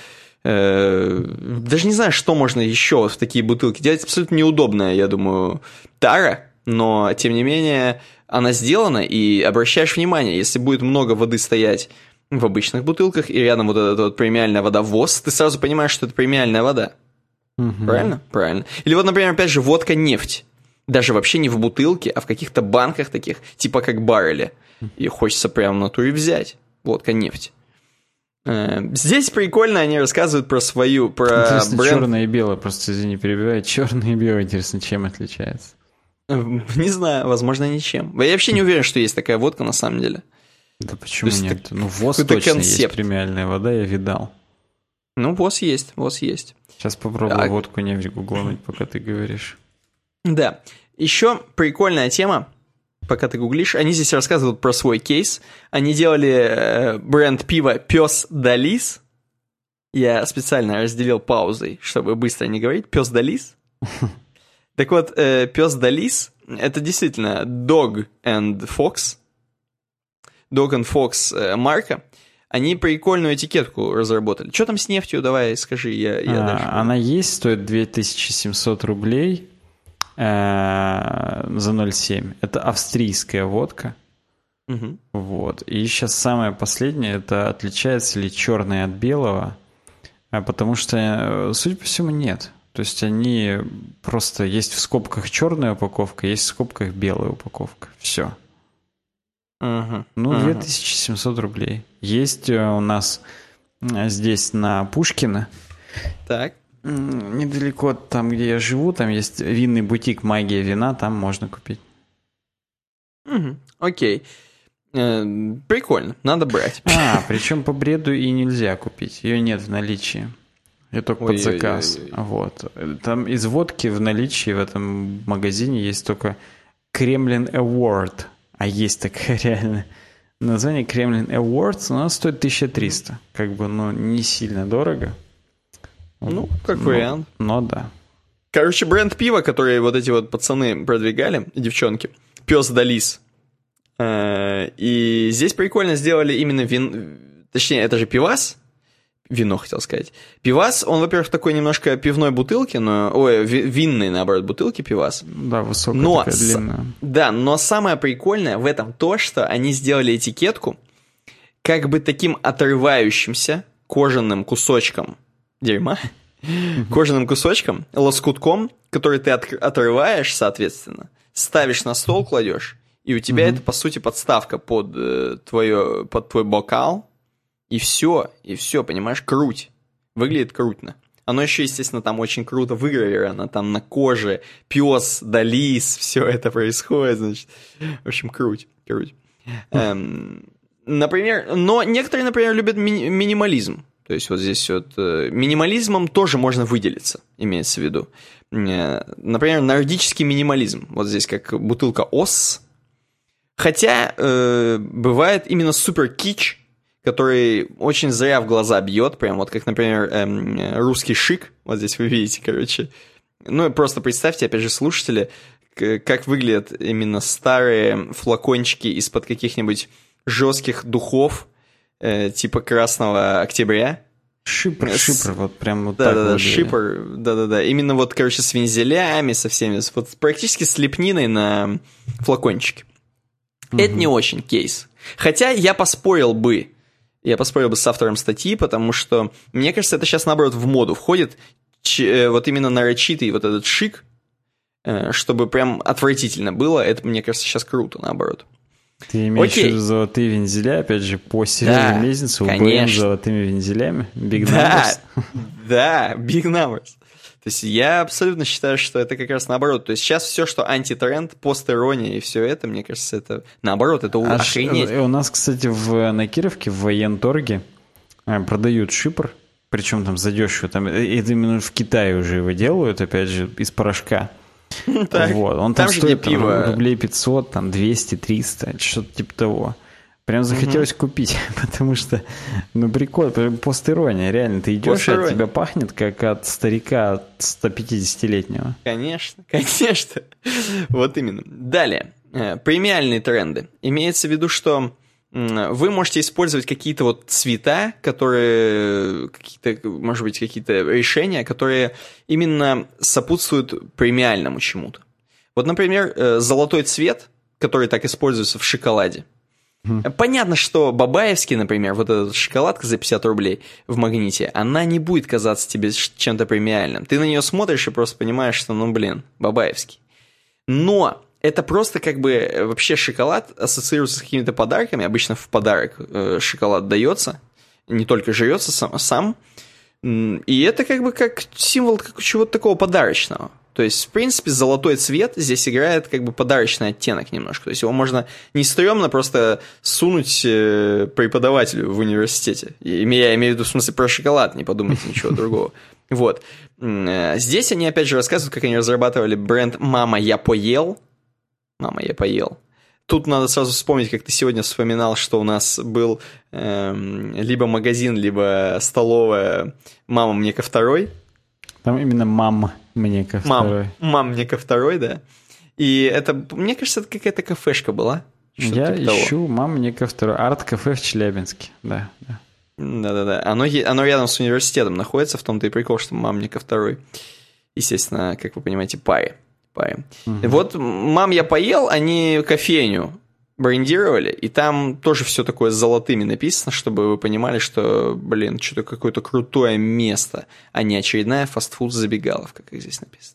Speaker 1: даже не знаю, что можно еще в такие бутылки делать. Абсолютно неудобная, я думаю, тара. Но, тем не менее, она сделана, и обращаешь внимание, если будет много воды стоять в обычных бутылках, и рядом вот эта вот премиальная вода ВОС, ты сразу понимаешь, что это премиальная вода. Правильно? Правильно. Или вот, например, опять же, водка-нефть. Даже вообще не в бутылке, а в каких-то банках таких, типа как баррели. И хочется прямо в натуре взять. Водка-нефть. Здесь прикольно они рассказывают про свою, про
Speaker 2: интересно,
Speaker 1: бренд.
Speaker 2: Черное и белое, просто, извини, перебиваю. Черное и белое, интересно, чем отличается?
Speaker 1: Не знаю, возможно, ничем. Я вообще не уверен, что есть такая водка на самом деле.
Speaker 2: Да почему нет?
Speaker 1: Так,
Speaker 2: ВОЗ точно концепт. Есть премиальная вода, я видал.
Speaker 1: ВОЗ есть, ВОЗ есть.
Speaker 2: Сейчас попробую водку нефть гуглануть, пока ты говоришь.
Speaker 1: Да. Еще прикольная тема, пока ты гуглишь. Они здесь рассказывают про свой кейс. Они делали бренд пива «Пес да Лис». Я специально разделил паузой, чтобы быстро не говорить. «Пес да Лис». Так вот, «Пес да Лис» — это действительно Dog and Fox. Dog and Fox марка. Они прикольную этикетку разработали. Что там с нефтью? Давай, скажи.
Speaker 2: Она есть, стоит 2700 рублей за 0,7. Это австрийская водка.
Speaker 1: Угу.
Speaker 2: Вот. И сейчас самое последнее, это отличается ли черное от белого, потому что, судя по всему, нет. То есть они просто есть в скобках черная упаковка, есть в скобках белая упаковка. Все.
Speaker 1: Uh-huh.
Speaker 2: 2700 рублей. Есть у нас здесь на Пушкина.
Speaker 1: Так.
Speaker 2: Недалеко там, где я живу, там есть винный бутик «Магия вина», там можно купить.
Speaker 1: Окей. Прикольно, надо брать.
Speaker 2: Причем по бреду и нельзя купить. Ее нет в наличии. Ее только под заказ. Вот. Там из водки в наличии в этом магазине есть только Kremlin Award. А есть такая реально название Kremlin Awards, но она стоит 1300. Как бы, не сильно дорого.
Speaker 1: Как вариант.
Speaker 2: Но да.
Speaker 1: Короче, бренд пива, который вот эти вот пацаны продвигали, девчонки, «Пес да Лис». И здесь прикольно сделали именно точнее, это же пивас. Вино, хотел сказать. Пивас, он, во-первых, в такой немножко пивной бутылке, винной, наоборот, бутылке пивас.
Speaker 2: Да, высокая, такая длинная.
Speaker 1: Да, но самое прикольное в этом то, что они сделали этикетку как бы таким отрывающимся кожаным кусочком дерьма, кожаным кусочком, лоскутком, который ты отрываешь, соответственно, ставишь на стол, кладешь, и у тебя это, по сути, подставка под твой бокал, и все, понимаешь, круть. Выглядит крутно. Оно еще, естественно, там очень круто выгравировано, там на коже пес да лис, все это происходит, значит. В общем, круть. Например, но некоторые, например, любят минимализм. То есть вот здесь вот минимализмом тоже можно выделиться, имеется в виду. Например, нордический минимализм. Вот здесь как бутылка Осс. Хотя бывает именно супер кич, который очень зря в глаза бьет, прям вот как, например, русский шик, вот здесь вы видите, короче. Ну, просто представьте, опять же, слушатели, как выглядят именно старые флакончики из-под каких-нибудь жестких духов, типа Красного Октября.
Speaker 2: Шипр, вот прям вот
Speaker 1: так.
Speaker 2: Да,
Speaker 1: шипр, да. Именно вот, короче, с вензелями, со всеми, вот практически с лепниной на флакончике. Это не очень кейс. Хотя я поспорил бы с автором статьи, потому что, мне кажется, это сейчас, наоборот, в моду входит, вот именно нарочитый вот этот шик, чтобы прям отвратительно было, это, мне кажется, сейчас круто, наоборот.
Speaker 2: Ты имеешь в виду золотые вензеля, опять же, по серебряной лестнице, убоим золотыми вензелями? Big numbers?
Speaker 1: Да, big numbers. То есть я абсолютно считаю, что это как раз наоборот. То есть сейчас все, что антитренд, постирония и все это, мне кажется, это наоборот, это охренеть.
Speaker 2: У нас, кстати, на Кировке, в военторге продают шипр, причем там задешево. Там, это именно в Китае уже его делают, опять же, из порошка.
Speaker 1: Так,
Speaker 2: вот. Он там стоит рублей 500, там 200, 300, что-то типа того. Прям захотелось купить, потому что, прикольно, постирония, реально, ты идешь, и от тебя пахнет, как от старика 150-летнего.
Speaker 1: Конечно. Вот именно. Далее, премиальные тренды. Имеется в виду, что вы можете использовать какие-то вот цвета, которые, может быть, какие-то решения, которые именно сопутствуют премиальному чему-то. Вот, например, золотой цвет, который так используется в шоколаде. Понятно, что бабаевский, например, вот эта шоколадка за 50 рублей в Магните, она не будет казаться тебе чем-то премиальным. Ты на нее смотришь и просто понимаешь, что, бабаевский. Но это просто как бы вообще шоколад ассоциируется с какими-то подарками. Обычно в подарок шоколад дается, не только жрется сам. И это как бы как символ чего-то такого подарочного. То есть, в принципе, золотой цвет здесь играет как бы подарочный оттенок немножко. То есть его можно не стрёмно просто сунуть преподавателю в университете. Я имею в виду, в смысле, про шоколад, не подумайте ничего другого. Вот. Здесь они, опять же, рассказывают, как они разрабатывали бренд «Мама, я поел». «Мама, я поел». Тут надо сразу вспомнить, как ты сегодня вспоминал, что у нас был либо магазин, либо столовая «Мама, мне ко второй».
Speaker 2: Там именно «Мама, мне ко второй».
Speaker 1: «Мам, мне ко второй», да. И это, мне кажется, это какая-то кафешка была.
Speaker 2: Я ищу «Мам, мне ко второй». Арт-кафе в Челябинске, да.
Speaker 1: Да. Оно рядом с университетом находится, в том-то и прикол, что «Мам, мне ко второй». Естественно, как вы понимаете, паре. Вот «Мам, я поел», они кофейню брендировали, и там тоже все такое с золотыми написано, чтобы вы понимали, что, что-то какое-то крутое место, а не очередная фастфуд-забегаловка, как здесь написано.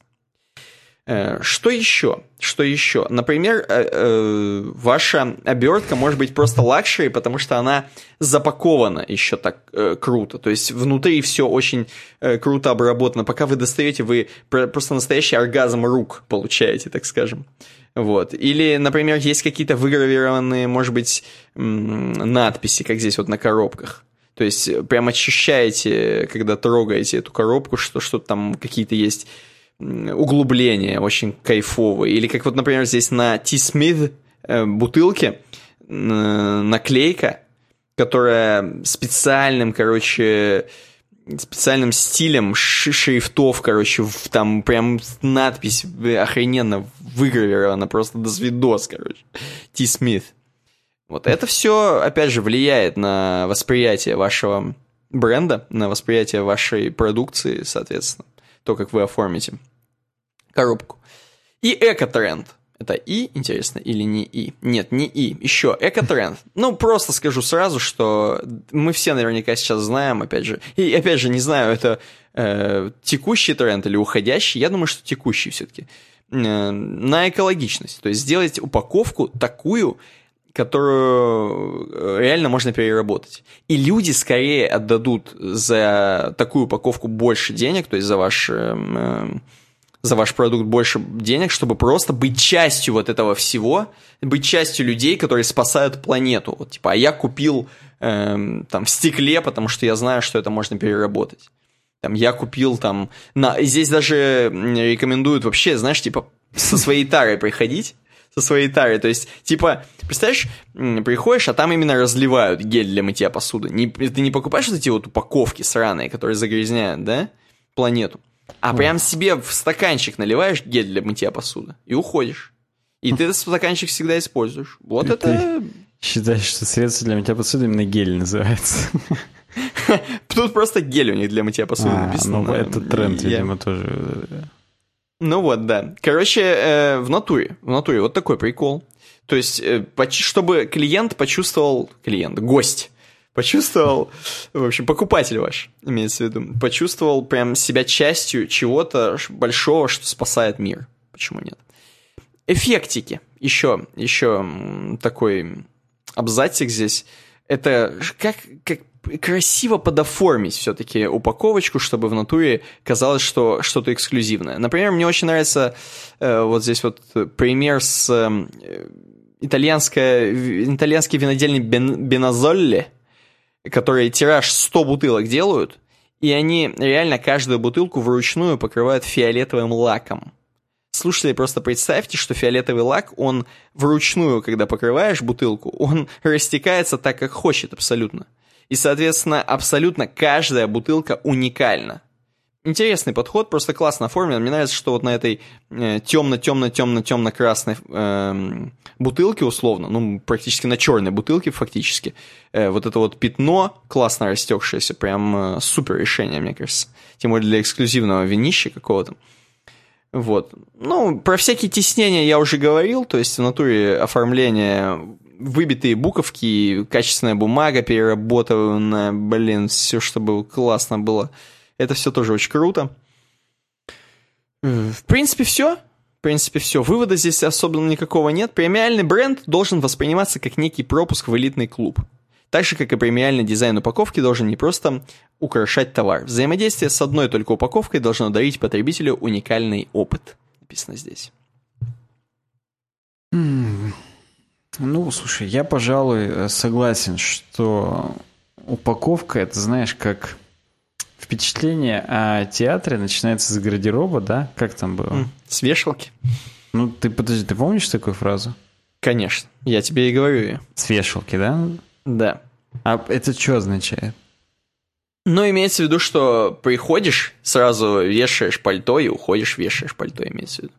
Speaker 1: Что еще? Например, ваша обертка может быть просто лакшери, потому что она запакована еще так круто. То есть внутри все очень круто обработано. Пока вы достаете, вы просто настоящий оргазм рук получаете, так скажем. Вот. Или, например, есть какие-то выгравированные, может быть, надписи, как здесь вот на коробках. То есть прям ощущаете, когда трогаете эту коробку, что что-то там какие-то есть углубления очень кайфовые. Или как вот, например, здесь на T-Smith бутылке наклейка, которая специальным стилем шрифтов, там прям надпись охрененно выгравирована, просто до свидос, T-Smith. Вот это все, опять же, влияет на восприятие вашего бренда, на восприятие вашей продукции, соответственно, то, как вы оформите коробку. И экотренд. Это И, интересно, или не И? Нет, не И, еще экотренд. Ну, просто скажу сразу, что мы все наверняка сейчас знаем, опять же, и опять же, не знаю, это текущий тренд или уходящий, я думаю, что текущий все-таки, на экологичность. То есть сделать упаковку такую, которую реально можно переработать. И люди скорее отдадут за такую упаковку больше денег, то есть за ваш продукт больше денег, чтобы просто быть частью вот этого всего, быть частью людей, которые спасают планету. Вот, типа, а я купил там в стекле, потому что я знаю, что это можно переработать. Там, я купил там... Здесь даже рекомендуют вообще, знаешь, типа, со своей тарой приходить, со своей тарой. То есть, типа, представляешь, приходишь, а там именно разливают гель для мытья посуды. Ты не покупаешь вот эти вот упаковки сраные, которые загрязняют, да, планету, а прям себе в стаканчик наливаешь гель для мытья посуды и уходишь. И ты этот стаканчик всегда используешь. Вот это...
Speaker 2: Ты считаешь, что средство для мытья посуды именно гель называется?
Speaker 1: Тут просто гель у них для мытья посуды написано.
Speaker 2: Ну, это тренд, видимо, тоже.
Speaker 1: Ну вот, да. Короче, в натуре вот такой прикол. То есть, чтобы гость почувствовал, в общем, покупатель ваш, имеется в виду, почувствовал прям себя частью чего-то большого, что спасает мир. Почему нет? Эффектики. Еще такой абзацик здесь. Это как красиво подоформить все-таки упаковочку, чтобы в натуре казалось, что что-то эксклюзивное. Например, мне очень нравится вот здесь вот пример с итальянской винодельни Беназолли, которые тираж 100 бутылок делают, и они реально каждую бутылку вручную покрывают фиолетовым лаком. Слушатели, просто представьте, что фиолетовый лак, он вручную, когда покрываешь бутылку, он растекается так, как хочет абсолютно. И, соответственно, абсолютно каждая бутылка уникальна. Интересный подход, просто классно оформлен. Мне нравится, что вот на этой темно-темно-темно-темно-красной бутылке, условно, ну, практически на черной бутылке фактически, вот это вот пятно классно растекшееся, прям супер решение, мне кажется. Тем более для эксклюзивного винища какого-то. Вот. Ну, про всякие тиснения я уже говорил, то есть в натуре оформление, выбитые буковки, качественная бумага переработанная, все, чтобы классно было. Это все тоже очень круто. В принципе, все. Вывода здесь особенно никакого нет. Премиальный бренд должен восприниматься как некий пропуск в элитный клуб. Так же, как и премиальный дизайн упаковки должен не просто украшать товар. Взаимодействие с одной только упаковкой должно дарить потребителю уникальный опыт. Написано здесь.
Speaker 2: Ну, слушай, я, пожалуй, согласен, что упаковка, это, знаешь, как впечатление о театре начинается с гардероба, да? Как там было?
Speaker 1: С вешалки.
Speaker 2: Ну, подожди, ты помнишь такую фразу?
Speaker 1: Конечно, я тебе и говорю ее.
Speaker 2: С вешалки, да?
Speaker 1: Да.
Speaker 2: А это что означает?
Speaker 1: Ну, имеется в виду, что приходишь, сразу вешаешь пальто и уходишь, вешаешь пальто, имеется в виду.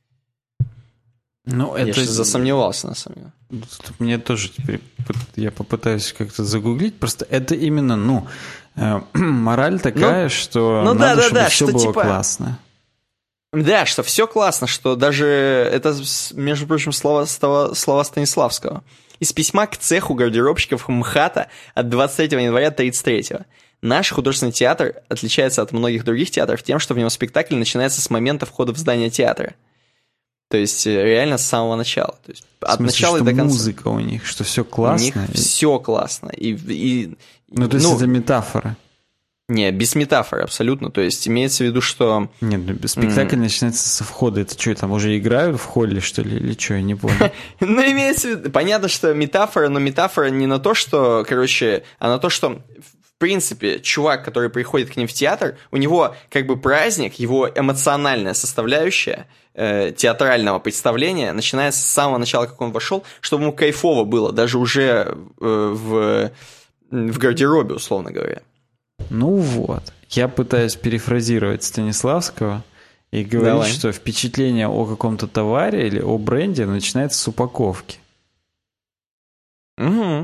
Speaker 2: Ну, это...
Speaker 1: Я засомневался, на самом деле.
Speaker 2: Мне тоже теперь... Я попытаюсь как-то загуглить. Просто это именно, мораль такая, что надо, чтобы все было типа... классно.
Speaker 1: Да, что все классно, что даже... Это, между прочим, слова Станиславского. Из письма к цеху гардеробщиков МХАТа от 23 января 1933. Наш художественный театр отличается от многих других театров тем, что в нем спектакль начинается с момента входа в здание театра. То есть реально с самого начала. То есть от начала и до конца.
Speaker 2: Музыка у них, что все классно.
Speaker 1: У них все классно.
Speaker 2: То есть это метафора.
Speaker 1: Не, без метафоры абсолютно. То есть имеется в виду, что...
Speaker 2: Нет, спектакль начинается со входа. Это что, там уже играют в холле, что ли, или что? Я не понял.
Speaker 1: Ну, имеется в виду... Понятно, что метафора, но метафора не на то, что, а на то, что... В принципе, чувак, который приходит к ним в театр, у него как бы праздник, его эмоциональная составляющая театрального представления начинается с самого начала, как он вошел, чтобы ему кайфово было, даже уже в гардеробе, условно говоря.
Speaker 2: Ну вот, я пытаюсь перефразировать Станиславского и говорить, что впечатление о каком-то товаре или о бренде начинается с упаковки.
Speaker 1: Угу.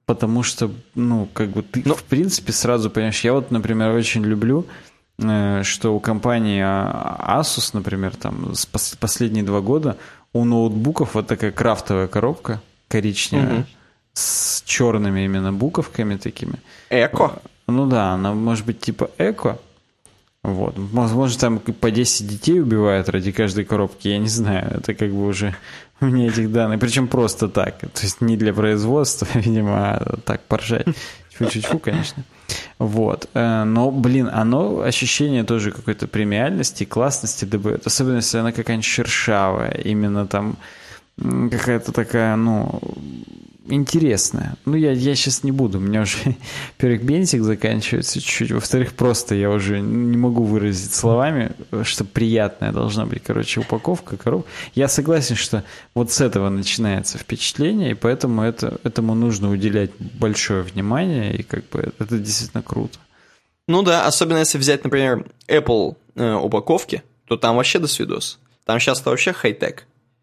Speaker 2: потому что, ну, как бы ты, в принципе, сразу понимаешь. Я вот, например, очень люблю, что у компании Asus, например, там, последние 2 года у ноутбуков вот такая крафтовая коробка коричневая, с черными именно буковками такими.
Speaker 1: Эко?
Speaker 2: Ну да, она может быть типа эко. Вот. Возможно, там по 10 детей убивают ради каждой коробки, я не знаю. Это как бы уже у меня этих данных. Причем просто так. То есть не для производства, видимо, а так поржать. Чуть-чуть, конечно. Вот. Но, блин, оно ощущение тоже какой-то премиальности, классности дает. Особенно, если она какая-нибудь шершавая. Именно там какая-то такая, ну, интересная. Ну, я сейчас не буду. У меня уже, во-первых, бензик заканчивается чуть-чуть. Во-вторых, просто я уже не могу выразить словами, что приятная должна быть, короче, упаковка, коробка. Я согласен, что вот с этого начинается впечатление, и поэтому этому нужно уделять большое внимание, и как бы это действительно круто.
Speaker 1: Ну да, особенно если взять, например, Apple упаковки, то там вообще до свидос. Там сейчас-то вообще хай-тек.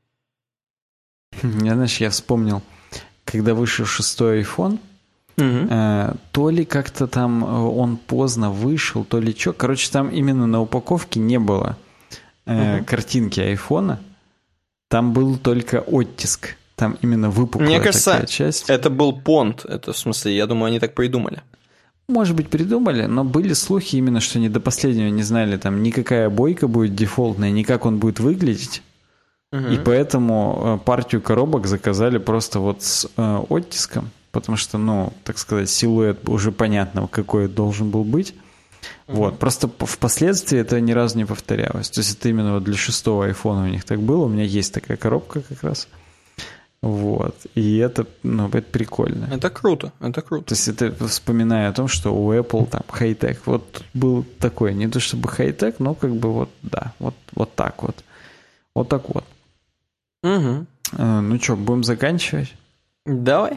Speaker 2: Я вспомнил, когда вышел 6-й iPhone, то ли как-то там он поздно вышел, то ли что. Короче, там именно на упаковке не было картинки айфона, там был только оттиск. Там именно выпуклая
Speaker 1: Мне кажется,
Speaker 2: такая часть.
Speaker 1: Это был понт. Это в смысле, я думаю, они так придумали.
Speaker 2: Может быть, придумали, но были слухи именно, что они до последнего не знали, там, никакая обойка будет дефолтная, ни как он будет выглядеть. И поэтому партию коробок заказали просто вот с оттиском, потому что, ну, так сказать, силуэт уже понятно, какой должен был быть. Вот. Просто впоследствии это ни разу не повторялось. То есть это именно вот для 6-го айфона у них так было. У меня есть такая коробка как раз. Вот. И это, ну, это прикольно.
Speaker 1: Это круто, это круто.
Speaker 2: То есть это вспоминая о том, что у Apple там хай-тек. Вот был такой, не то чтобы хай-тек, но как бы вот, да, вот так вот. Вот так вот.
Speaker 1: Угу.
Speaker 2: Ну что, будем заканчивать?
Speaker 1: Давай.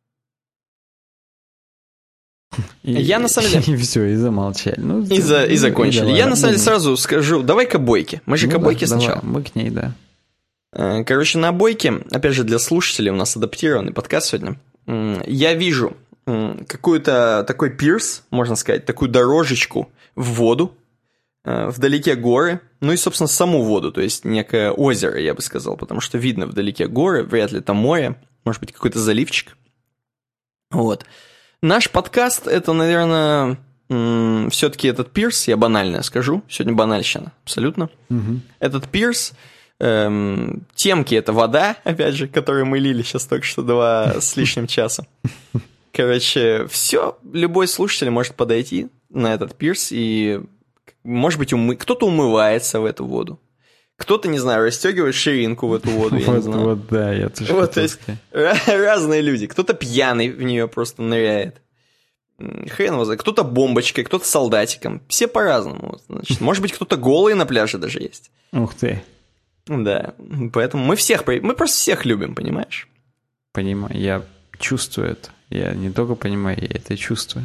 Speaker 1: Я на самом деле...
Speaker 2: И все, и замолчали. Ну,
Speaker 1: и закончили.
Speaker 2: Давай,
Speaker 1: я на самом деле сразу скажу, давай к обойке. Мы же к обойке сначала.
Speaker 2: Давай, мы к ней, да.
Speaker 1: Короче, на обойке, опять же, для слушателей у нас адаптированный подкаст сегодня. Я вижу какой-то такой пирс, можно сказать, такую дорожечку в воду, вдалеке горы, ну и, собственно, саму воду, то есть некое озеро, я бы сказал, потому что видно вдалеке горы, вряд ли там море, может быть, какой-то заливчик. Вот. Наш подкаст, это, наверное, все-таки этот пирс, я банально скажу, сегодня банальщина, абсолютно. Этот пирс, темки это вода, опять же, которую мы лили сейчас только что 2 с лишним часа. Короче, все, любой слушатель может подойти на этот пирс и, может быть, кто-то умывается в эту воду. Кто-то, не знаю, расстегивает ширинку в эту воду, я не знаю.
Speaker 2: Вот, да, я тоже
Speaker 1: вот, то есть, разные люди. Кто-то пьяный в нее просто ныряет. Хрен его знает. Кто-то бомбочкой, кто-то солдатиком. Все по-разному. Значит, может быть, кто-то голый на пляже даже есть.
Speaker 2: Ух ты.
Speaker 1: Да, поэтому мы просто всех любим, понимаешь?
Speaker 2: Понимаю, я чувствую это. Я не только понимаю, я это чувствую.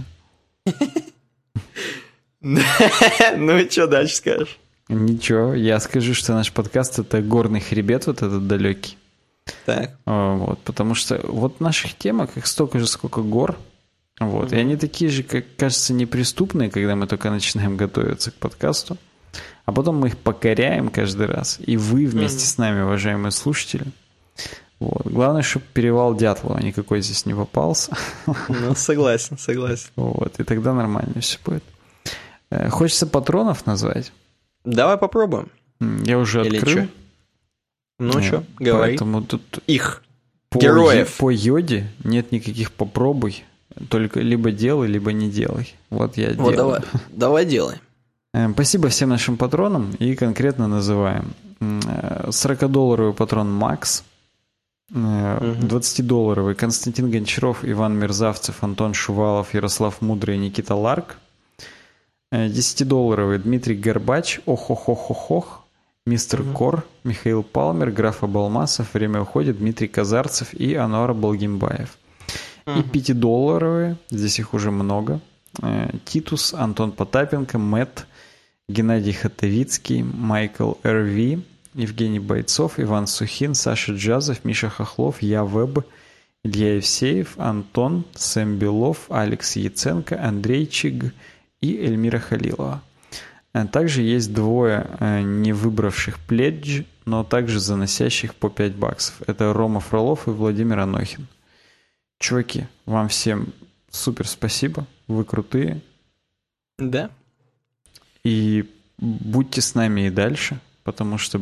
Speaker 1: Ну и что дальше скажешь?
Speaker 2: Ничего, я скажу, что наш подкаст — это горный хребет вот этот далекий.
Speaker 1: Так.
Speaker 2: Вот, потому что вот в наших темах их столько же, сколько гор. Вот, и они такие же, как кажется, неприступные, когда мы только начинаем готовиться к подкасту. А потом мы их покоряем каждый раз. И вы вместе с нами, уважаемые слушатели. Вот. Главное, чтобы перевал Дятлова никакой здесь не попался.
Speaker 1: Ну, согласен.
Speaker 2: Вот, и тогда нормально все будет. Хочется патронов назвать?
Speaker 1: Давай попробуем.
Speaker 2: Я уже
Speaker 1: или
Speaker 2: открыл.
Speaker 1: Чё? Ну что, говори.
Speaker 2: Поэтому тут
Speaker 1: их, героев.
Speaker 2: По йоде нет никаких попробуй. Только либо делай, либо не делай. Вот я делаю.
Speaker 1: Давай делай.
Speaker 2: Спасибо всем нашим патронам. И конкретно называем 40-долларовый патрон Макс, 20-долларовый Константин Гончаров, Иван Мерзавцев, Антон Шувалов, Ярослав Мудрый, Никита Ларк, 10-долларовый Дмитрий Горбач, Ох-ох-ох-ох-ох, Мистер Кор, Михаил Палмер, Граф Абалмасов, Время уходит, Дмитрий Казарцев и Ануар Балгимбаев. И 5-долларовые, здесь их уже много, Титус, Антон Потапенко, Мэтт, Геннадий Хатовицкий, Майкл Р.В., Евгений Бойцов, Иван Сухин, Саша Джазов, Миша Хохлов, Я Веб, Илья Евсеев, Антон, Сэм Белов, Алекс Яценко, Андрей Чиг и Эльмира Халилова. Также есть двое не выбравших пледж, но также заносящих по $5. Это Рома Фролов и Владимир Анохин. Чуваки, вам всем супер спасибо, вы крутые.
Speaker 1: Да.
Speaker 2: И будьте с нами и дальше, потому что,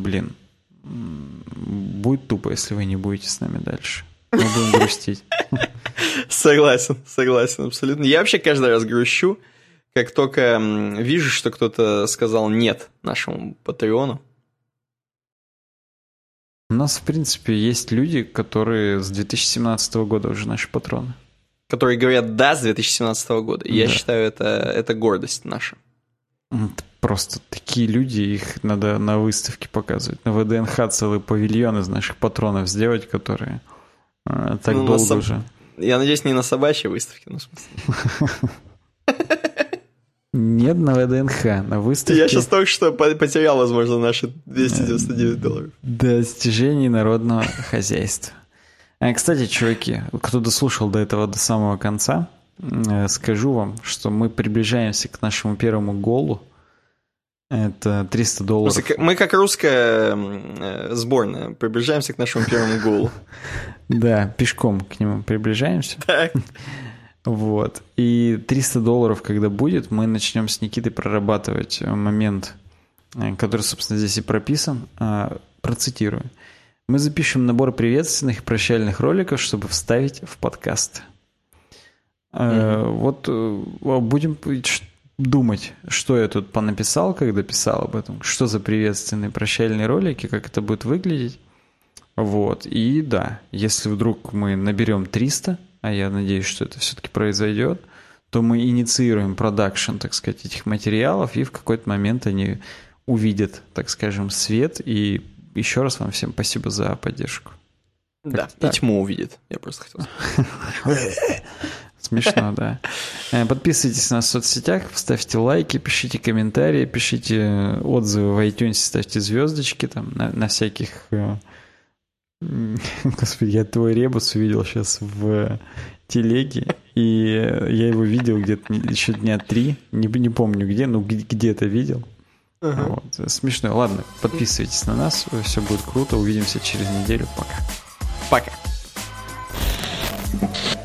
Speaker 2: будет тупо, если вы не будете с нами дальше. Мы будем грустить.
Speaker 1: Согласен, абсолютно. Я вообще каждый раз грущу, как только вижу, что кто-то сказал «нет» нашему Патреону.
Speaker 2: У нас, в принципе, есть люди, которые с 2017 года уже наши патроны.
Speaker 1: Которые говорят «да» с 2017 года. И я считаю, это гордость наша.
Speaker 2: Это просто такие люди, их надо на выставке показывать. На ВДНХ целый павильон из наших патронов сделать, которые так долго уже...
Speaker 1: Я надеюсь, не на собачьей выставке, в смысле.
Speaker 2: Нет, на ВДНХ, на выставке...
Speaker 1: Я сейчас только что потерял, возможно, наши $299.
Speaker 2: Достижений народного хозяйства. Кстати, чуваки, кто дослушал до этого, до самого конца, скажу вам, что мы приближаемся к нашему первому голу. Это $300.
Speaker 1: Мы как русская сборная приближаемся к нашему первому голу.
Speaker 2: Да, пешком к нему приближаемся.
Speaker 1: Так.
Speaker 2: Вот. И $300, когда будет, мы начнем с Никитой прорабатывать момент, который, собственно, здесь и прописан. Процитирую. Мы запишем набор приветственных и прощальных роликов, чтобы вставить в подкаст. Вот будем думать, что я тут понаписал, когда писал об этом, что за приветственные прощальные ролики, как это будет выглядеть. Вот. И да, если вдруг мы наберем 300, а я надеюсь, что это все-таки произойдет, то мы инициируем продакшн, так сказать, этих материалов, и в какой-то момент они увидят, так скажем, свет. И еще раз вам всем спасибо за поддержку.
Speaker 1: Да, и тьму увидит, я просто хотел сказать.
Speaker 2: Смешно, да. Подписывайтесь на нас в соцсетях, ставьте лайки, пишите комментарии, пишите отзывы в iTunes, ставьте звездочки там на всяких... Господи, я твой ребус увидел сейчас в телеге, и я его видел где-то еще дня 3, не помню где, но где-то видел. Вот. Смешно. Ладно, подписывайтесь на нас, все будет круто, увидимся через неделю. Пока.
Speaker 1: Пока.